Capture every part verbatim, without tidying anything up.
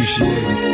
appreciate it.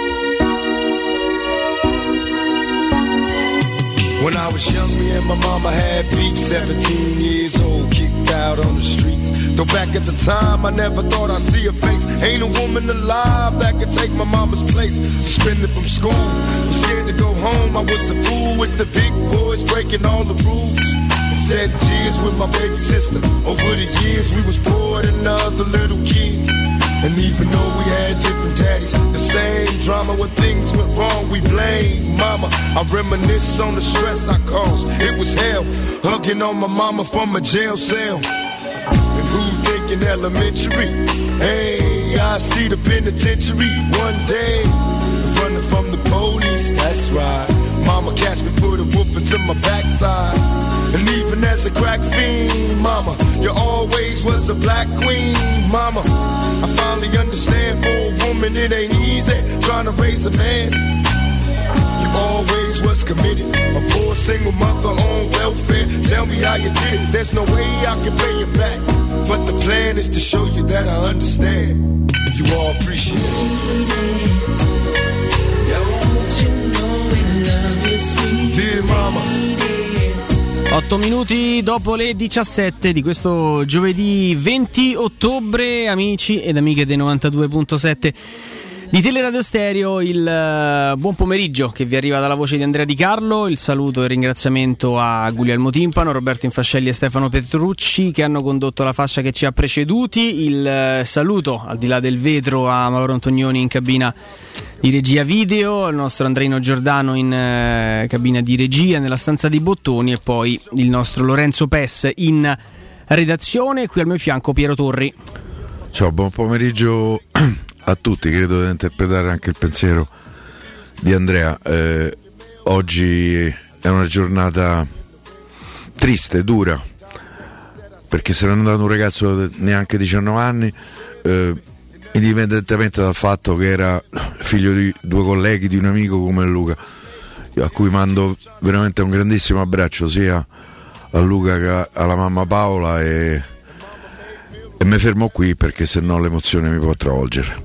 When I was young, me and my mama had beef, seventeen years old, kicked out on the streets. Though back at the time, I never thought I'd see her face. Ain't a woman alive that could take my mama's place. Suspended from school, I'm scared to go home. I was a fool with the big boys, breaking all the rules. Shed tears with my baby sister. Over the years, we was poor than other little kids. And even though we had different daddies, the same drama when things went wrong, we blame mama. I reminisce on the stress I caused. It was hell, hugging on my mama from a jail cell. And who thinking elementary? Hey, I see the penitentiary one day, running from the police, that's right. Mama catch me, put a whooping to my backside. And even as a crack fiend, mama, you always was a black queen, mama. I finally understand, for a woman it ain't easy trying to raise a man. You always was committed, a poor single mother on welfare. Tell me how you did it, there's no way I can pay you back. But the plan is to show you that I understand. You all appreciate it. Don't you know we love you, sweet dear mama. otto minuti dopo le diciassette di questo giovedì venti ottobre, amici ed amiche dei novantadue virgola sette di Teleradio Stereo, il uh, buon pomeriggio che vi arriva dalla voce di Andrea Di Carlo. Il saluto e il ringraziamento a Guglielmo Timpano, Roberto Infascelli e Stefano Petrucci che hanno condotto la fascia che ci ha preceduti. Il uh, saluto al di là del vetro a Mauro Antonioni in cabina di regia video, il nostro Andreino Giordano in uh, cabina di regia nella stanza di bottoni e poi il nostro Lorenzo Pes in redazione. Qui al mio fianco Piero Torri. Ciao, buon pomeriggio a tutti. Credo di interpretare anche il pensiero di Andrea. Eh, oggi è una giornata triste, dura, perché se n'è andato un ragazzo neanche diciannove anni, eh, indipendentemente dal fatto che era figlio di due colleghi, di un amico come Luca, a cui mando veramente un grandissimo abbraccio sia a Luca che alla mamma Paola, e, e mi fermo qui perché sennò l'emozione mi può travolgere.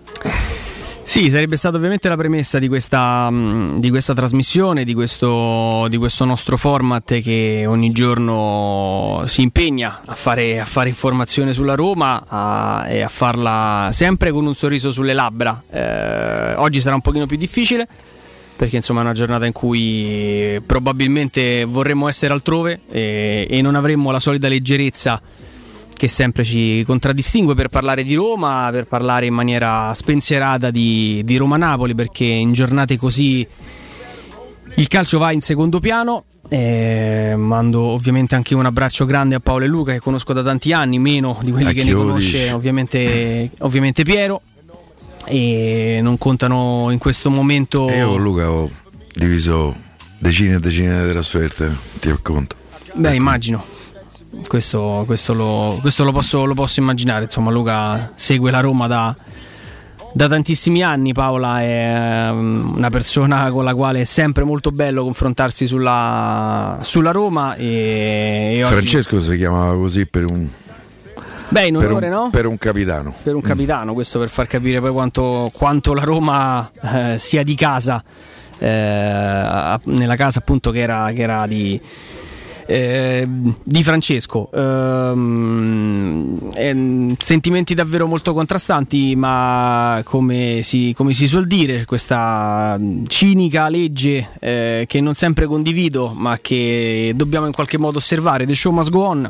Sì, sarebbe stata ovviamente la premessa di questa, di questa trasmissione, di questo, di questo nostro format che ogni giorno si impegna a fare, a fare informazione sulla Roma a, e a farla sempre con un sorriso sulle labbra. Eh, oggi sarà un pochino più difficile perché insomma è una giornata in cui probabilmente vorremmo essere altrove e, e non avremmo la solita leggerezza che sempre ci contraddistingue per parlare di Roma, per parlare in maniera spensierata di, di Roma-Napoli, perché in giornate così il calcio va in secondo piano. Eh, mando ovviamente anche un abbraccio grande a Paolo e Luca che conosco da tanti anni, meno di quelli a che ne conosce ovviamente, ovviamente Piero, e non contano in questo momento. Io con Luca ho diviso decine e decine di trasferte, ti racconto. Beh, immagino. Questo, questo, lo, questo lo, posso, lo posso immaginare. Insomma, Luca segue la Roma da, da tantissimi anni. Paola è una persona con la quale è sempre molto bello confrontarsi sulla, sulla Roma. E, e Francesco oggi... si chiamava così per un, Beh, in onore, per un, no? per un capitano. Per un capitano, questo per far capire poi quanto, quanto la Roma eh, sia di casa, eh, nella casa appunto che era, che era di. Eh, di Francesco. Ehm, eh, sentimenti davvero molto contrastanti, ma come si, come si suol dire, questa cinica legge eh, che non sempre condivido ma che dobbiamo in qualche modo osservare. The show must go on.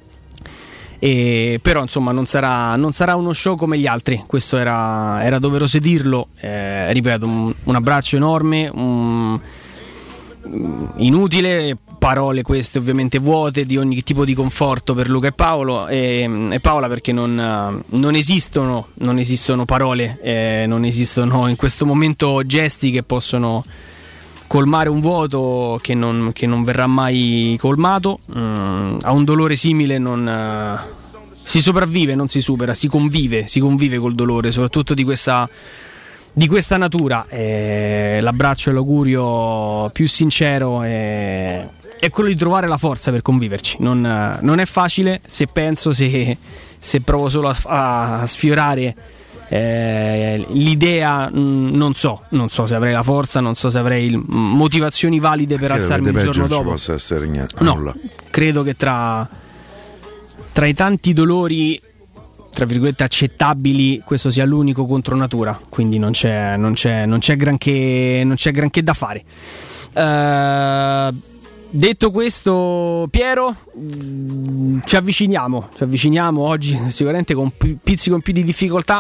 E, però insomma non sarà, non sarà uno show come gli altri, questo era, era doveroso dirlo. Eh, ripeto, un, un abbraccio enorme, un, inutile, parole queste ovviamente vuote di ogni tipo di conforto per Luca e Paolo e, e Paola, perché non, non esistono non esistono parole, eh, non esistono in questo momento gesti che possono colmare un vuoto che non, che non verrà mai colmato. Mm, a un dolore simile non uh, si sopravvive, non si supera, si convive, si convive col dolore, soprattutto di questa di questa natura. Eh, l'abbraccio e l'augurio più sincero è, è quello di trovare la forza per conviverci. Non, non è facile, se penso, se, se provo solo a, a sfiorare Eh, l'idea mh, non so, non so se avrei la forza, non so se avrei il, motivazioni valide per credo alzarmi il giorno dopo. Non ci possa essere niente, no, nulla. Credo che tra tra i tanti dolori tra virgolette accettabili questo sia l'unico contro natura, quindi non c'è non c'è non c'è granché non c'è granché da fare. Uh, detto questo, Piero, mh, ci avviciniamo ci avviciniamo oggi sicuramente con un pizzico in più di difficoltà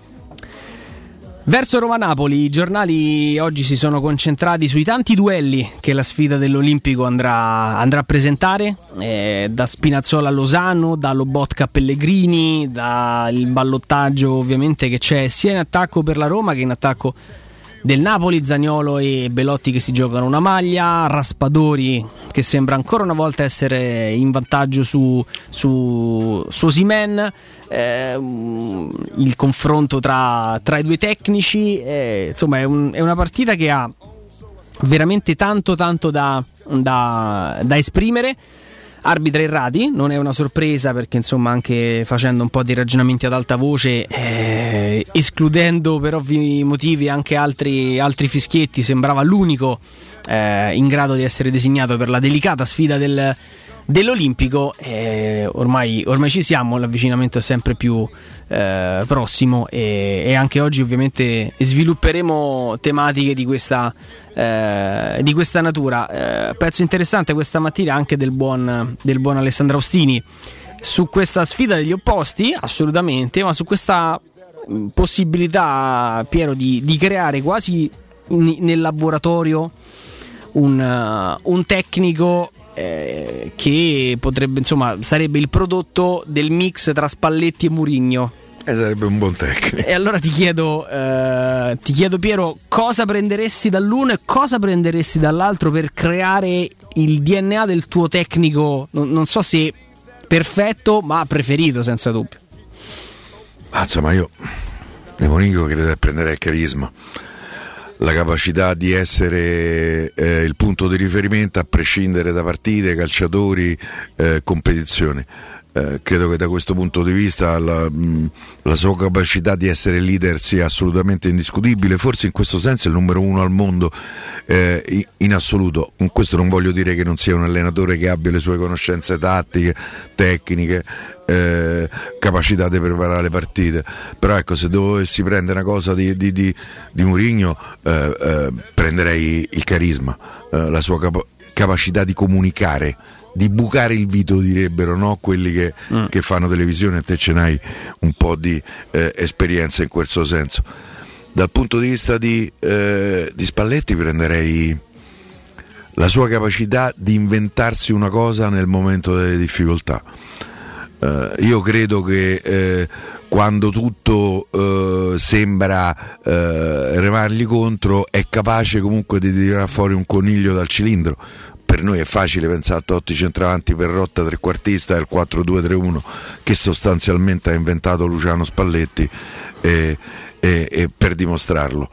verso Roma-Napoli. I giornali oggi si sono concentrati sui tanti duelli che la sfida dell'Olimpico andrà, andrà a presentare, eh, da Spinazzola a Lozano, da Lobotka a Pellegrini, dal ballottaggio ovviamente che c'è sia in attacco per la Roma che in attacco del Napoli, Zaniolo e Belotti che si giocano una maglia, Raspadori che sembra ancora una volta essere in vantaggio su, su, su Osimhen, eh, il confronto tra, tra i due tecnici, eh, insomma è, un, è una partita che ha veramente tanto tanto da, da, da esprimere. Arbitri errati, non è una sorpresa perché insomma anche facendo un po' di ragionamenti ad alta voce, eh, escludendo per ovvi motivi anche altri, altri fischietti, sembrava l'unico eh, in grado di essere designato per la delicata sfida del, dell'Olimpico. Eh, ormai, ormai ci siamo, l'avvicinamento è sempre più eh, prossimo e, e anche oggi ovviamente svilupperemo tematiche di questa Eh, di questa natura. Eh, pezzo interessante questa mattina anche del buon, del buon Alessandro Austini su questa sfida degli opposti, assolutamente, ma su questa possibilità, Piero, di, di creare quasi in, nel laboratorio un, uh, un tecnico eh, che potrebbe, insomma, sarebbe il prodotto del mix tra Spalletti e Mourinho. Eh, sarebbe un buon tecnico. E allora ti chiedo, eh, ti chiedo Piero, cosa prenderesti dall'uno e cosa prenderesti dall'altro per creare il D N A del tuo tecnico, non, non so se perfetto, ma preferito senza dubbio. Ah, insomma, io Mourinho credo che prenderei il carisma, la capacità di essere eh, il punto di riferimento a prescindere da partite, calciatori, eh, competizioni. Eh, credo che da questo punto di vista la, mh, la sua capacità di essere leader sia assolutamente indiscutibile, forse in questo senso è il numero uno al mondo eh, in assoluto. Con questo non voglio dire che non sia un allenatore che abbia le sue conoscenze tattiche, tecniche, eh, capacità di preparare le partite, però ecco, se dovessi prendere una cosa di, di, di, di Mourinho eh, eh, prenderei il carisma, eh, la sua capa- capacità di comunicare, di bucare il vito, direbbero, no? Quelli che, mm. che fanno televisione, e te ce n'hai un po' di eh, esperienza in questo senso. Dal punto di vista di, eh, di Spalletti prenderei la sua capacità di inventarsi una cosa nel momento delle difficoltà. Uh, io credo che eh, quando tutto uh, sembra uh, remargli contro è capace comunque di tirare fuori un coniglio dal cilindro. Per noi è facile pensare a Totti centravanti, Perrotta trequartista e il quattro due tre uno che sostanzialmente ha inventato Luciano Spalletti, e, e, e per dimostrarlo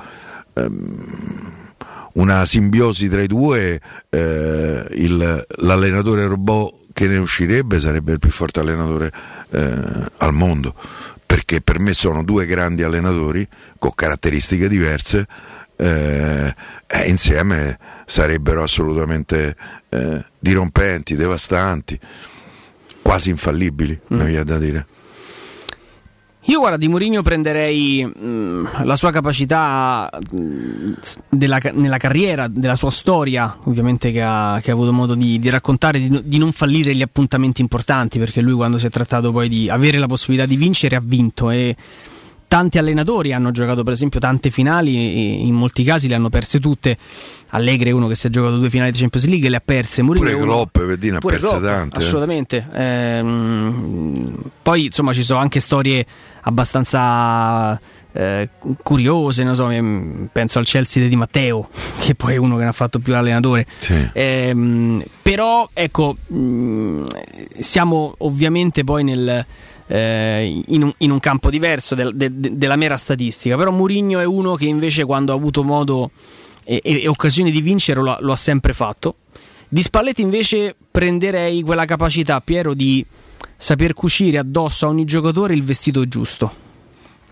um, una simbiosi tra i due, eh, il, l'allenatore robot che ne uscirebbe sarebbe il più forte allenatore eh, al mondo, perché per me sono due grandi allenatori con caratteristiche diverse, eh, e insieme sarebbero assolutamente eh, dirompenti, devastanti, quasi infallibili, mm. mi viene da dire. Io guarda, di Mourinho prenderei mh, la sua capacità mh, della, nella carriera, della sua storia, ovviamente che ha, che ha avuto modo di, di raccontare, di, di non fallire gli appuntamenti importanti, perché lui quando si è trattato poi di avere la possibilità di vincere ha vinto, e tanti allenatori hanno giocato per esempio tante finali e in molti casi le hanno perse tutte. Allegri è uno che si è giocato due finali di Champions League e le ha perse. Mourinho pure Klopp, Vedina, ha perse Klopp, tante. Assolutamente. Eh. Ehm, poi insomma ci sono anche storie abbastanza eh, curiose, non so, penso al Chelsea di Di Matteo, che poi è uno che ne ha fatto più l'allenatore. Sì. Ehm, però ecco, mh, siamo ovviamente poi nel Eh, in, un, in un campo diverso del, de, de, della mera statistica, però Mourinho è uno che invece quando ha avuto modo e, e, e occasioni di vincere lo, lo ha sempre fatto. Di Spalletti invece prenderei quella capacità, Piero, di saper cucire addosso a ogni giocatore il vestito giusto.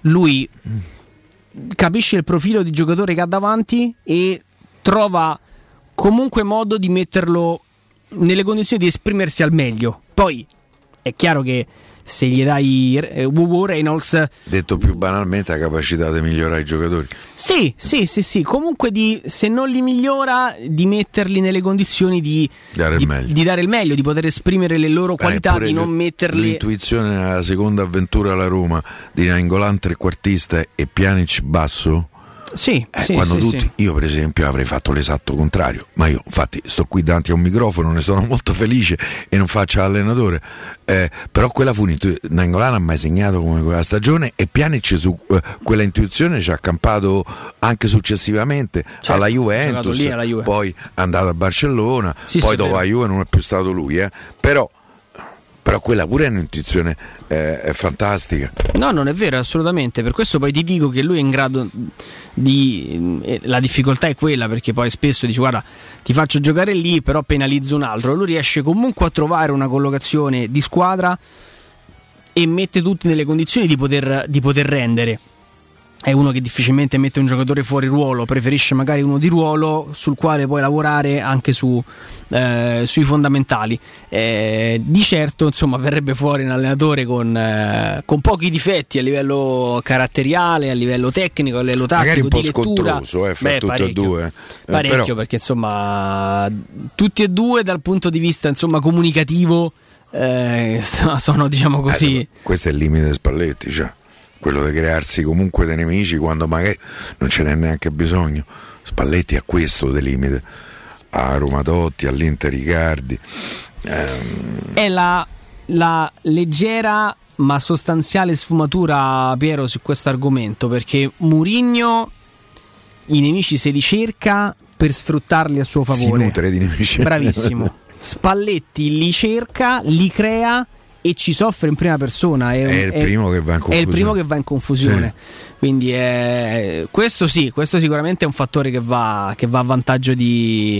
lui capisce il profilo di giocatore che ha davanti e trova comunque modo di metterlo nelle condizioni di esprimersi al meglio. Poi è chiaro che se gli dai eh, Wuwu Reynolds, detto più banalmente, la capacità di migliorare i giocatori. Sì, sì, sì, sì. Comunque di, se non li migliora, di metterli nelle condizioni di dare, di, il, meglio. di dare il meglio, di poter esprimere le loro qualità, eh, di non metterli. L'intuizione nella seconda avventura alla Roma di Nainggolan trequartista e Pjanic basso. Sì, eh, sì, quando sì, tutti, sì. Io per esempio avrei fatto l'esatto contrario, ma io infatti sto qui davanti a un microfono, ne sono molto felice e non faccio allenatore, eh, però quella fu un'intuizione. Nainggolan ha mai segnato come quella stagione e Pjanic su eh, quella intuizione ci ha accampato anche successivamente, certo, alla Juventus, lì alla Juve. Poi è andato a Barcellona, sì, poi sì, dopo la Juve non è più stato lui, eh, però però quella pure è un'intuizione eh, è fantastica. No, non è vero, assolutamente. Per questo poi ti dico che lui è in grado di eh, la difficoltà è quella, perché poi spesso dice guarda ti faccio giocare lì però penalizzo un altro. Lui riesce comunque a trovare una collocazione di squadra e mette tutti nelle condizioni di poter, di poter rendere. È uno che difficilmente mette un giocatore fuori ruolo, preferisce magari uno di ruolo sul quale puoi lavorare anche su, eh, sui fondamentali. Eh, di certo, insomma, verrebbe fuori un allenatore con, eh, con pochi difetti a livello caratteriale, a livello tecnico, a livello tattico, magari un po' di lettura. Scontroso, eh, fra Beh, tutti parecchio, e due. Eh, parecchio però... perché insomma tutti e due dal punto di vista insomma comunicativo eh, sono diciamo così. Eh, questo è il limite di Spalletti, cioè quello di crearsi comunque dei nemici quando magari non ce n'è neanche bisogno. Spalletti ha questo dei limite, a Roma Totti, all'Inter Riccardi. Ehm... È la, la leggera ma sostanziale sfumatura, Piero, su questo argomento, perché Mourinho i nemici se li cerca per sfruttarli a suo favore. Si nutre di nemici. Bravissimo. Spalletti li cerca, li crea e ci soffre in prima persona. È, è il è, primo che va in confusione. È il primo che va in confusione. Sì. Quindi è, questo sì, questo sicuramente è un fattore che va, che va a vantaggio di,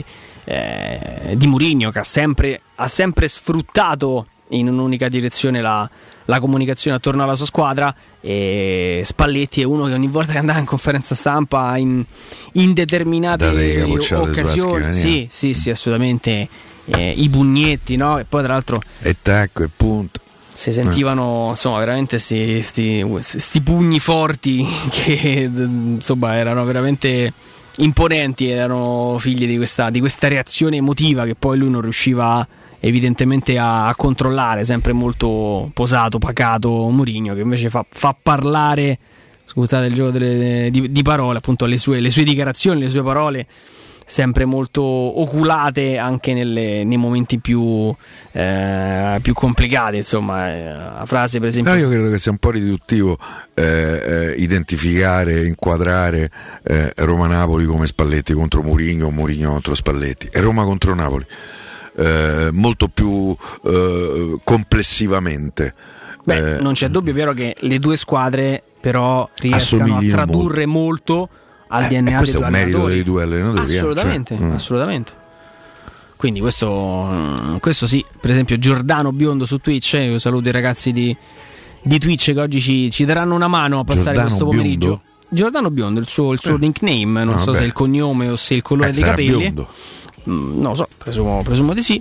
eh, di Mourinho, che ha sempre, ha sempre sfruttato in un'unica direzione la, la comunicazione attorno alla sua squadra. E Spalletti è uno che ogni volta che andava in conferenza stampa in, in determinate occasioni, sì, sì, sì, assolutamente. Eh, i pugnetti, no? E poi tra l'altro e tacco e punto si sentivano insomma veramente sti, sti, sti pugni forti che insomma erano veramente imponenti, erano figli di questa, di questa reazione emotiva che poi lui non riusciva evidentemente a, a controllare, sempre molto posato, pacato Mourinho, che invece fa, fa parlare, scusate il gioco delle, di, di parole, appunto le sue, le sue dichiarazioni, le sue parole sempre molto oculate anche nelle, nei momenti più, eh, più complicati, insomma. La frase per esempio, no, io credo che sia un po' riduttivo eh, eh, identificare, inquadrare eh, Roma-Napoli come Spalletti contro Mourinho o Mourinho contro Spalletti, è Roma contro Napoli, eh, molto più eh, complessivamente. Beh, eh, non c'è dubbio, Piero, che le due squadre però riescano a tradurre molto, molto al D N A eh, questo dei è un merito dei due allenatori. Assolutamente, eh, cioè, assolutamente. Quindi questo, questo sì, per esempio Giordano Biondo su Twitch, eh, io saluto i ragazzi di, di Twitch che oggi ci, ci daranno una mano a passare Giordano questo pomeriggio. Biondo? Giordano Biondo, il suo, il suo eh. nickname, non no, so beh. se è il cognome o se è il colore eh, dei capelli. Biondo. Mm, non lo so, presumo, presumo di sì.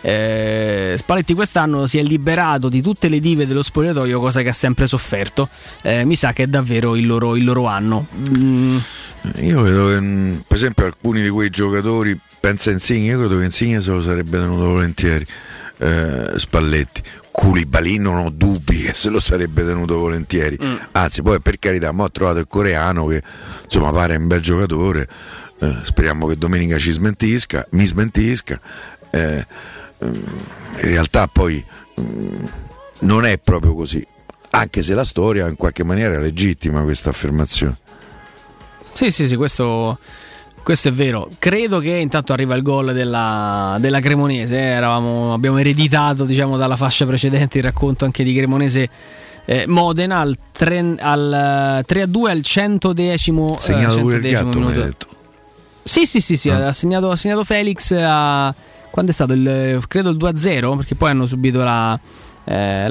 eh, Spalletti quest'anno si è liberato di tutte le dive dello spogliatoio, cosa che ha sempre sofferto. eh, mi sa che è davvero il loro, il loro anno. mm. Io vedo che per esempio alcuni di quei giocatori, pensa Insigne, io credo che Insigne se lo sarebbe tenuto volentieri, eh, Spalletti. Koulibaly non ho dubbi che se lo sarebbe tenuto volentieri, mm. anzi poi per carità mo ha trovato il coreano che insomma pare un bel giocatore, eh, speriamo che domenica ci smentisca, mi smentisca, eh, in realtà poi mh, non è proprio così, anche se la storia in qualche maniera legittima questa affermazione. Sì, sì, sì, questo, questo è vero. Credo che intanto arriva il gol della, della Cremonese. Eh. Eravamo, abbiamo ereditato, diciamo, dalla fascia precedente il racconto anche di Cremonese eh, Modena al, tre, al tre a due al centodecimo. Segnato eh, pure il gatto, mi hai detto. Sì, sì, sì, sì ah. ha, segnato, ha segnato Felix a, quando è stato? Il, credo il due a zero, perché poi hanno subito la, eh,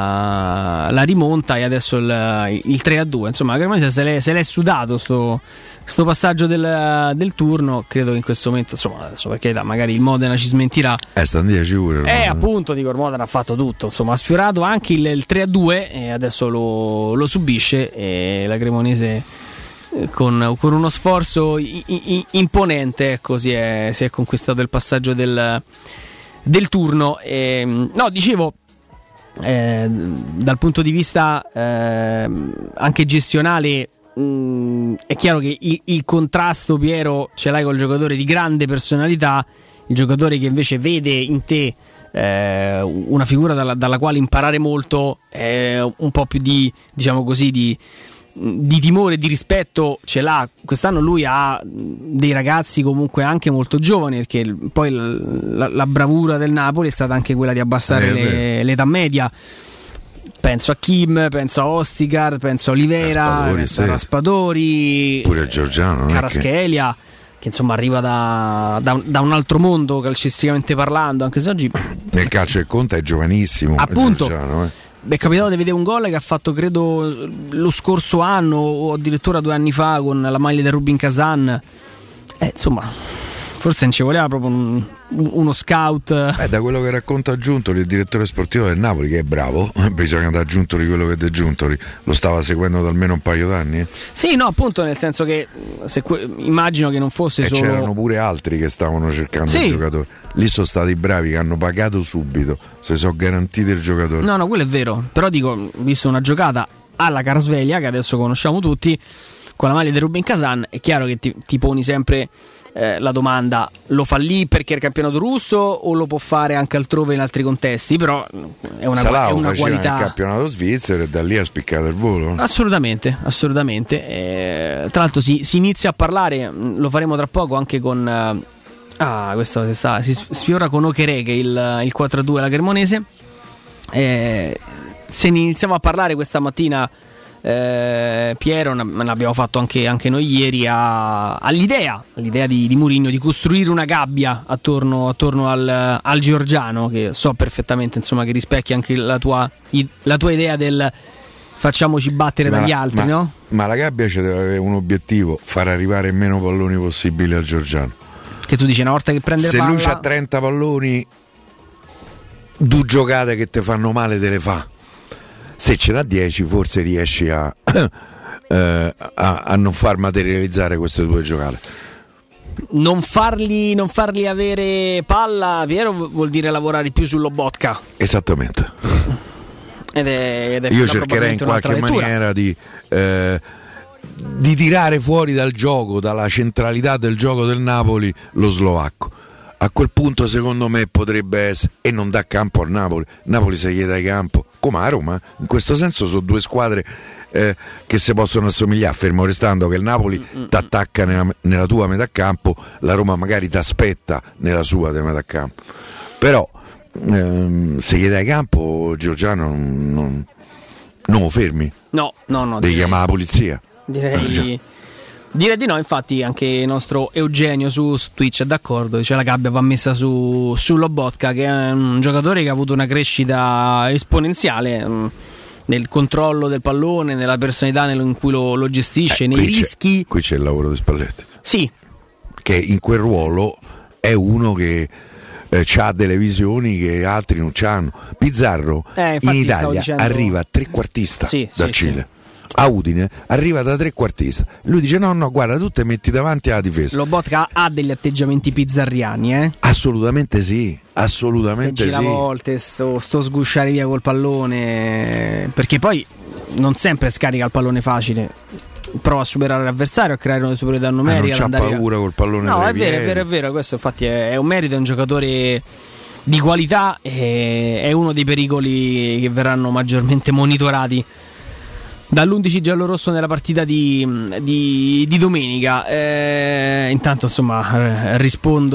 la, la rimonta, e adesso il, il tre a due. Insomma, la Cremonese se l'è, se l'è sudato sto, sto passaggio del, del turno. Credo che in questo momento, insomma, adesso perché da, magari il Modena ci smentirà, eh sta dieci pure, eh appunto, dico, il Modena ha fatto tutto, insomma ha sfiorato anche il, il tre a due e adesso lo, lo subisce, e la Cremonese con, con uno sforzo i, i, imponente, ecco, si è, si è conquistato il passaggio del, del turno. E, no, dicevo, eh, dal punto di vista eh, anche gestionale, mh, è chiaro che il, il contrasto, Piero, ce l'hai col giocatore di grande personalità, il giocatore che invece vede in te eh, una figura dalla, dalla quale imparare molto, eh, un po' più di, diciamo così, di di timore, di rispetto ce l'ha. Quest'anno lui ha dei ragazzi comunque anche molto giovani, perché poi la, la bravura del Napoli è stata anche quella di abbassare eh, le, l'età media. Penso a Kim, penso a Ostigar, penso a Olivera, Raspadori, penso sì. a Raspadori, pure a Giorgiano, Kvaratskhelia, che... che insomma arriva da, da, da un altro mondo calcisticamente parlando, anche se oggi nel calcio che conta è giovanissimo, appunto. Giorgiano, eh. Beh, è capitato di vedere un gol che ha fatto credo lo scorso anno o addirittura due anni fa con la maglia del Rubin Kazan. Eh, insomma, forse non ci voleva proprio un, uno scout. Eh, da quello che racconta Giuntoli, il direttore sportivo del Napoli, che è bravo, bisogna da Giuntoli quello che De Giuntoli lo stava seguendo da almeno un paio d'anni. Eh. Sì, no, appunto, nel senso che se que- immagino che non fosse e solo. C'erano pure altri che stavano cercando sì. il giocatore. Lì sono stati bravi, che hanno pagato subito, se sono garantiti il giocatore. No, no, quello è vero. Però dico, visto una giocata alla Karsveglia, che adesso conosciamo tutti, con la maglia di Rubin Kazan, è chiaro che ti, ti poni sempre eh, la domanda: lo fa lì perché è il campionato russo o lo può fare anche altrove in altri contesti? Però è una, Salau è una qualità. Il campionato svizzero e da lì ha spiccato il volo. Assolutamente, assolutamente. Eh, tra l'altro si, si inizia a parlare, lo faremo tra poco anche con... Eh, Ah, questo si, sta, si sfiora con Ocherè, che è il, il quattro a due alla Cremonese. Eh, se ne iniziamo a parlare questa mattina, eh, Piero, ne abbiamo fatto anche, anche noi ieri, a, all'idea, all'idea di, di Mourinho di costruire una gabbia attorno, attorno al, al georgiano, che so perfettamente, insomma, che rispecchia anche la tua, la tua idea del facciamoci battere sì, dagli ma, altri, ma, no? Ma la gabbia ci deve avere un obiettivo: far arrivare meno palloni possibili al georgiano. Che tu dici, una volta che prende se palla, lui c'ha trenta palloni, due giocate che ti fanno male te le fa. Se ce n'ha dieci forse riesci a, eh, a, a non far materializzare queste due giocate. Non fargli, non fargli avere palla, Piero, vuol dire lavorare più sullo Lobotka. Esattamente. Ed è, ed è io cercherei in qualche maniera di eh, di tirare fuori dal gioco, dalla centralità del gioco del Napoli, lo slovacco. A quel punto secondo me potrebbe essere, e non dà campo al Napoli. Napoli se gli dai campo, come a Roma, in questo senso sono due squadre eh, che si possono assomigliare, fermo restando che il Napoli ti attacca nella, nella tua metà campo, la Roma magari ti aspetta nella sua di metà campo. Però ehm, se gli dai campo, Giorgiano non, non, non lo fermi. No, no, no. Devi chiamare la polizia. Direi, direi di no, infatti anche il nostro Eugenio su, su Twitch è d'accordo, dice la gabbia va messa su, su Lobotka, che è un giocatore che ha avuto una crescita esponenziale mh, nel controllo del pallone, nella personalità in cui lo, lo gestisce, eh, nei qui rischi. C'è, qui c'è il lavoro di Spalletti. Sì. Che in quel ruolo è uno che eh, ha delle visioni che altri non c'hanno. Pizzarro eh, in Italia dicendo... arriva trequartista sì, dal sì, Cile. Sì. A Udine arriva da trequartista. Lui dice no no guarda, tu te metti davanti alla difesa. Lobotka ha degli atteggiamenti pizzarriani, eh? Assolutamente sì, assolutamente sì. A volte sto, sto sgusciare via col pallone, perché poi non sempre scarica il pallone facile, prova a superare l'avversario, a creare una superiorità numerica. Ah, non c'ha paura col pallone. No, è vero, è vero, è vero. Questo infatti è, è un merito, è un giocatore di qualità, e è uno dei pericoli che verranno maggiormente monitorati dall'undici giallorosso nella partita di, di, di domenica. Eh, intanto insomma rispondo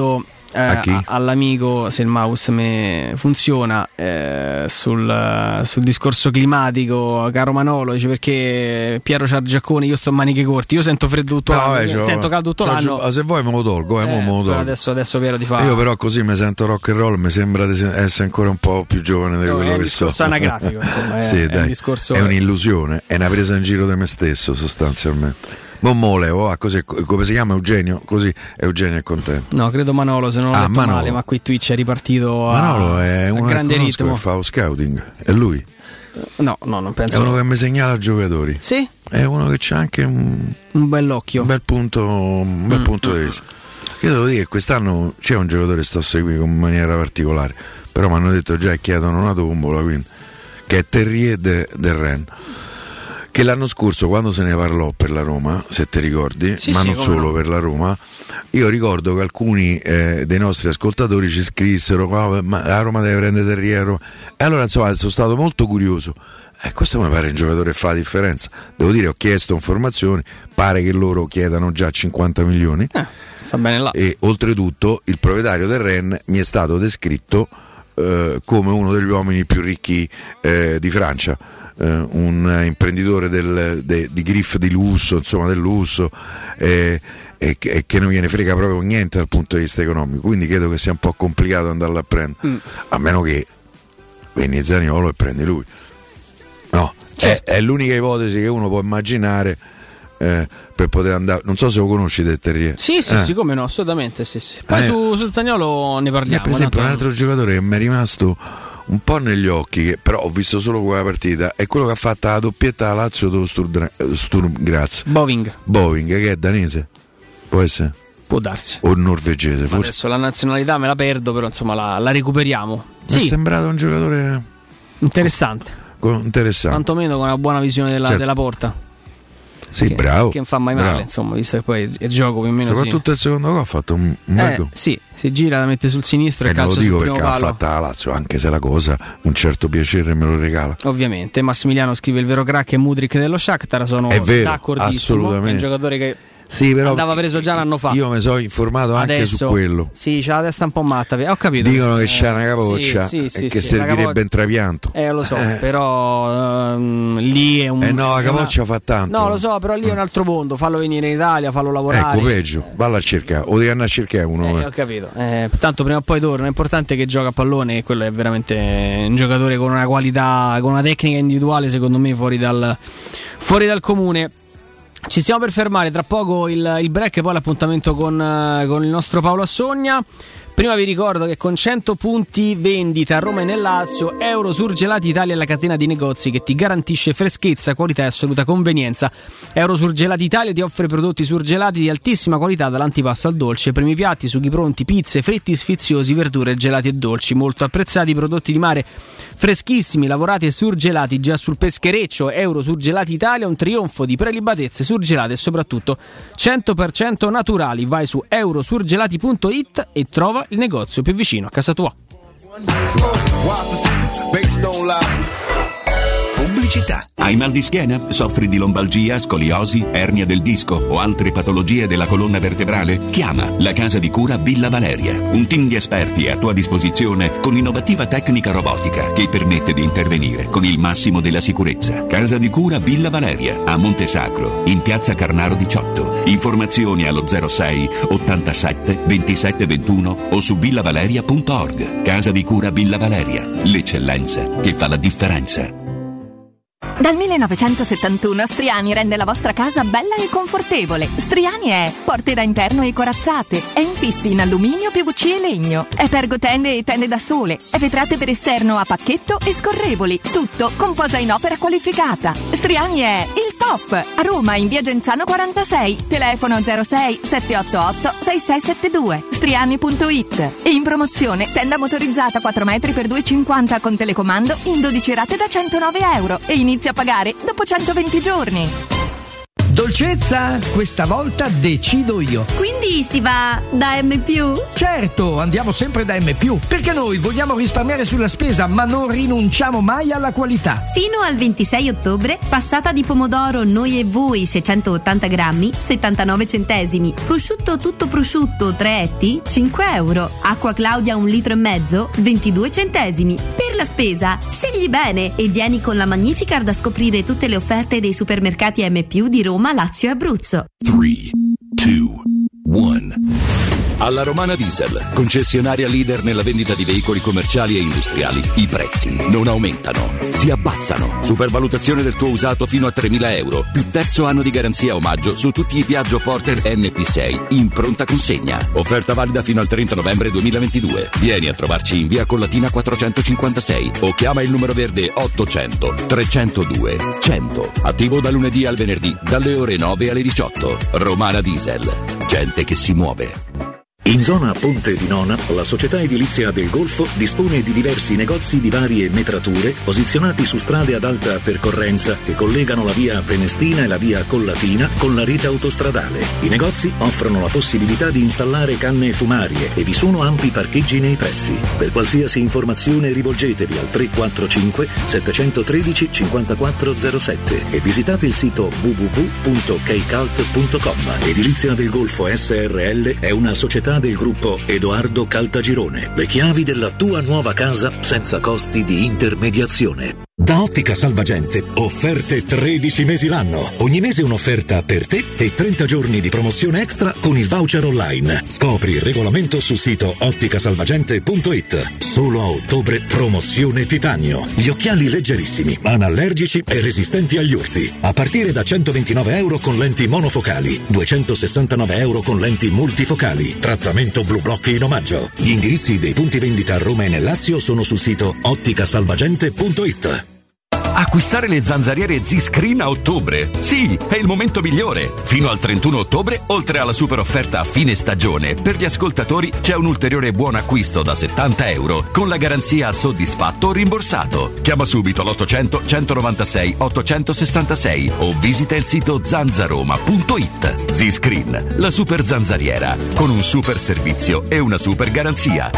eh, a all'amico, se il mouse me funziona, eh, sul, sul discorso climatico, caro Manolo, dice perché Piero Ciargiacconi, io sto a maniche corti, io sento freddo tutto no, l'anno, vabbè, sento caldo tutto l'anno. Giù, se vuoi me lo tolgo, eh, eh, me lo tolgo. Adesso, adesso Piero ti fa. Io però così mi sento rock and roll, mi sembra di essere ancora un po' più giovane di no, quello che so. È anagrafico, insomma, è, sì, è, dai, un discorso è un'illusione, è una presa in giro di me stesso sostanzialmente. Non me lo levo, ah, così, come si chiama Eugenio? Così Eugenio è contento. No, credo Manolo, se non ho ah, detto Manolo. male, ma qui Twitch è ripartito a, Manolo è a uno grande che ritmo. Che fa lo scouting, è lui? No, no, non penso. È uno che mi segnala giocatori. Sì? È uno che c'ha anche un, un bell'occhio. Un bel punto, un bel mm, punto mm. di vista. Io devo dire che quest'anno c'è un giocatore che sto seguendo in maniera particolare, però mi hanno detto già che chiedono una tombola, quindi, che è Terrier de, del Rennes, che l'anno scorso quando se ne parlò per la Roma, se ti ricordi, sì, ma sì, non solo no. per la Roma, io ricordo che alcuni eh, dei nostri ascoltatori ci scrissero oh, ma la Roma deve prendere Terrier, e allora insomma sono stato molto curioso. Eh, questo mi pare un giocatore che fa la differenza. Devo dire, ho chiesto informazioni, pare che loro chiedano già cinquanta milioni. Eh, sta bene là. E oltretutto il proprietario del Rennes mi è stato descritto eh, come uno degli uomini più ricchi eh, di Francia, eh, un imprenditore del, de, di griffe di lusso, insomma del lusso, eh, e, che, e che non gliene frega proprio niente dal punto di vista economico. Quindi credo che sia un po' complicato andarlo a prendere, mm. a meno che vieni Zaniolo e prendi lui. No, certo. è, è l'unica ipotesi che uno può immaginare eh, per poter andare. Non so se lo conosci del Terrier. Sì, sì, eh. sì, come no, assolutamente. Sì, sì. Poi eh. su, su Zaniolo ne parliamo. Eh, per esempio, no? un altro giocatore che mi è rimasto un po' negli occhi, che però ho visto solo quella partita, è quello che ha fatto la doppietta a Lazio dello Sturm, Sturm Graz. Boving. Boving, che è danese? Può essere? Può darsi. O norvegese, forse. Adesso la nazionalità me la perdo, però insomma la, la recuperiamo. Mi sì. è sembrato un giocatore interessante. Interessante, quantomeno con una buona visione della, certo. della porta. Sì, che, bravo. Che non fa mai bravo. male, insomma, visto che poi il gioco più o meno. Soprattutto sì. il secondo gol ha fatto un, un bel eh, gol. Sì, si gira, la mette sul sinistro e, e calcia sul primo palo. Lo dico perché ha fatto la Lazio, anche se la cosa un certo piacere me lo regala. Ovviamente, Massimiliano scrive il vero crack è Mudryk dello Shakhtar, sono è vero, d'accordissimo. Assolutamente. È un giocatore che sì, però andava preso già l'anno fa. Io mi sono informato anche adesso, su quello. Sì, c'ha la testa un po' matta. Ho capito. Dicono che eh, c'è una capoccia sì, sì, e sì, che sì, servirebbe capoccia... in trapianto. Eh, lo so, eh. però um, lì è un. Eh no, la capoccia una... fa tanto. No, lo so, però lì è un altro mondo. Fallo venire in Italia, fallo lavorare. Ecco, peggio. Valla a cercare. O devi andare a cercare uno. Eh, ho capito. Eh, tanto prima o poi torna. È importante che gioca a pallone. E quello è veramente un giocatore con una qualità, con una tecnica individuale, secondo me, fuori dal, fuori dal comune. Ci stiamo per fermare, tra poco il, il break e poi l'appuntamento con, con il nostro Paolo Assogna. Prima vi ricordo che con cento punti vendita a Roma e nel Lazio, Euro Surgelati Italia è la catena di negozi che ti garantisce freschezza, qualità e assoluta convenienza. Euro Surgelati Italia ti offre prodotti surgelati di altissima qualità, dall'antipasto al dolce, primi piatti, sughi pronti, pizze, fritti sfiziosi, verdure, gelati e dolci, molto apprezzati, prodotti di mare freschissimi, lavorati e surgelati già sul peschereccio. Euro Surgelati Italia, un trionfo di prelibatezze surgelate e soprattutto cento per cento naturali. Vai su eurosurgelati punto it e trova il negozio più vicino a casa tua. Pubblicità. Hai mal di schiena? Soffri di lombalgia, scoliosi, ernia del disco o altre patologie della colonna vertebrale? Chiama la casa di cura Villa Valeria. Un team di esperti è a tua disposizione con innovativa tecnica robotica che permette di intervenire con il massimo della sicurezza. Casa di cura Villa Valeria a Montesacro, in piazza Carnaro diciotto. Informazioni allo zero sei ottantasette ventisette ventuno o su villavaleria punto org. Casa di cura Villa Valeria, l'eccellenza che fa la differenza. Dal millenovecentosettantuno Striani rende la vostra casa bella e confortevole. Striani è porte da interno e corazzate, è infissi in alluminio, P V C e legno, è pergotende e tende da sole, è vetrate per esterno a pacchetto e scorrevoli, tutto con posa in opera qualificata. Striani è il top! A Roma in via Genzano quarantasei, telefono zero sei sette otto otto sei sei sette due, striani punto it. E in promozione tenda motorizzata quattro metri per due e cinquanta con telecomando in dodici rate da centonove euro e inizia a pagare dopo centoventi giorni. Dolcezza, questa volta decido io. Quindi si va da M più? Certo, andiamo sempre da M più, perché noi vogliamo risparmiare sulla spesa, ma non rinunciamo mai alla qualità. Fino al ventisei ottobre, passata di pomodoro Noi e Voi seicentottanta grammi, settantanove centesimi. Prosciutto tutto prosciutto tre etti, cinque euro. Acqua Claudia un litro e mezzo, ventidue centesimi. Per la spesa, scegli bene e vieni con la Magnificard a scoprire tutte le offerte dei supermercati M più di Roma, Lazio e Abruzzo. tre, due, uno. Alla Romana Diesel, concessionaria leader nella vendita di veicoli commerciali e industriali, i prezzi non aumentano, si abbassano. Supervalutazione del tuo usato fino a tremila euro, più terzo anno di garanzia omaggio su tutti i Piaggio Porter N P sei in pronta consegna. Offerta valida fino al trenta novembre duemilaventidue. Vieni a trovarci in via Collatina quattrocentocinquantasei o chiama il numero verde ottocento trecentodue cento. Attivo da lunedì al venerdì dalle ore nove alle diciotto. Romana Diesel, gente che si muove. In zona Ponte di Nona, la società edilizia del Golfo dispone di diversi negozi di varie metrature posizionati su strade ad alta percorrenza che collegano la via Prenestina e la via Collatina con la rete autostradale. I negozi offrono la possibilità di installare canne fumarie e vi sono ampi parcheggi nei pressi. Per qualsiasi informazione rivolgetevi al tre quattro cinque sette uno tre cinque quattro zero sette e visitate il sito w w w punto keicalt punto com. Edilizia del Golfo S R L è una società del gruppo Edoardo Caltagirone. Le chiavi della tua nuova casa senza costi di intermediazione. Da Ottica Salvagente, offerte tredici mesi l'anno. Ogni mese un'offerta per te e trenta giorni di promozione extra con il voucher online. Scopri il regolamento sul sito otticasalvagente punto it. Solo a ottobre promozione titanio. Gli occhiali leggerissimi, anallergici e resistenti agli urti. A partire da centoventinove euro con lenti monofocali, duecentosessantanove euro con lenti multifocali. Trattamento Blue Block in omaggio. Gli indirizzi dei punti vendita a Roma e nel Lazio sono sul sito otticasalvagente punto it. Acquistare le zanzariere Z-Screen a ottobre. Sì, è il momento migliore. Fino al trentuno ottobre, oltre alla super offerta a fine stagione, per gli ascoltatori c'è un ulteriore buon acquisto da settanta euro con la garanzia soddisfatto o rimborsato. Chiama subito l'ottocento centonovantasei ottocentosessantasei o visita il sito zanzaroma punto it. Z-Screen, la super zanzariera, con un super servizio e una super garanzia.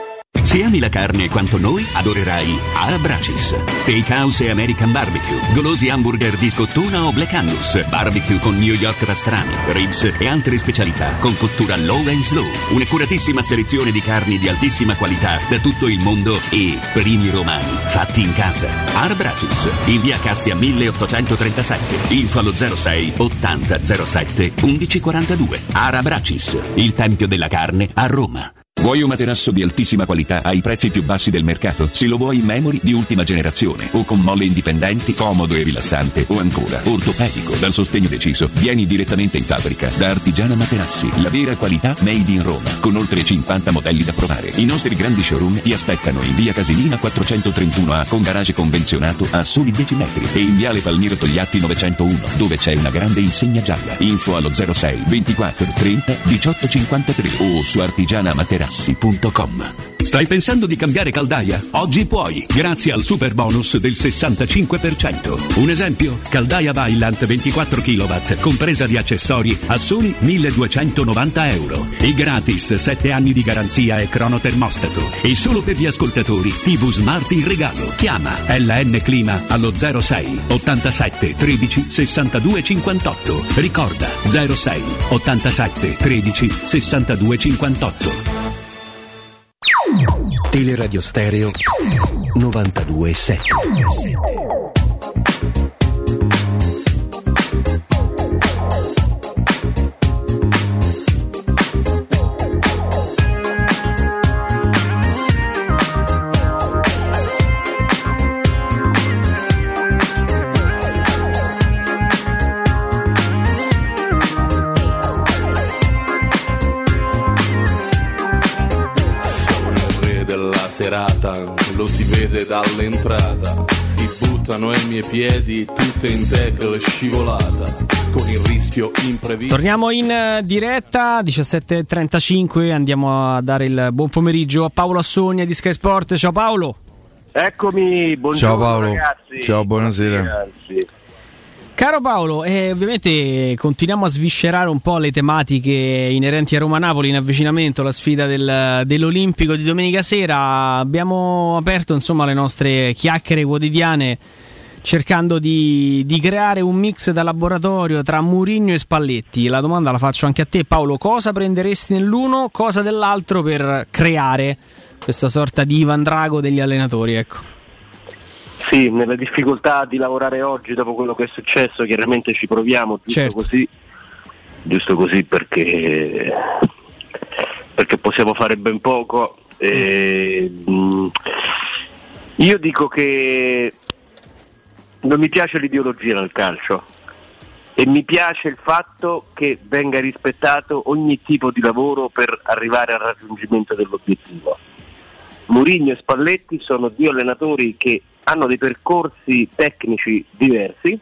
Se ami la carne quanto noi, adorerai Arabracis. Steakhouse e American Barbecue, golosi hamburger di scottuna o Black Angus, barbecue con New York pastrami, ribs e altre specialità con cottura low and slow. Un'accuratissima selezione di carni di altissima qualità da tutto il mondo e primi romani fatti in casa. Arabracis, in via Cassia milleottocentotrentasette, info allo zero sei ottanta zero sette undici quarantadue. Arabracis, il tempio della carne a Roma. Vuoi un materasso di altissima qualità ai prezzi più bassi del mercato? Se lo vuoi in memory di ultima generazione o con molle indipendenti, comodo e rilassante, o ancora ortopedico dal sostegno deciso, vieni direttamente in fabbrica da Artigiana Materassi, la vera qualità made in Roma, con oltre cinquanta modelli da provare. I nostri grandi showroom ti aspettano in via Casilina quattrocentotrentuno A con garage convenzionato a soli dieci metri e in viale Palmiro Togliatti novecentouno dove c'è una grande insegna gialla. Info allo zero sei ventiquattro trenta diciotto cinquantatré o su artigiana materassi punto com. Stai pensando di cambiare caldaia? Oggi puoi, grazie al super bonus del sessantacinque per cento. Un esempio? Caldaia Vaillant ventiquattro chilowatt, compresa di accessori, a soli milleduecentonovanta euro. E gratis sette anni di garanzia e cronotermostato. E solo per gli ascoltatori T V Smart in regalo. Chiama L N Clima allo zero sei ottantasette tredici sessantadue cinquantotto. Ricorda zero sei ottantasette tredici sessantadue cinquantotto. Teleradio Stereo novantadue sette. Serata, lo si vede dall'entrata, si buttano ai miei piedi tutte in tackle scivolata, con il rischio imprevisto. Torniamo in diretta, diciassette e trentacinque, andiamo a dare il buon pomeriggio a Paolo Assogna di Sky Sport. Ciao Paolo. Eccomi, buongiorno. Ciao Paolo. Ragazzi. Ciao, buonasera. Ragazzi. Caro Paolo, eh, ovviamente continuiamo a sviscerare un po' le tematiche inerenti a Roma-Napoli in avvicinamento alla sfida del, dell'Olimpico di domenica sera. Abbiamo aperto insomma le nostre chiacchiere quotidiane cercando di, di creare un mix da laboratorio tra Mourinho e Spalletti. La domanda la faccio anche a te, Paolo: cosa prenderesti nell'uno, cosa dell'altro per creare questa sorta di Ivan Drago degli allenatori, ecco? Sì, nella difficoltà di lavorare oggi dopo quello che è successo, chiaramente ci proviamo, giusto certo. così, giusto così perché, perché possiamo fare ben poco. E, mh, io dico che non mi piace l'ideologia nel calcio e mi piace il fatto che venga rispettato ogni tipo di lavoro per arrivare al raggiungimento dell'obiettivo. Mourinho e Spalletti sono due allenatori che hanno dei percorsi tecnici diversi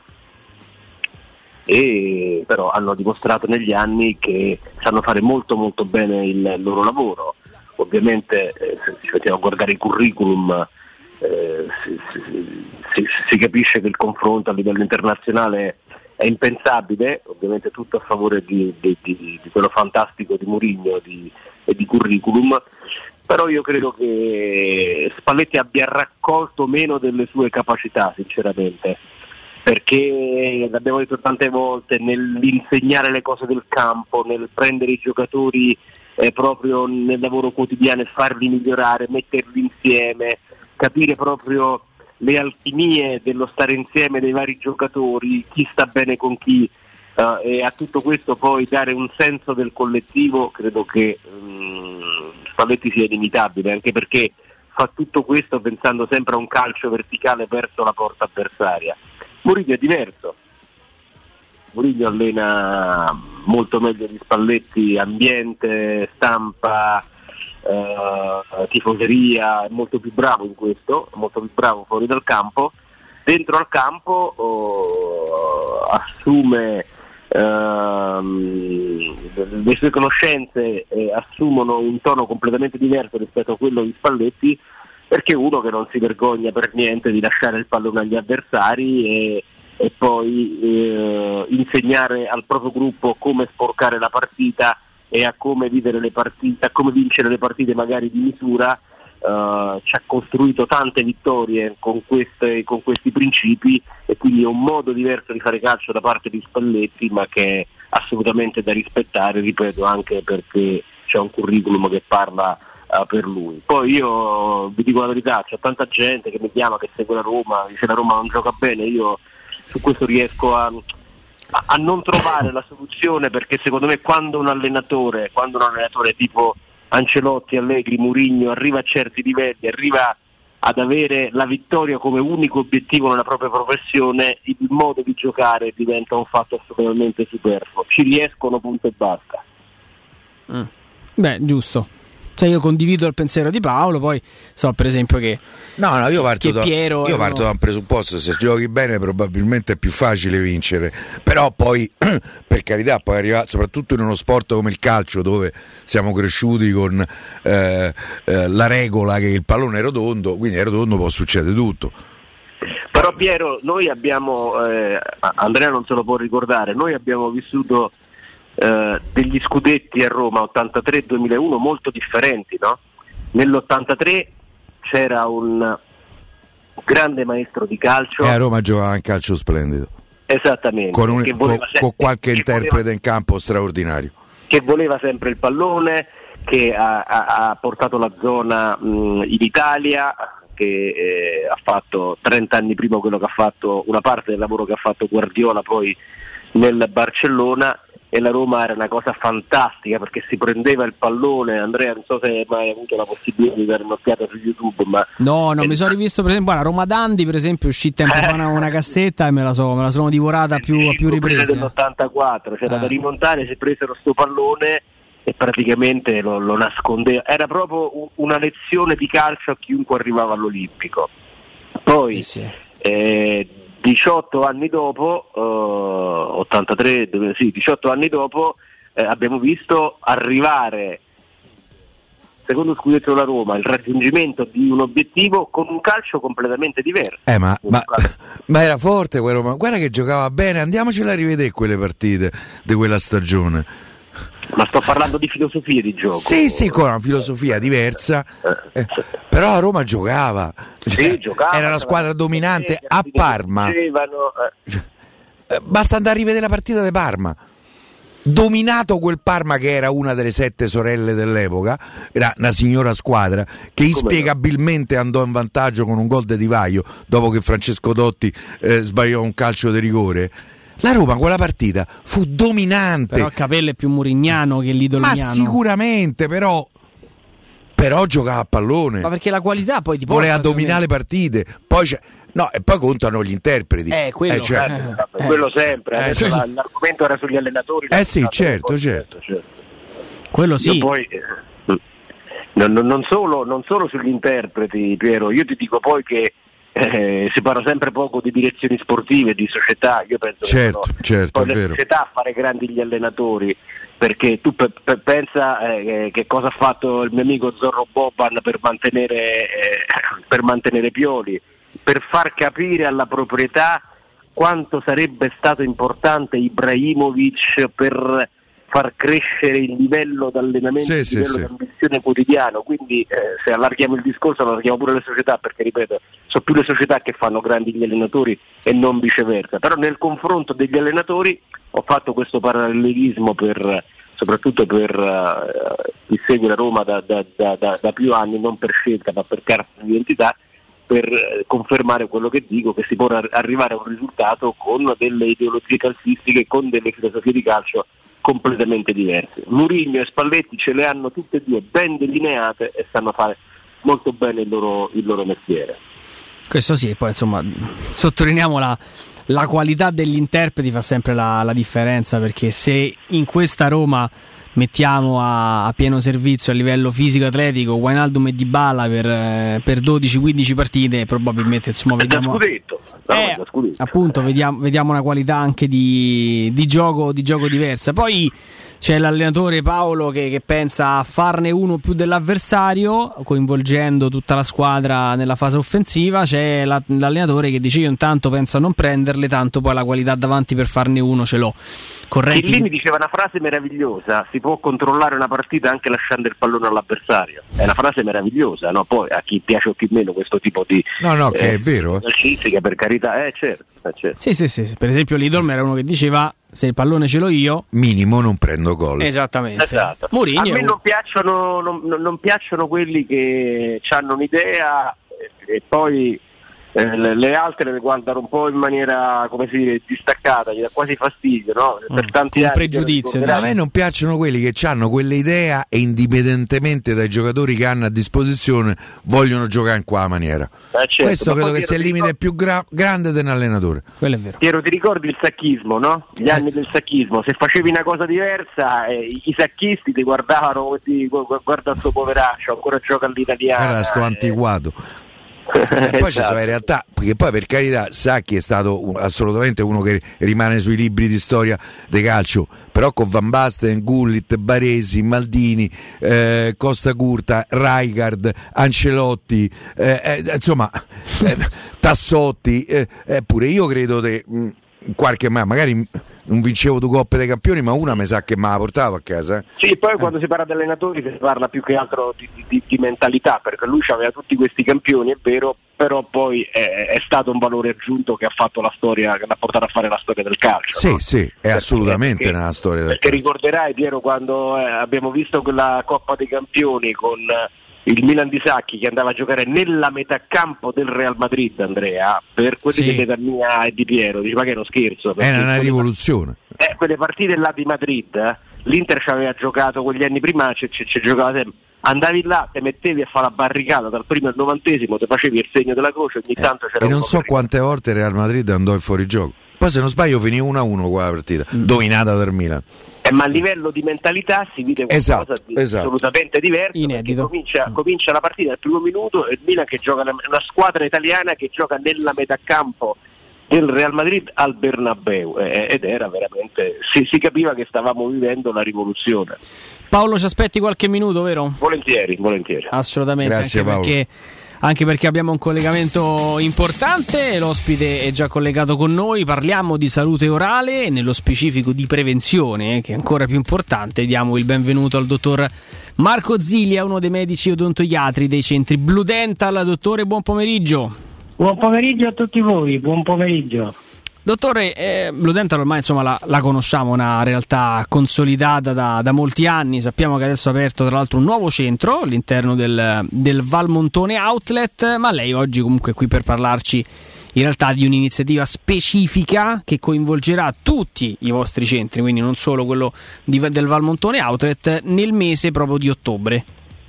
e però hanno dimostrato negli anni che sanno fare molto molto bene il loro lavoro. Ovviamente eh, se ci mettiamo a guardare i curriculum eh, si, si, si, si capisce che il confronto a livello internazionale è impensabile, ovviamente tutto a favore di, di, di, di quello fantastico di Mourinho di, e di curriculum. Però io credo che Spalletti abbia raccolto meno delle sue capacità, sinceramente, perché l'abbiamo detto tante volte, nell'insegnare le cose del campo, nel prendere i giocatori eh, proprio nel lavoro quotidiano e farli migliorare, metterli insieme, capire proprio le alchimie dello stare insieme dei vari giocatori, chi sta bene con chi, uh, e a tutto questo poi dare un senso del collettivo, credo che um, Spalletti sia inimitabile, anche perché fa tutto questo pensando sempre a un calcio verticale verso la porta avversaria. Mourinho è diverso, Mourinho allena molto meglio di Spalletti ambiente, stampa, eh, tifoseria, è molto più bravo in questo, è molto più bravo fuori dal campo. Dentro al campo oh, assume Uh, le sue conoscenze eh, assumono un tono completamente diverso rispetto a quello di Spalletti, perché è uno che non si vergogna per niente di lasciare il pallone agli avversari e, e poi eh, insegnare al proprio gruppo come sporcare la partita e a come vivere le partite, a come vincere le partite magari di misura. Uh, ci ha costruito tante vittorie con, queste, con questi principi, e quindi è un modo diverso di fare calcio da parte di Spalletti, ma che è assolutamente da rispettare, ripeto, anche perché c'è un curriculum che parla uh, per lui. Poi io vi dico la verità, c'è tanta gente che mi chiama, che segue la Roma, dice la Roma non gioca bene, io su questo riesco a, a, a non trovare la soluzione, perché secondo me quando un allenatore, quando un allenatore tipo Ancelotti, Allegri, Mourinho arriva a certi livelli, arriva ad avere la vittoria come unico obiettivo nella propria professione, il modo di giocare diventa un fatto assolutamente superfluo. Ci riescono, punto e basta. Mm. Beh, giusto. Cioè io condivido il pensiero di Paolo, poi so per esempio che No, no, io parto, da, Piero, io parto no. da un presupposto: se giochi bene probabilmente è più facile vincere, però poi per carità poi arriva, soprattutto in uno sport come il calcio dove siamo cresciuti con eh, eh, la regola che il pallone è rotondo, quindi è rotondo, può succedere tutto. Però Piero, noi abbiamo, eh, Andrea non se lo può ricordare, noi abbiamo vissuto eh, degli scudetti a Roma ottantatré duemilauno molto differenti, no? Nell'ottantatré c'era un grande maestro di calcio e a Roma giocava un calcio splendido, esattamente, con, un, che con, sempre, con qualche che interprete voleva, in campo straordinario, che voleva sempre il pallone, che ha, ha, ha portato la zona mh, in Italia, che eh, ha fatto trenta anni prima quello che ha fatto, una parte del lavoro che ha fatto Guardiola poi nel Barcellona, e la Roma era una cosa fantastica perché si prendeva il pallone. Andrea, non so se hai mai avuto la possibilità di dare un'occhiata su YouTube, ma no, non mi sono rivisto, per esempio, guarda, Roma Dandi per esempio uscì tempo fa una, una cassetta e me la, so, me la sono divorata più, a più riprese. Nell'ottantaquattro c'era eh. da rimontare, si presero sto pallone e praticamente lo, lo nascondeva. Era proprio una lezione di calcio a chiunque arrivava all'Olimpico. Poi sì, sì. Eh, diciotto anni dopo, uh, ottantatré, sì, diciotto anni dopo, eh, abbiamo visto arrivare secondo scudetto della Roma, il raggiungimento di un obiettivo con un calcio completamente diverso. Eh, ma, ma, ma era forte quel Roma, guarda che giocava bene, andiamocela a rivedere quelle partite di quella stagione. Ma sto parlando di filosofia di gioco. Sì, sì, con una filosofia diversa, eh, però a Roma giocava, cioè, sì, giocava era la squadra dominante a Parma. Dicevano, eh. Basta andare a rivedere la partita di Parma. Dominato quel Parma che era una delle sette sorelle dell'epoca, era una signora squadra che inspiegabilmente andò in vantaggio con un gol di Di Vaio dopo che Francesco Dotti eh, sbagliò un calcio di rigore. La Roma quella partita fu dominante. Però Capello è più murignano che l'idolignano. Ma sicuramente, però però giocava a pallone. Ma perché la qualità poi ti voleva porta, dominare le partite. Poi c'è No, e poi contano gli interpreti. Eh, quello, eh, cioè, eh, quello sempre. Eh, Adesso cioè, l'argomento era sugli allenatori. Eh sì, certo, certo, certo. Quello sì. Io poi, eh, non, non, solo, non solo sugli interpreti, Piero, io ti dico poi che eh, si parla sempre poco di direzioni sportive, di società. Io penso certo, che sono certo, poi è le vero. società a fare grandi gli allenatori. Perché tu pe- pe- pensa eh, che cosa ha fatto il mio amico Zorro Boban per mantenere, eh, per mantenere Pioli, per far capire alla proprietà quanto sarebbe stato importante Ibrahimovic per far crescere il livello d'allenamento, sì, il sì, livello sì. di ambizione quotidiano. Quindi eh, se allarghiamo il discorso allarghiamo pure le società, perché ripeto, sono più le società che fanno grandi gli allenatori e non viceversa. Però nel confronto degli allenatori ho fatto questo parallelismo per, soprattutto per uh, chi segue la Roma da, da, da, da, da più anni, non per scelta ma per carta di identità, per eh, confermare quello che dico, che si può ar- arrivare a un risultato con delle ideologie calcistiche, con delle filosofie di calcio completamente diverse. Mourinho e Spalletti ce le hanno tutte e due ben delineate e sanno fare molto bene il loro, il loro mestiere. Questo sì, poi insomma sottolineiamo la, la qualità degli interpreti fa sempre la, la differenza, perché se in questa Roma mettiamo a, a pieno servizio a livello fisico-atletico Wijnaldum e Dybala per, eh, per dodici quindici partite, probabilmente insomma vediamo, scudetto, no, eh, appunto vediamo, vediamo una qualità anche di, di, gioco, di gioco diversa. Poi c'è l'allenatore Paolo che, che pensa a farne uno più dell'avversario, coinvolgendo tutta la squadra nella fase offensiva. C'è la, l'allenatore che dice io intanto penso a non prenderle, tanto poi la qualità davanti per farne uno ce l'ho. Corretti. Lì mi diceva una frase meravigliosa: si può controllare una partita anche lasciando il pallone all'avversario. È una frase meravigliosa, no? Poi a chi piace o chi meno questo tipo di no no che eh, è vero calcistica, per carità, eh certo, eh, certo. Sì, sì, sì, per esempio Lidl era uno che diceva se il pallone ce l'ho io minimo non prendo gol. Esattamente, esatto. Mourinho a me non piacciono, non, non piacciono quelli che hanno un'idea e, e poi eh, le, le altre le guardano un po' in maniera, come si dice, distaccata, gli dà quasi fastidio, no? Per mm, tanti un anni pregiudizio. A me non piacciono quelli che hanno quelle idea e indipendentemente dai giocatori che hanno a disposizione vogliono giocare in quella maniera. Eh certo, questo credo che sia il limite ricordo... più gra- grande di un allenatore. Quello è vero. Piero, ti ricordi il sacchismo, no? Gli anni del sacchismo, se facevi una cosa diversa eh, i sacchisti ti guardavano, ti, guarda sto poveraccio, ancora gioca all'italiano. Guarda sto antiquato. E poi esatto. Ci sono in realtà, perché poi per carità Sacchi è stato un, assolutamente uno che rimane sui libri di storia del calcio, però con Van Basten, Gullit, Baresi, Maldini, eh, Costa Curta, Rijkaard, Ancelotti, eh, eh, insomma eh, Tassotti, eh, eh, pure io credo che in qualche ma magari non vincevo due coppe dei campioni, ma una mi sa che me la portavo a casa. Eh. Sì, poi eh. quando si parla di allenatori si parla più che altro di, di, di mentalità, perché lui aveva tutti questi campioni, è vero, però poi è, è stato un valore aggiunto che ha fatto la storia, che l'ha portato a fare la storia del calcio. Sì, no? sì, è perché, assolutamente perché, nella storia del perché calcio. Perché ricorderai, Piero, quando eh, abbiamo visto quella Coppa dei Campioni con il Milan di Sacchi che andava a giocare nella metacampo del Real Madrid, Andrea, per quelli sì. dell'età mia e di Piero, dice ma che è uno scherzo, è una rivoluzione. Eh, quelle partite là di Madrid, eh, l'Inter ci aveva giocato quegli anni prima, ci, ci, ci giocava sempre. Andavi là, te mettevi a fare la barricata dal primo al novantesimo, te facevi il segno della croce, ogni eh, tanto c'era e non so quante volte il Real Madrid andò in fuorigioco. Poi se non sbaglio finì uno a uno quella partita, mm. dominata dal Milan. Eh, ma a livello di mentalità si vede qualcosa esatto, di esatto. assolutamente diverso. Inedito. Comincia, comincia la partita al primo minuto e il Milan che gioca una squadra italiana che gioca nella metacampo del Real Madrid al Bernabeu eh, ed era veramente, si, si capiva che stavamo vivendo la rivoluzione. Paolo, ci aspetti qualche minuto, vero? Volentieri, volentieri. Assolutamente. Grazie, anche Paolo. Perché, anche perché abbiamo un collegamento importante, l'ospite è già collegato con noi, parliamo di salute orale e nello specifico di prevenzione, eh, che è ancora più importante. Diamo il benvenuto al dottor Marco Zilia, uno dei medici odontoiatri dei centri Blue Dental. Dottore, buon pomeriggio. Buon pomeriggio a tutti voi, buon pomeriggio. Dottore, eh, Blue Dental ormai insomma la, la conosciamo, una realtà consolidata da, da molti anni. Sappiamo che adesso ha aperto tra l'altro un nuovo centro all'interno del, del Valmontone Outlet, ma lei oggi comunque è qui per parlarci in realtà di un'iniziativa specifica che coinvolgerà tutti i vostri centri, quindi non solo quello di, del Valmontone Outlet, nel mese proprio di ottobre.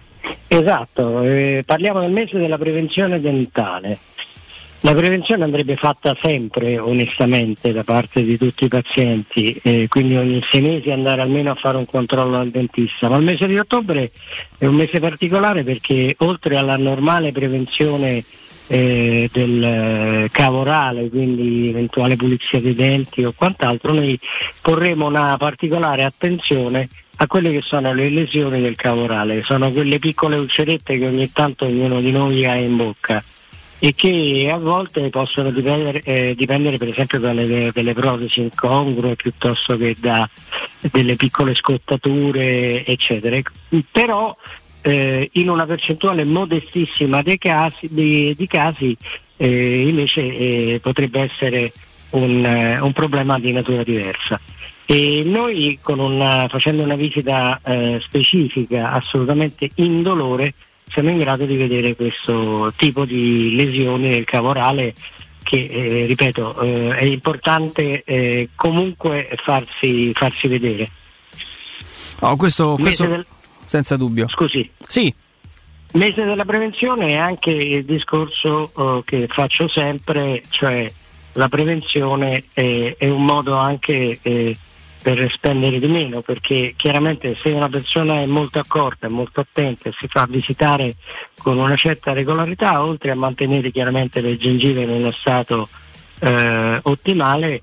Esatto, eh, parliamo del mese della prevenzione dentale. La prevenzione andrebbe fatta sempre, onestamente, da parte di tutti i pazienti, eh, quindi ogni sei mesi andare almeno a fare un controllo al dentista. Ma il mese di ottobre è un mese particolare perché oltre alla normale prevenzione eh, del eh, cavo orale, quindi eventuale pulizia dei denti o quant'altro, noi porremo una particolare attenzione a quelle che sono le lesioni del cavo orale. Sono quelle piccole ulcerette che ogni tanto ognuno di noi ha in bocca e che a volte possono dipendere, eh, dipendere per esempio dalle, delle protesi incongrue piuttosto che da delle piccole scottature eccetera, però eh, in una percentuale modestissima dei casi, di, di casi eh, invece eh, potrebbe essere un, eh, un problema di natura diversa. E noi con una, facendo una visita eh, specifica assolutamente indolore siamo in grado di vedere questo tipo di lesioni del cavo orale che, eh, ripeto, eh, è importante eh, comunque farsi, farsi vedere. Oh, questo, questo del... senza dubbio. Scusi. Sì. Mese della prevenzione è anche il discorso eh, che faccio sempre, cioè la prevenzione è, è un modo anche eh, per spendere di meno, perché chiaramente se una persona è molto accorta, è molto attenta e si fa visitare con una certa regolarità, oltre a mantenere chiaramente le gengive in uno stato eh, ottimale,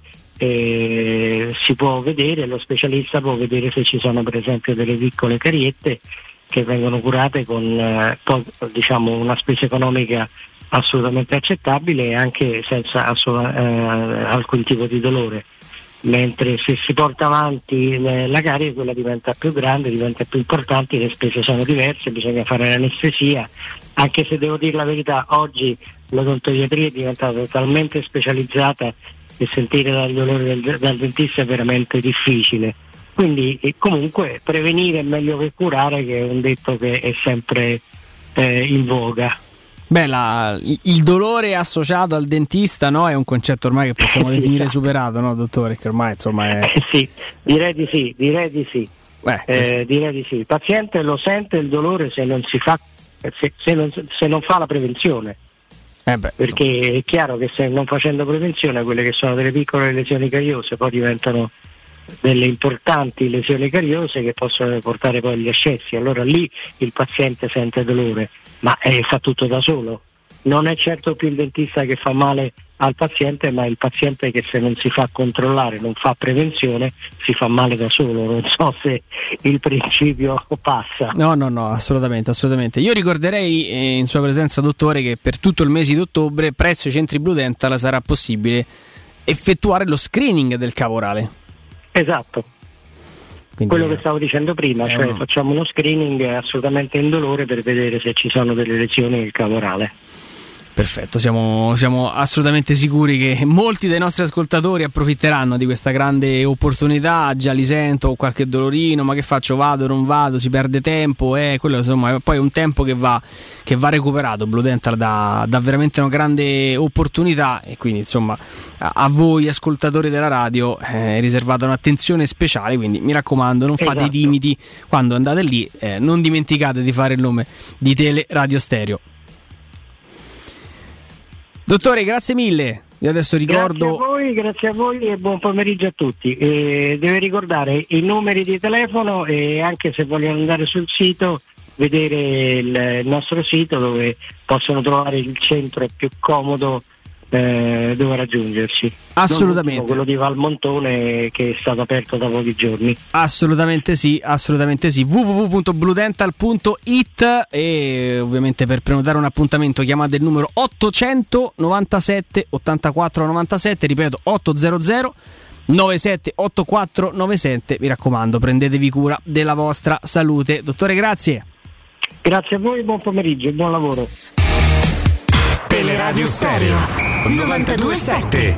eh, si può vedere, lo specialista può vedere se ci sono per esempio delle piccole cariette che vengono curate con eh, po- diciamo una spesa economica assolutamente accettabile e anche senza assola- eh, alcun tipo di dolore. Mentre se si porta avanti la carica quella diventa più grande, diventa più importante, le spese sono diverse, bisogna fare l'anestesia, anche se devo dire la verità, oggi l'odontoiatria è diventata talmente specializzata che sentire dal dolore del, dal dentista è veramente difficile, quindi eh, comunque prevenire è meglio che curare, che è un detto che è sempre eh, in voga. Beh, la, il dolore associato al dentista, no, è un concetto ormai che possiamo definire superato, no, dottore? Che ormai insomma è... Eh sì, direi di sì, direi di sì. Beh, eh, direi di sì. Il paziente lo sente il dolore se non si fa, se, se non, se non fa la prevenzione. Eh beh, perché insomma, è chiaro che se non facendo prevenzione quelle che sono delle piccole lesioni cariose poi diventano delle importanti lesioni cariose che possono portare poi agli ascessi. Allora lì il paziente sente dolore, ma eh, fa tutto da solo. Non è certo più il dentista che fa male al paziente, ma il paziente che se non si fa controllare, non fa prevenzione, si fa male da solo. Non so se il principio passa. No, no, no, assolutamente, assolutamente. Io ricorderei eh, in sua presenza, dottore, che per tutto il mese di ottobre presso i centri Blue Dental sarà possibile effettuare lo screening del cavo orale. Esatto. Quindi, quello che stavo dicendo prima, cioè no. facciamo uno screening assolutamente indolore per vedere se ci sono delle lesioni del cavo orale. Perfetto, siamo, siamo assolutamente sicuri che molti dei nostri ascoltatori approfitteranno di questa grande opportunità. Già li sento, ho qualche dolorino, ma che faccio, vado, non vado, si perde tempo, eh, quello insomma poi è un tempo che va, che va recuperato. Blue Dental dà, dà veramente una grande opportunità e quindi insomma a, a voi ascoltatori della radio è riservata un'attenzione speciale, quindi mi raccomando non fate esatto. i timidi quando andate lì, eh, non dimenticate di fare il nome di Tele Radio Stereo. Dottore, grazie mille. Io adesso ricordo. Grazie a voi, grazie a voi e buon pomeriggio a tutti. Eh, deve ricordare i numeri di telefono e anche se vogliono andare sul sito, vedere il nostro sito dove possono trovare il centro più comodo eh, dove raggiungerci. Assolutamente. Quello di Valmontone che è stato aperto da pochi giorni. Assolutamente sì, assolutamente sì. w w w punto blue dental punto i t e ovviamente per prenotare un appuntamento chiamate il numero ottocentonovantasette ottantaquattro novantasette, ripeto ottocento novantasette ottantaquattro novantasette. Mi raccomando, prendetevi cura della vostra salute. Dottore, grazie. Grazie a voi, buon pomeriggio e buon lavoro. Teleradio Stereo novantadue sette.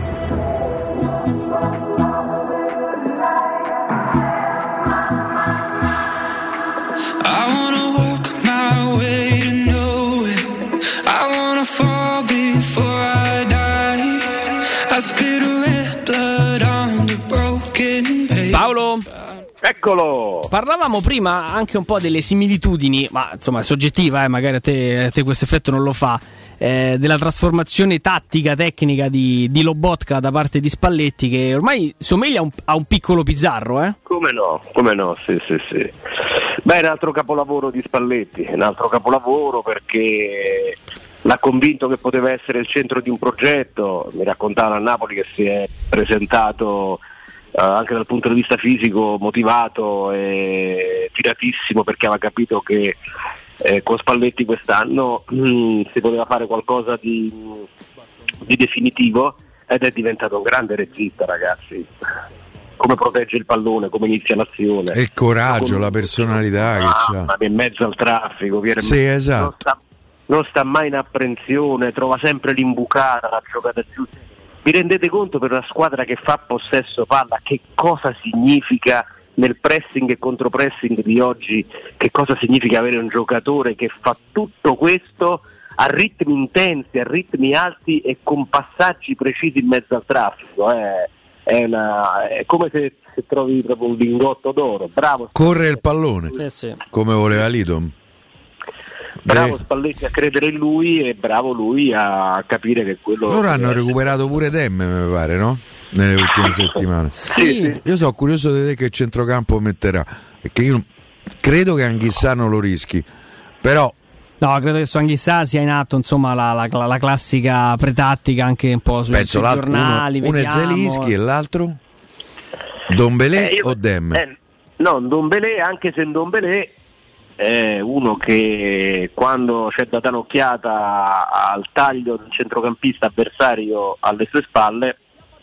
I wanna walk my way to nowhere. I wanna fall before I die. I spit red blood on the broken page. Paolo? Eccolo! Parlavamo prima anche un po' delle similitudini, ma insomma è soggettiva, eh, magari a te, a te questo effetto non lo fa, eh, della trasformazione tattica, tecnica di, di Lobotka da parte di Spalletti, che ormai somiglia a un, a un piccolo Pizzarro, eh? Come no, come no, sì, sì, sì. Beh, è un altro capolavoro di Spalletti, un altro capolavoro perché l'ha convinto che poteva essere il centro di un progetto. Mi raccontava a Napoli che si è presentato Uh, anche dal punto di vista fisico motivato e tiratissimo, perché aveva capito che eh, con Spalletti quest'anno mh, si poteva fare qualcosa di, di definitivo, ed è diventato un grande regista, ragazzi. Come protegge il pallone, come inizia l'azione, e il coraggio, come... la personalità che c'ha, ma in mezzo al traffico, Pier... sì, esatto. non, sta, non sta mai in apprensione, trova sempre l'imbucata, la giocata giusta. Vi rendete conto, per una squadra che fa possesso palla, che cosa significa nel pressing e contropressing di oggi, che cosa significa avere un giocatore che fa tutto questo a ritmi intensi, a ritmi alti e con passaggi precisi in mezzo al traffico? È, è, una, è come se, se trovi proprio un lingotto d'oro. Bravo. Corre il pallone, eh sì. come voleva Lidom. Bravo Spalletti a credere in lui e bravo lui a capire che quello. Loro hanno recuperato pure Demme, mi pare, no? Nelle ultime settimane. Sì, sì. Io sono curioso di vedere che centrocampo metterà, perché io credo che Anghissà non lo rischi, però no, credo che su Anghissà sia in atto, insomma, la, la, la classica pretattica anche un po' sui, sui giornali. Uno, uno è Zelinski e l'altro Ndombélé eh, io, o Demme? Eh, no, Ndombélé, anche se Ndombélé è uno che quando c'è da dare un'occhiata al taglio del centrocampista avversario alle sue spalle,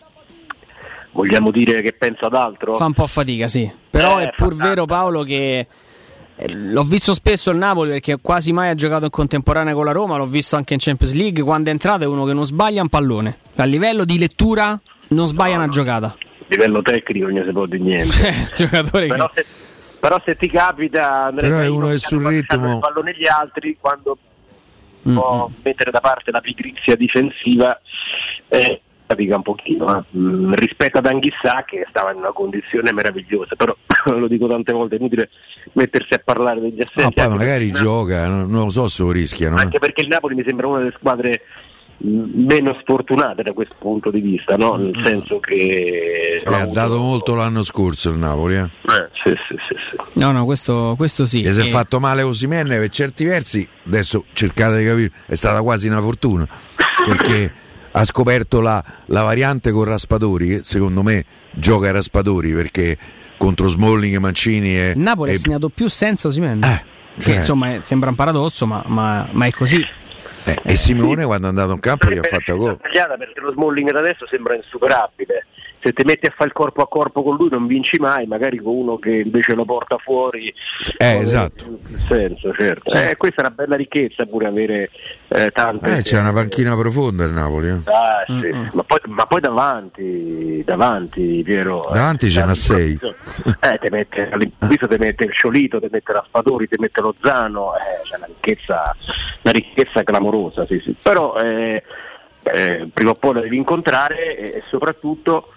vogliamo dire che pensa ad altro? Fa un po' fatica, sì. Però eh, è pur vero, Paolo, che l'ho visto spesso il Napoli, perché quasi mai ha giocato in contemporanea con la Roma, l'ho visto anche in Champions League, quando è entrato è uno che non sbaglia un pallone. A livello di lettura non sbaglia no, una no. giocata. A livello tecnico non si può dire niente. Giocatore però che... se Però se ti capita, però è uno che sul ritmo il pallone gli altri, quando mm-hmm. può mettere da parte la pigrizia difensiva, eh, fatica un pochino eh. mm, rispetto ad Anghissà, che stava in una condizione meravigliosa. Però lo dico tante volte, è inutile mettersi a parlare degli assenti. No, poi magari gioca, non, non lo so se lo rischia, no? Anche perché il Napoli mi sembra una delle squadre meno sfortunate da questo punto di vista, no? Nel senso che eh, ha dato molto l'anno scorso il Napoli, eh? Eh, sì, sì, sì, sì. No, no, questo, questo sì. E si è fatto male Osimhen per certi versi, adesso cercate di capire, è stata quasi una fortuna, perché ha scoperto la, la variante con Raspadori, che secondo me gioca a Raspadori, perché contro Smalling e Mancini e, Napoli e... ha segnato più senza Osimhen, eh, cioè... che insomma è, sembra un paradosso, ma, ma, ma è così. Eh, e Simone quando è andato in campo gli ha fatto gol. Perché lo Smalling da adesso sembra insuperabile. Se ti metti a fare il corpo a corpo con lui non vinci mai, magari con uno che invece lo porta fuori. Eh, esatto. Nel senso, certo. certo. Eh, questa è una bella ricchezza pure avere eh, tante. Eh, c'è una panchina profonda il Napoli. Eh. Ah, sì. mm-hmm. ma, poi, ma poi davanti, davanti, Piero. Davanti eh, ce n'ha sei. Eh, te mette, all'improvviso ti mette il Sciolito, ti mette Raspadori, ti mette Lozano, eh, c'è una ricchezza, una ricchezza clamorosa, sì, sì. Però eh, eh, prima o poi la devi incontrare e, e soprattutto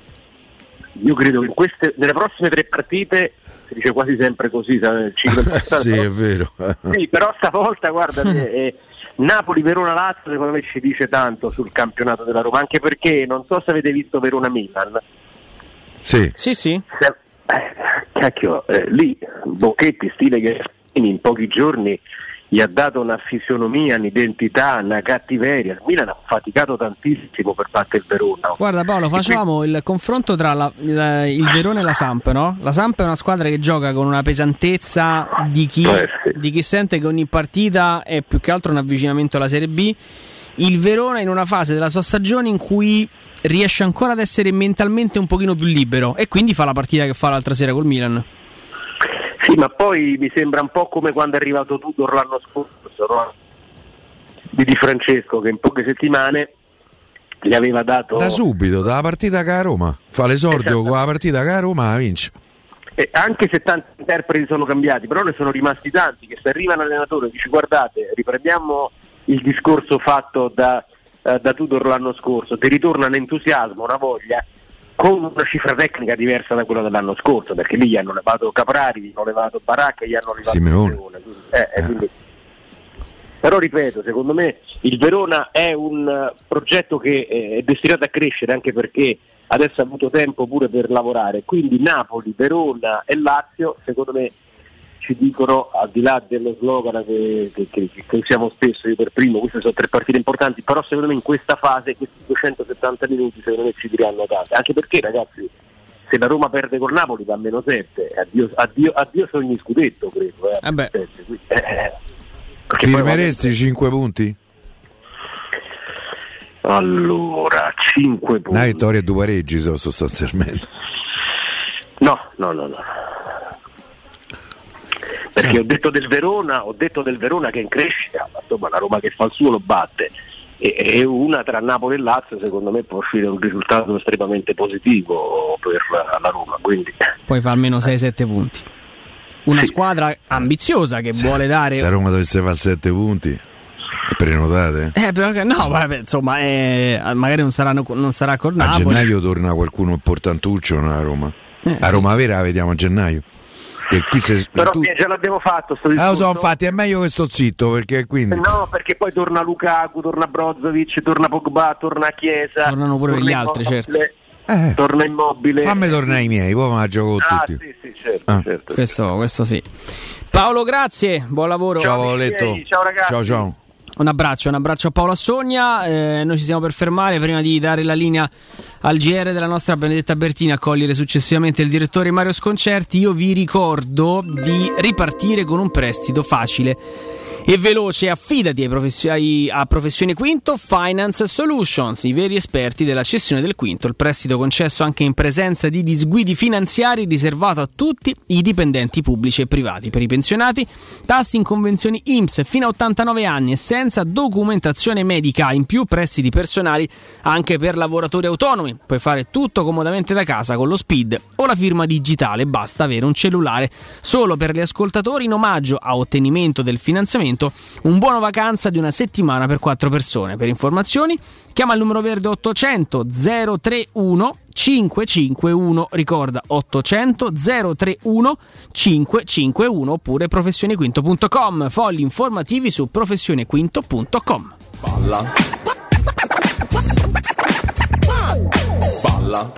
io credo che in queste, nelle prossime tre partite, si dice quasi sempre così, il ciclo sì, però, è vero. Sì, però stavolta guarda eh, Napoli, Verona, Lazio secondo me ci dice tanto sul campionato della Roma, anche perché non so se avete visto Verona Milan. Sì. Sì, sì. Se, eh, cacchio, eh, lì Bocchetti stile Gaspini in pochi giorni gli ha dato una fisionomia, un'identità, una cattiveria. Il Milan ha faticato tantissimo per battere il Verona. Guarda Paolo, facciamo il confronto tra la, la, il Verona e la Samp, no? La Samp è una squadra che gioca con una pesantezza di chi, eh, sì. di chi sente che ogni partita è più che altro un avvicinamento alla Serie B. Il Verona è in una fase della sua stagione in cui riesce ancora ad essere mentalmente un pochino più libero e quindi fa la partita che fa l'altra sera col Milan. Sì, ma poi mi sembra un po' come quando è arrivato Tudor l'anno scorso, no? Di Di Francesco, che in poche settimane gli aveva dato... Da subito, dalla partita che a Roma, fa l'esordio esatto. Con la partita che a Roma vince. E anche se tanti interpreti sono cambiati, però ne sono rimasti tanti, che se arriva un allenatore e dice guardate, riprendiamo il discorso fatto da, uh, da Tudor l'anno scorso, ti ritorna un entusiasmo, una voglia, con una cifra tecnica diversa da quella dell'anno scorso, perché lì gli hanno levato Caprari, gli hanno levato Baracca, gli hanno levato Simeone. Eh, eh. Quindi... Però ripeto, secondo me il Verona è un uh, progetto che eh, è destinato a crescere, anche perché adesso ha avuto tempo pure per lavorare, quindi Napoli, Verona e Lazio secondo me ci dicono, al di là dello slogan che, che, che, che usiamo spesso, io per primo, queste sono tre partite importanti, però secondo me in questa fase questi duecentosettanta minuti secondo me ci diranno tanto, anche perché ragazzi se la Roma perde con Napoli va a meno sette, addio, addio, addio sogni scudetto credo eh, eh beh. sette, quindi, eh, firmeresti cinque punti? Allora cinque punti, una vittoria e due pareggi so, sostanzialmente no no no no perché sì. ho detto del Verona ho detto del Verona che in crescita, insomma la Roma che fa il suo lo batte, e, e una tra Napoli e Lazio secondo me può uscire un risultato estremamente positivo per la, la Roma, quindi poi fa almeno sei sette punti, una sì. squadra ambiziosa che vuole dare. Se la Roma dovesse fare sette punti prenotate? Eh, però, no, vabbè, insomma, eh, magari non sarà, non sarà con Napoli. A gennaio torna qualcuno importantuccio a Roma. Eh, a Roma sì. vera la vediamo a gennaio. E qui se, però tu... già l'abbiamo fatto sto ah, lo so, infatti è meglio che sto zitto, perché quindi no, perché poi torna Lukaku, torna Brozovic, torna Pogba, torna Chiesa, tornano pure torna gli altri, certo. Eh, torna Immobile. Fammi tornare i miei, poi me la gioco con ah, tutti. Sì, sì, certo, ah. certo, questo, questo sì. Paolo, grazie, buon lavoro. Ciao Paoletto. Ciao ragazzi. Ciao ciao. Un abbraccio, un abbraccio a Paolo Assogna. Eh, noi ci stiamo per fermare prima di dare la linea al G R della nostra Benedetta Bertini, a cogliere successivamente il direttore Mario Sconcerti. Io vi ricordo di ripartire con un prestito facile e veloce. Affidati ai professi- ai, a Professione Quinto Finance Solutions, i veri esperti della cessione del quinto, il prestito concesso anche in presenza di disguidi finanziari, riservato a tutti i dipendenti pubblici e privati. Per i pensionati, tassi in convenzioni I N P S fino a ottantanove anni e senza documentazione medica, in più prestiti personali anche per lavoratori autonomi. Puoi fare tutto comodamente da casa con lo S P I D o la firma digitale, basta avere un cellulare. Solo per gli ascoltatori, in omaggio a ottenimento del finanziamento, un buono vacanza di una settimana per quattro persone. Per informazioni chiama il numero verde ottocento zero trentuno cinquecentocinquantuno, ricorda ottocento zero trentuno cinquecentocinquantuno, oppure professionequinto punto com. Fogli informativi su professionequinto punto com. Palla Palla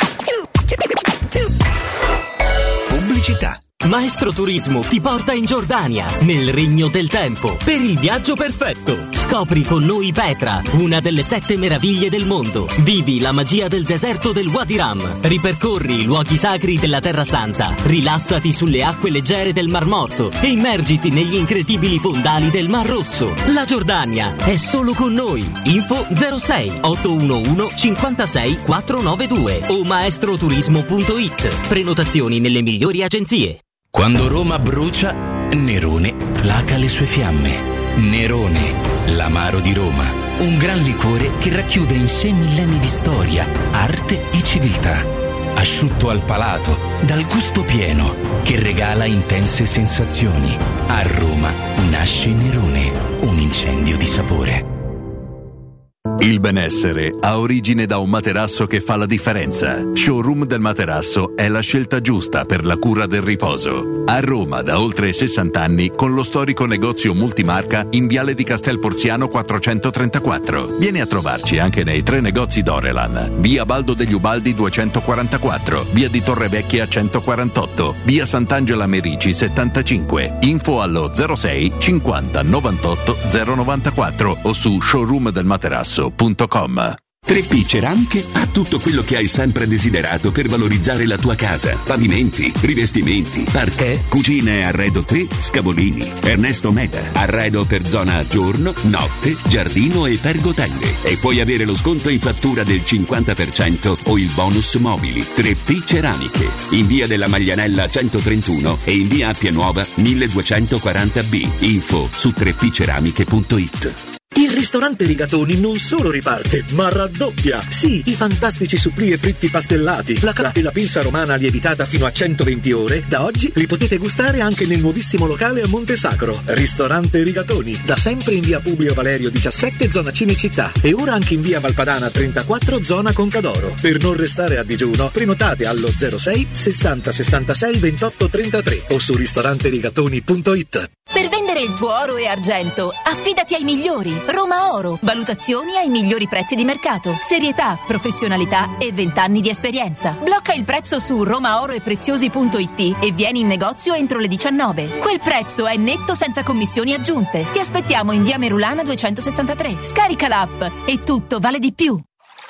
Pubblicità. Maestro Turismo ti porta in Giordania, nel Regno del Tempo, per il viaggio perfetto. Scopri con noi Petra, una delle sette meraviglie del mondo. Vivi la magia del deserto del Wadi Ram. Ripercorri i luoghi sacri della Terra Santa. Rilassati sulle acque leggere del Mar Morto e immergiti negli incredibili fondali del Mar Rosso. La Giordania è solo con noi. Info zero sei otto uno uno cinque sei quattro nove due o maestroturismo punto it. Prenotazioni nelle migliori agenzie. Quando Roma brucia, Nerone placa le sue fiamme. Nerone, l'amaro di Roma. Un gran liquore che racchiude in sé millenni di storia, arte e civiltà. Asciutto al palato, dal gusto pieno, che regala intense sensazioni. A Roma nasce Nerone, un incendio di sapore. Il benessere ha origine da un materasso che fa la differenza. Showroom del Materasso è la scelta giusta per la cura del riposo. A Roma da oltre sessanta anni con lo storico negozio multimarca in Viale di Castel Porziano quattrocentotrentaquattro. Vieni a trovarci anche nei tre negozi Dorelan. Via Baldo degli Ubaldi duecentoquarantaquattro, Via di Torrevecchia centoquarantotto, Via Sant'Angela Merici settantacinque. Info allo zero sei cinquanta novantotto zero novantaquattro o su showroom del materasso punto com. tre P Ceramiche ha tutto quello che hai sempre desiderato per valorizzare la tua casa. Pavimenti, rivestimenti, parquet, cucina e arredo tre, Scavolini. Ernesto Meda, arredo per zona giorno, notte, giardino e pergotelle. E puoi avere lo sconto in fattura del cinquanta per cento o il bonus mobili. tre P Ceramiche, in via della Maglianella centotrentuno e in via Appia Nuova milleduecentoquaranta B. Info su tre p ceramiche punto it. Il ristorante Rigatoni non solo riparte, ma raddoppia! Sì, i fantastici supplì e fritti pastellati, la cra e la pinza romana lievitata fino a centoventi ore, da oggi li potete gustare anche nel nuovissimo locale a Monte Sacro. Ristorante Rigatoni, da sempre in via Publio Valerio diciassette, zona Cinecittà, e ora anche in via Valpadana trentaquattro, zona Concadoro. Per non restare a digiuno, prenotate allo zero sei sessanta sessantasei ventotto trentatré o su ristoranterigatoni punto it. Per vendere il tuo oro e argento, affidati ai migliori. Roma Oro. Valutazioni ai migliori prezzi di mercato. Serietà, professionalità e vent'anni di esperienza. Blocca il prezzo su romaoroepreziosi punto it e vieni in negozio entro le diciannove. Quel prezzo è netto senza commissioni aggiunte. Ti aspettiamo in via Merulana duecentosessantatré. Scarica l'app e tutto vale di più.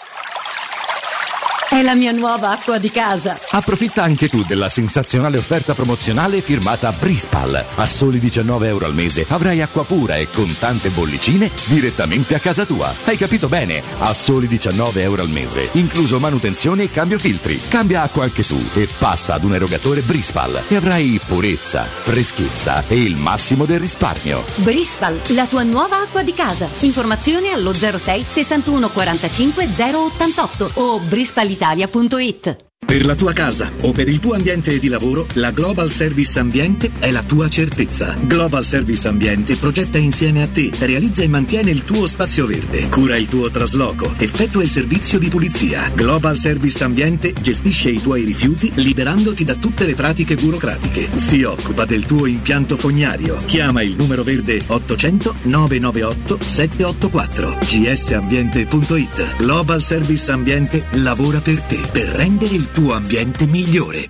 È la mia nuova acqua di casa. Approfitta anche tu della sensazionale offerta promozionale firmata Brispal. A soli diciannove euro al mese avrai acqua pura e con tante bollicine direttamente a casa tua. Hai capito bene? A soli diciannove euro al mese, incluso manutenzione e cambio filtri. Cambia acqua anche tu e passa ad un erogatore Brispal e avrai purezza, freschezza e il massimo del risparmio. Brispal, la tua nuova acqua di casa. Informazioni allo zero sei sessantuno quarantacinque zero ottantotto o brispal italia punto it. Per la tua casa o per il tuo ambiente di lavoro, la Global Service Ambiente è la tua certezza. Global Service Ambiente progetta insieme a te, realizza e mantiene il tuo spazio verde, cura il tuo trasloco, effettua il servizio di pulizia. Global Service Ambiente gestisce i tuoi rifiuti liberandoti da tutte le pratiche burocratiche. Si occupa del tuo impianto fognario. Chiama il numero verde ottocento nove nove otto sette otto quattro g s ambiente punto it. Global Service Ambiente lavora per te, per rendere il tuo ambiente migliore.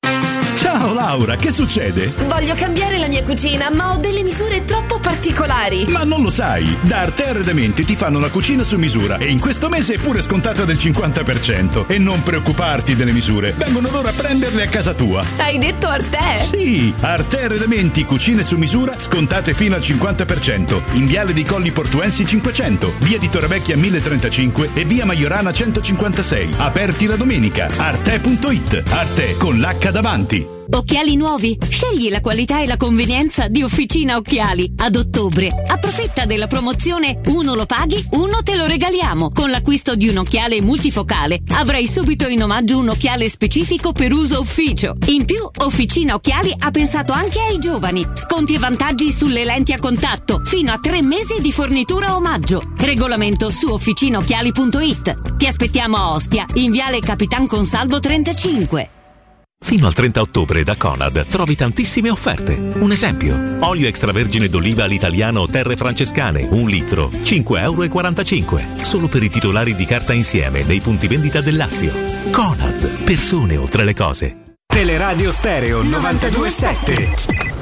Ciao Laura, che succede? Voglio cambiare la mia cucina, ma ho delle misure troppo particolari. Ma non lo sai, da Arte Arredamenti ti fanno la cucina su misura e in questo mese è pure scontata del cinquanta per cento. E non preoccuparti delle misure, vengono loro a prenderle a casa tua. Hai detto Arte? Sì, Arte Arredamenti, cucine su misura, scontate fino al cinquanta per cento. In Viale dei Colli Portuensi cinquecento, via di Torrevecchia mille trentacinque e via Maiorana centocinquantasei. Aperti la domenica. arte punto it. Arte con l'H davanti. Occhiali nuovi? Scegli la qualità e la convenienza di Officina Occhiali. Ad ottobre approfitta della promozione uno lo paghi, uno te lo regaliamo. Con l'acquisto di un occhiale multifocale avrai subito in omaggio un occhiale specifico per uso ufficio. In più, Officina Occhiali ha pensato anche ai giovani. Sconti e vantaggi sulle lenti a contatto, fino a tre mesi di fornitura omaggio. Regolamento su officina occhiali punto it. Ti aspettiamo a Ostia, in Viale Capitan Consalvo trentacinque. Fino al trenta ottobre da Conad trovi tantissime offerte. Un esempio: olio extravergine d'oliva all'italiano Terre Francescane, un litro, cinque virgola quarantacinque euro. Solo per i titolari di carta insieme nei punti vendita del Lazio. Conad, persone oltre le cose. Teleradio Stereo novantadue sette.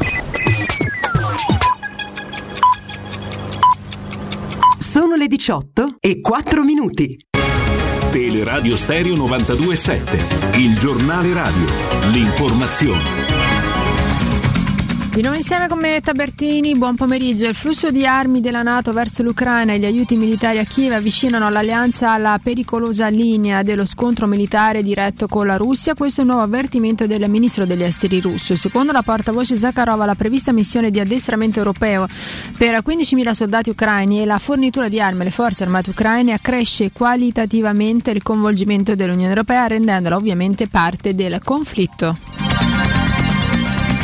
Sono le diciotto e quattro minuti. Teleradio Stereo novantadue sette, il giornale radio, l'informazione. Di nuovo insieme con me Tabertini, buon pomeriggio. Il flusso di armi della NATO verso l'Ucraina e gli aiuti militari a Kiev avvicinano l'alleanza alla pericolosa linea dello scontro militare diretto con la Russia. Questo è un nuovo avvertimento del ministro degli esteri russo. Secondo la portavoce Zakharova, la prevista missione di addestramento europeo per quindicimila soldati ucraini e la fornitura di armi alle forze armate ucraine accresce qualitativamente il coinvolgimento dell'Unione Europea, rendendola ovviamente parte del conflitto.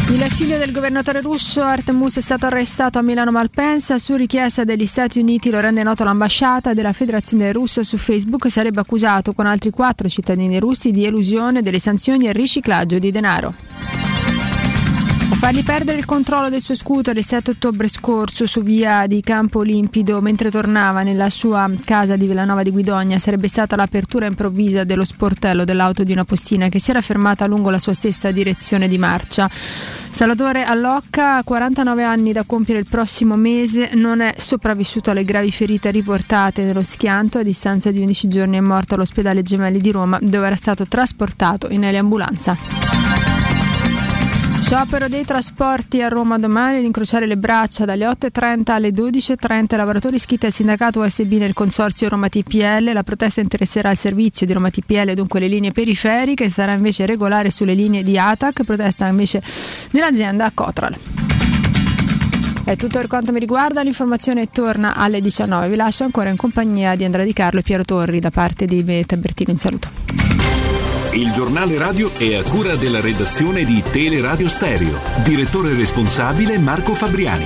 Il figlio del governatore russo Artem Mus è stato arrestato a Milano Malpensa. Su richiesta degli Stati Uniti, lo rende noto l'ambasciata della Federazione Russa. Su Facebook sarebbe accusato con altri quattro cittadini russi di elusione delle sanzioni e riciclaggio di denaro. A fargli perdere il controllo del suo scooter il sette ottobre scorso su via di Campo Limpido mentre tornava nella sua casa di Villanova di Guidogna sarebbe stata l'apertura improvvisa dello sportello dell'auto di una postina che si era fermata lungo la sua stessa direzione di marcia. Salvatore Allocca, quarantanove anni, da compiere il prossimo mese, non è sopravvissuto alle gravi ferite riportate nello schianto. A distanza di undici giorni è morto all'ospedale Gemelli di Roma, dove era stato trasportato in eliambulanza. Sciopero dei trasporti a Roma domani, ad incrociare le braccia dalle otto e trenta alle dodici e trenta. Lavoratori iscritti al sindacato U S B nel consorzio Roma T P L. La protesta interesserà il servizio di Roma T P L, dunque le linee periferiche, sarà invece regolare sulle linee di A T A C, protesta invece dell'azienda Cotral. È tutto per quanto mi riguarda, l'informazione torna alle diciannove. Vi lascio ancora in compagnia di Andrea Di Carlo e Piero Torri da parte di Benetta Bertino. In saluto. Il giornale radio è a cura della redazione di Teleradio Stereo. Direttore responsabile Marco Fabriani.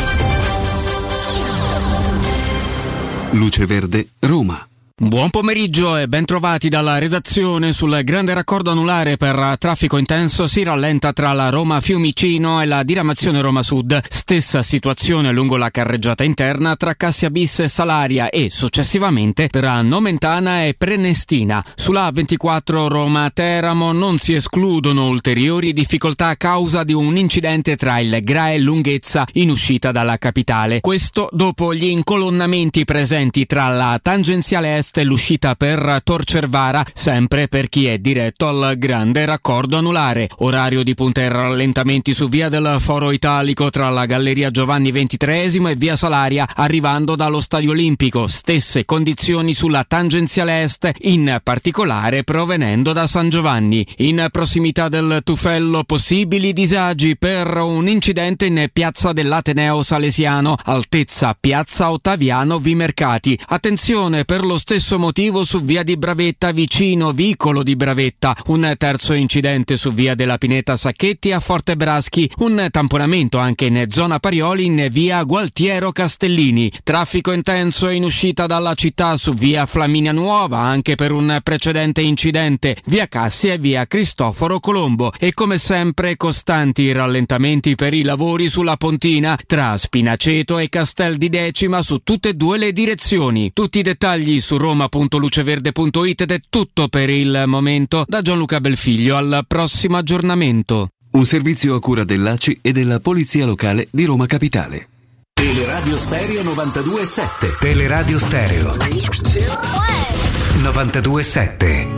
Luce Verde, Roma. Buon pomeriggio e ben trovati dalla redazione. Sul grande raccordo anulare per traffico intenso si rallenta tra la Roma Fiumicino e la diramazione Roma Sud. Stessa situazione lungo la carreggiata interna tra Cassia Bis e Salaria e successivamente tra Nomentana e Prenestina. Sulla A ventiquattro Roma Teramo non si escludono ulteriori difficoltà a causa di un incidente tra il Grae Lunghezza in uscita dalla capitale. Questo dopo gli incolonnamenti presenti tra la tangenziale est e l'uscita per Tor Cervara, sempre per chi è diretto al grande raccordo anulare. Orario di punta e rallentamenti su via del Foro Italico tra la Galleria Giovanni ventitreesimo e via Salaria arrivando dallo Stadio Olimpico. Stesse condizioni sulla tangenziale est, in particolare provenendo da San Giovanni. In prossimità del Tufello possibili disagi per un incidente in piazza dell'Ateneo Salesiano, altezza piazza Ottaviano Vimercati. Attenzione per lo stesso motivo su via di Bravetta vicino Vicolo di Bravetta. Un terzo incidente su via della Pineta Sacchetti a Fortebraschi. Un tamponamento anche in zona Parioli in via Gualtiero Castellini. Traffico intenso in uscita dalla città su via Flaminia Nuova anche per un precedente incidente. Via Cassia e via Cristoforo Colombo. E come sempre costanti rallentamenti per i lavori sulla Pontina tra Spinaceto e Castel di Decima su tutte e due le direzioni. Tutti i dettagli su roma punto luceverde punto it ed è tutto per il momento. Da Gianluca Belfiglio al prossimo aggiornamento. Un servizio a cura dell'A C I e della Polizia Locale di Roma Capitale. Teleradio Stereo novantadue virgola sette. Teleradio Stereo novantadue virgola sette.